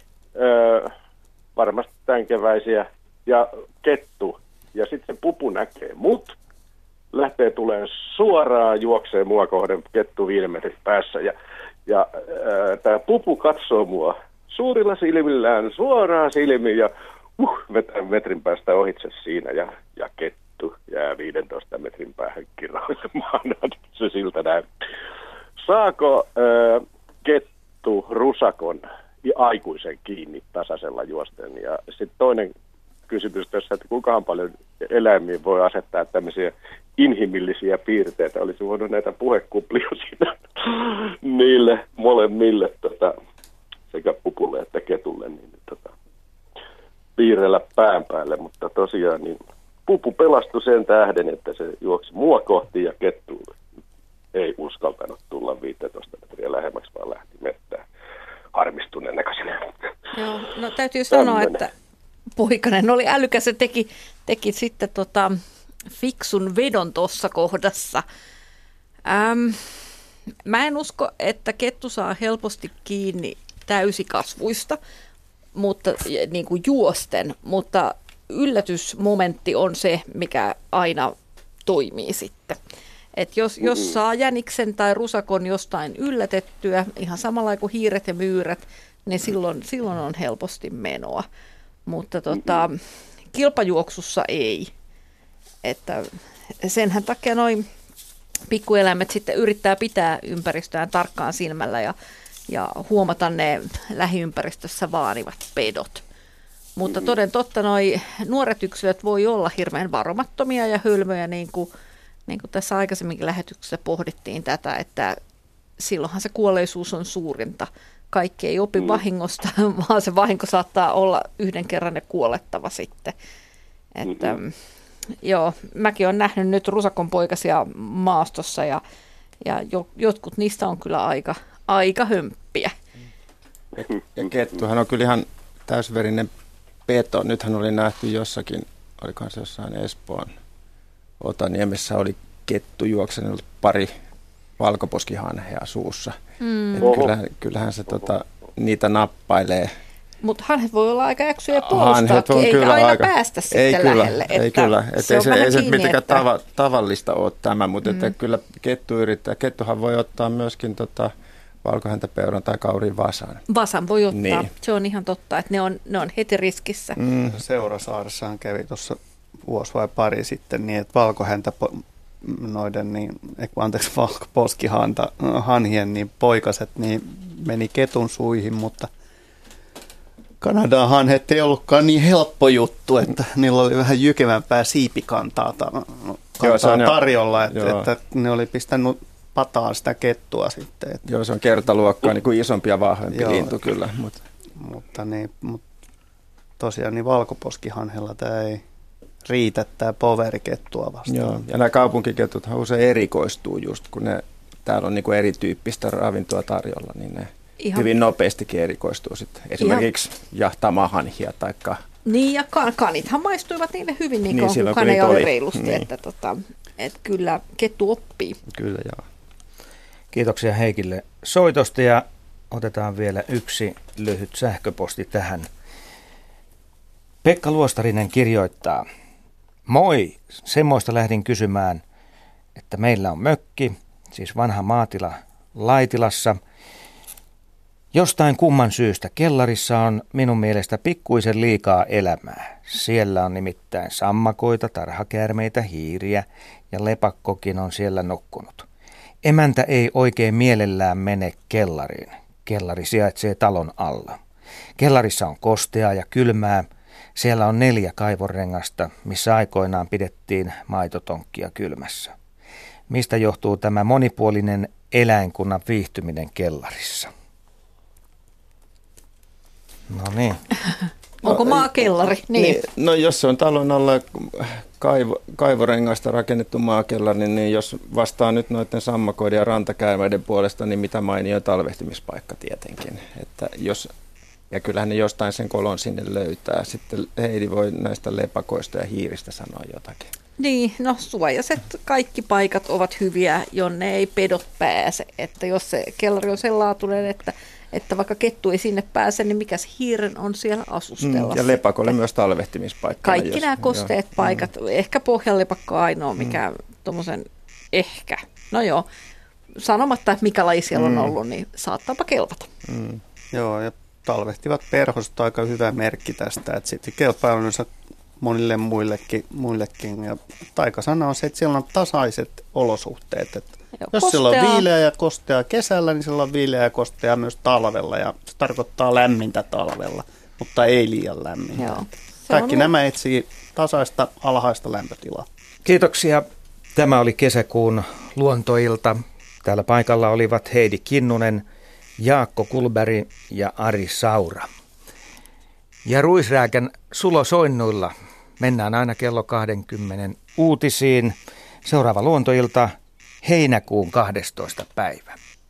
varmasti tämän keväisiä, ja kettu. Ja sitten se pupu näkee mut, lähtee tulemaan suoraan, juoksee mua kohden, kettu 5 metrin päässä. Ja tämä pupu katsoo mua suurilla silmillään suoraan silmiin ja vetää metrin päästä ohitse siinä ja kettu kettu jää 15 metrin päähän kiroilemaan. Se siltä näyttää. Saako kettu rusakon ja aikuisen kiinni tasaisella juosten? Ja sitten toinen kysymys tässä, että kuinkahan paljon eläimiin voi asettaa tämmöisiä inhimillisiä piirteitä. Olisi voinut näitä puhekuplia siinä niille molemmille sekä pupulle että ketulle niin, piirrellä pään päälle, mutta tosiaan niin pupu pelastui sen tähden, että se juoksi mua kohti ja kettu ei uskaltanut tulla 15 metriä lähemmäksi, vaan lähti mettään harmistuneen näköisenä. Joo, no täytyy sanoa, että poikainen oli älykäs ja teki sitten fiksun vedon tuossa kohdassa. Mä en usko, että kettu saa helposti kiinni täysikasvuista, mutta niin kuin juosten, mutta yllätysmomentti on se, mikä aina toimii sitten. Et jos saa jäniksen tai rusakon jostain yllätettyä, ihan samalla kuin hiiret ja myyrät, niin silloin on helposti menoa. Mutta kilpajuoksussa ei. Että senhän takia noin pikkueläimet sitten yrittää pitää ympäristöään tarkkaan silmällä ja huomata ne lähiympäristössä vaanivat pedot. Mutta toden totta noi nuoret yksilöt voi olla hirveän varomattomia ja hölmöjä, niin kuin tässä aikaisemminkin lähetyksessä pohdittiin tätä, että silloinhan se kuolleisuus on suurinta. Kaikki ei opi vahingosta, vaan se vahinko saattaa olla yhden kerran ja kuolettava sitten. Että, joo, mäkin olen nähnyt nyt rusakonpoikasia maastossa ja jotkut niistä on kyllä aika hömppiä. Ja kettuhan on kyllä ihan täysverinen peto. Nythän oli nähty jossakin, olikohan se jossain Espoon Otaniemessä oli kettu juoksenut pari valkoposkihanhea suussa. Kyllähän se niitä nappailee. Mutta hanhet voi olla aika äksyjä puolustaakin, eikä aina päästä sitten lähelle. Ei kyllä. Ei se mitenkään tavallista ole tämä, mutta että kyllä kettu yrittää. Kettuhan voi ottaa myöskin valkohäntäpeuran tai kauriin vasan. Vasan voi ottaa, niin. Se on ihan totta, että ne on heti riskissä. Seurasaaressahan kävi tuossa vuosi vai pari sitten niin, että valkoposkihanhien niin poikaset niin meni ketun suihin, mutta Kanadan hanhet ei ollutkaan niin helppo juttu, että niillä oli vähän jykevämpää siipikantaa tarjolla, että ne oli pistänyt pataan sitä kettua sitten. Joo, se on kertaluokkaa niin kuin isompi ja vahvempi lintu kyllä. Mutta tosiaan niin valkoposkihanhella tämä ei riitä tämä poverikettua vastaan. Joo, ja nämä kaupunkiketuthan usein erikoistuu just, kun täällä on niin kuin erityyppistä ravintoa tarjolla, niin ne hyvin nopeastikin erikoistuu sitten. Esimerkiksi jahtaamaan hanhia taikka. Niin, ja kanithan maistuivat niille hyvin niin kuin kaneja oli reilusti, niin. Että kyllä kettu oppii. Kyllä, joo. Kiitoksia Heikille soitosta ja otetaan vielä yksi lyhyt sähköposti tähän. Pekka Luostarinen kirjoittaa: moi, semmoista lähdin kysymään, että meillä on mökki, siis vanha maatila Laitilassa. Jostain kumman syystä kellarissa on minun mielestä pikkuisen liikaa elämää. Siellä on nimittäin sammakoita, tarhakäärmeitä, hiiriä ja lepakkokin on siellä nukkunut. Emäntä ei oikein mielellään mene kellariin. Kellari sijaitsee talon alla. Kellarissa on kosteaa ja kylmää. Siellä on 4 kaivorengasta, missä aikoinaan pidettiin maitotonkkia kylmässä. Mistä johtuu tämä monipuolinen eläinkunnan viihtyminen kellarissa? No niin. Onko maakellari? Niin. No jos se on talon alla kaivorengasta rakennettu maakellari, niin jos vastaa nyt noiden sammakoiden ja rantakäärmeiden puolesta, niin mitä mainio talvehtimispaikka tietenkin. Ja kyllähän ne jostain sen kolon sinne löytää. Sitten Heidi voi näistä lepakoista ja hiiristä sanoa jotakin. Niin, no suojaiset kaikki paikat ovat hyviä, jonne ei pedot pääse. Että jos se kellari on sen laatuinen, että vaikka kettu ei sinne pääse, niin mikäs hiiren on siellä asustella. Ja lepakolle myös talvehtimispaikka. Kaikki nämä kosteet paikat. Ehkä pohjanlepakko ainoa, mikä tuommoisen ehkä. No joo, sanomatta, että mikä laji siellä on ollut, niin saattaapa kelpata. Joo, ja talvehtivat perhoset on aika hyvä merkki tästä, että sitten kelpaa monille muillekin. Ja taikasana on se, että siellä on tasaiset olosuhteet. Että jos siellä on viileä ja kostea kesällä, niin siellä on viileä ja kostea myös talvella. Ja se tarkoittaa lämmintä talvella, mutta ei liian lämmintä. Joo. Kaikki nämä etsii tasaista alhaista lämpötilaa. Kiitoksia. Tämä oli kesäkuun luontoilta. Täällä paikalla olivat Heidi Kinnunen, Jaakko Kulberg ja Ari Saura. Ja ruisrääkän sulosoinnuilla mennään aina kello 20 uutisiin. Seuraava luontoilta heinäkuun 12. päivä.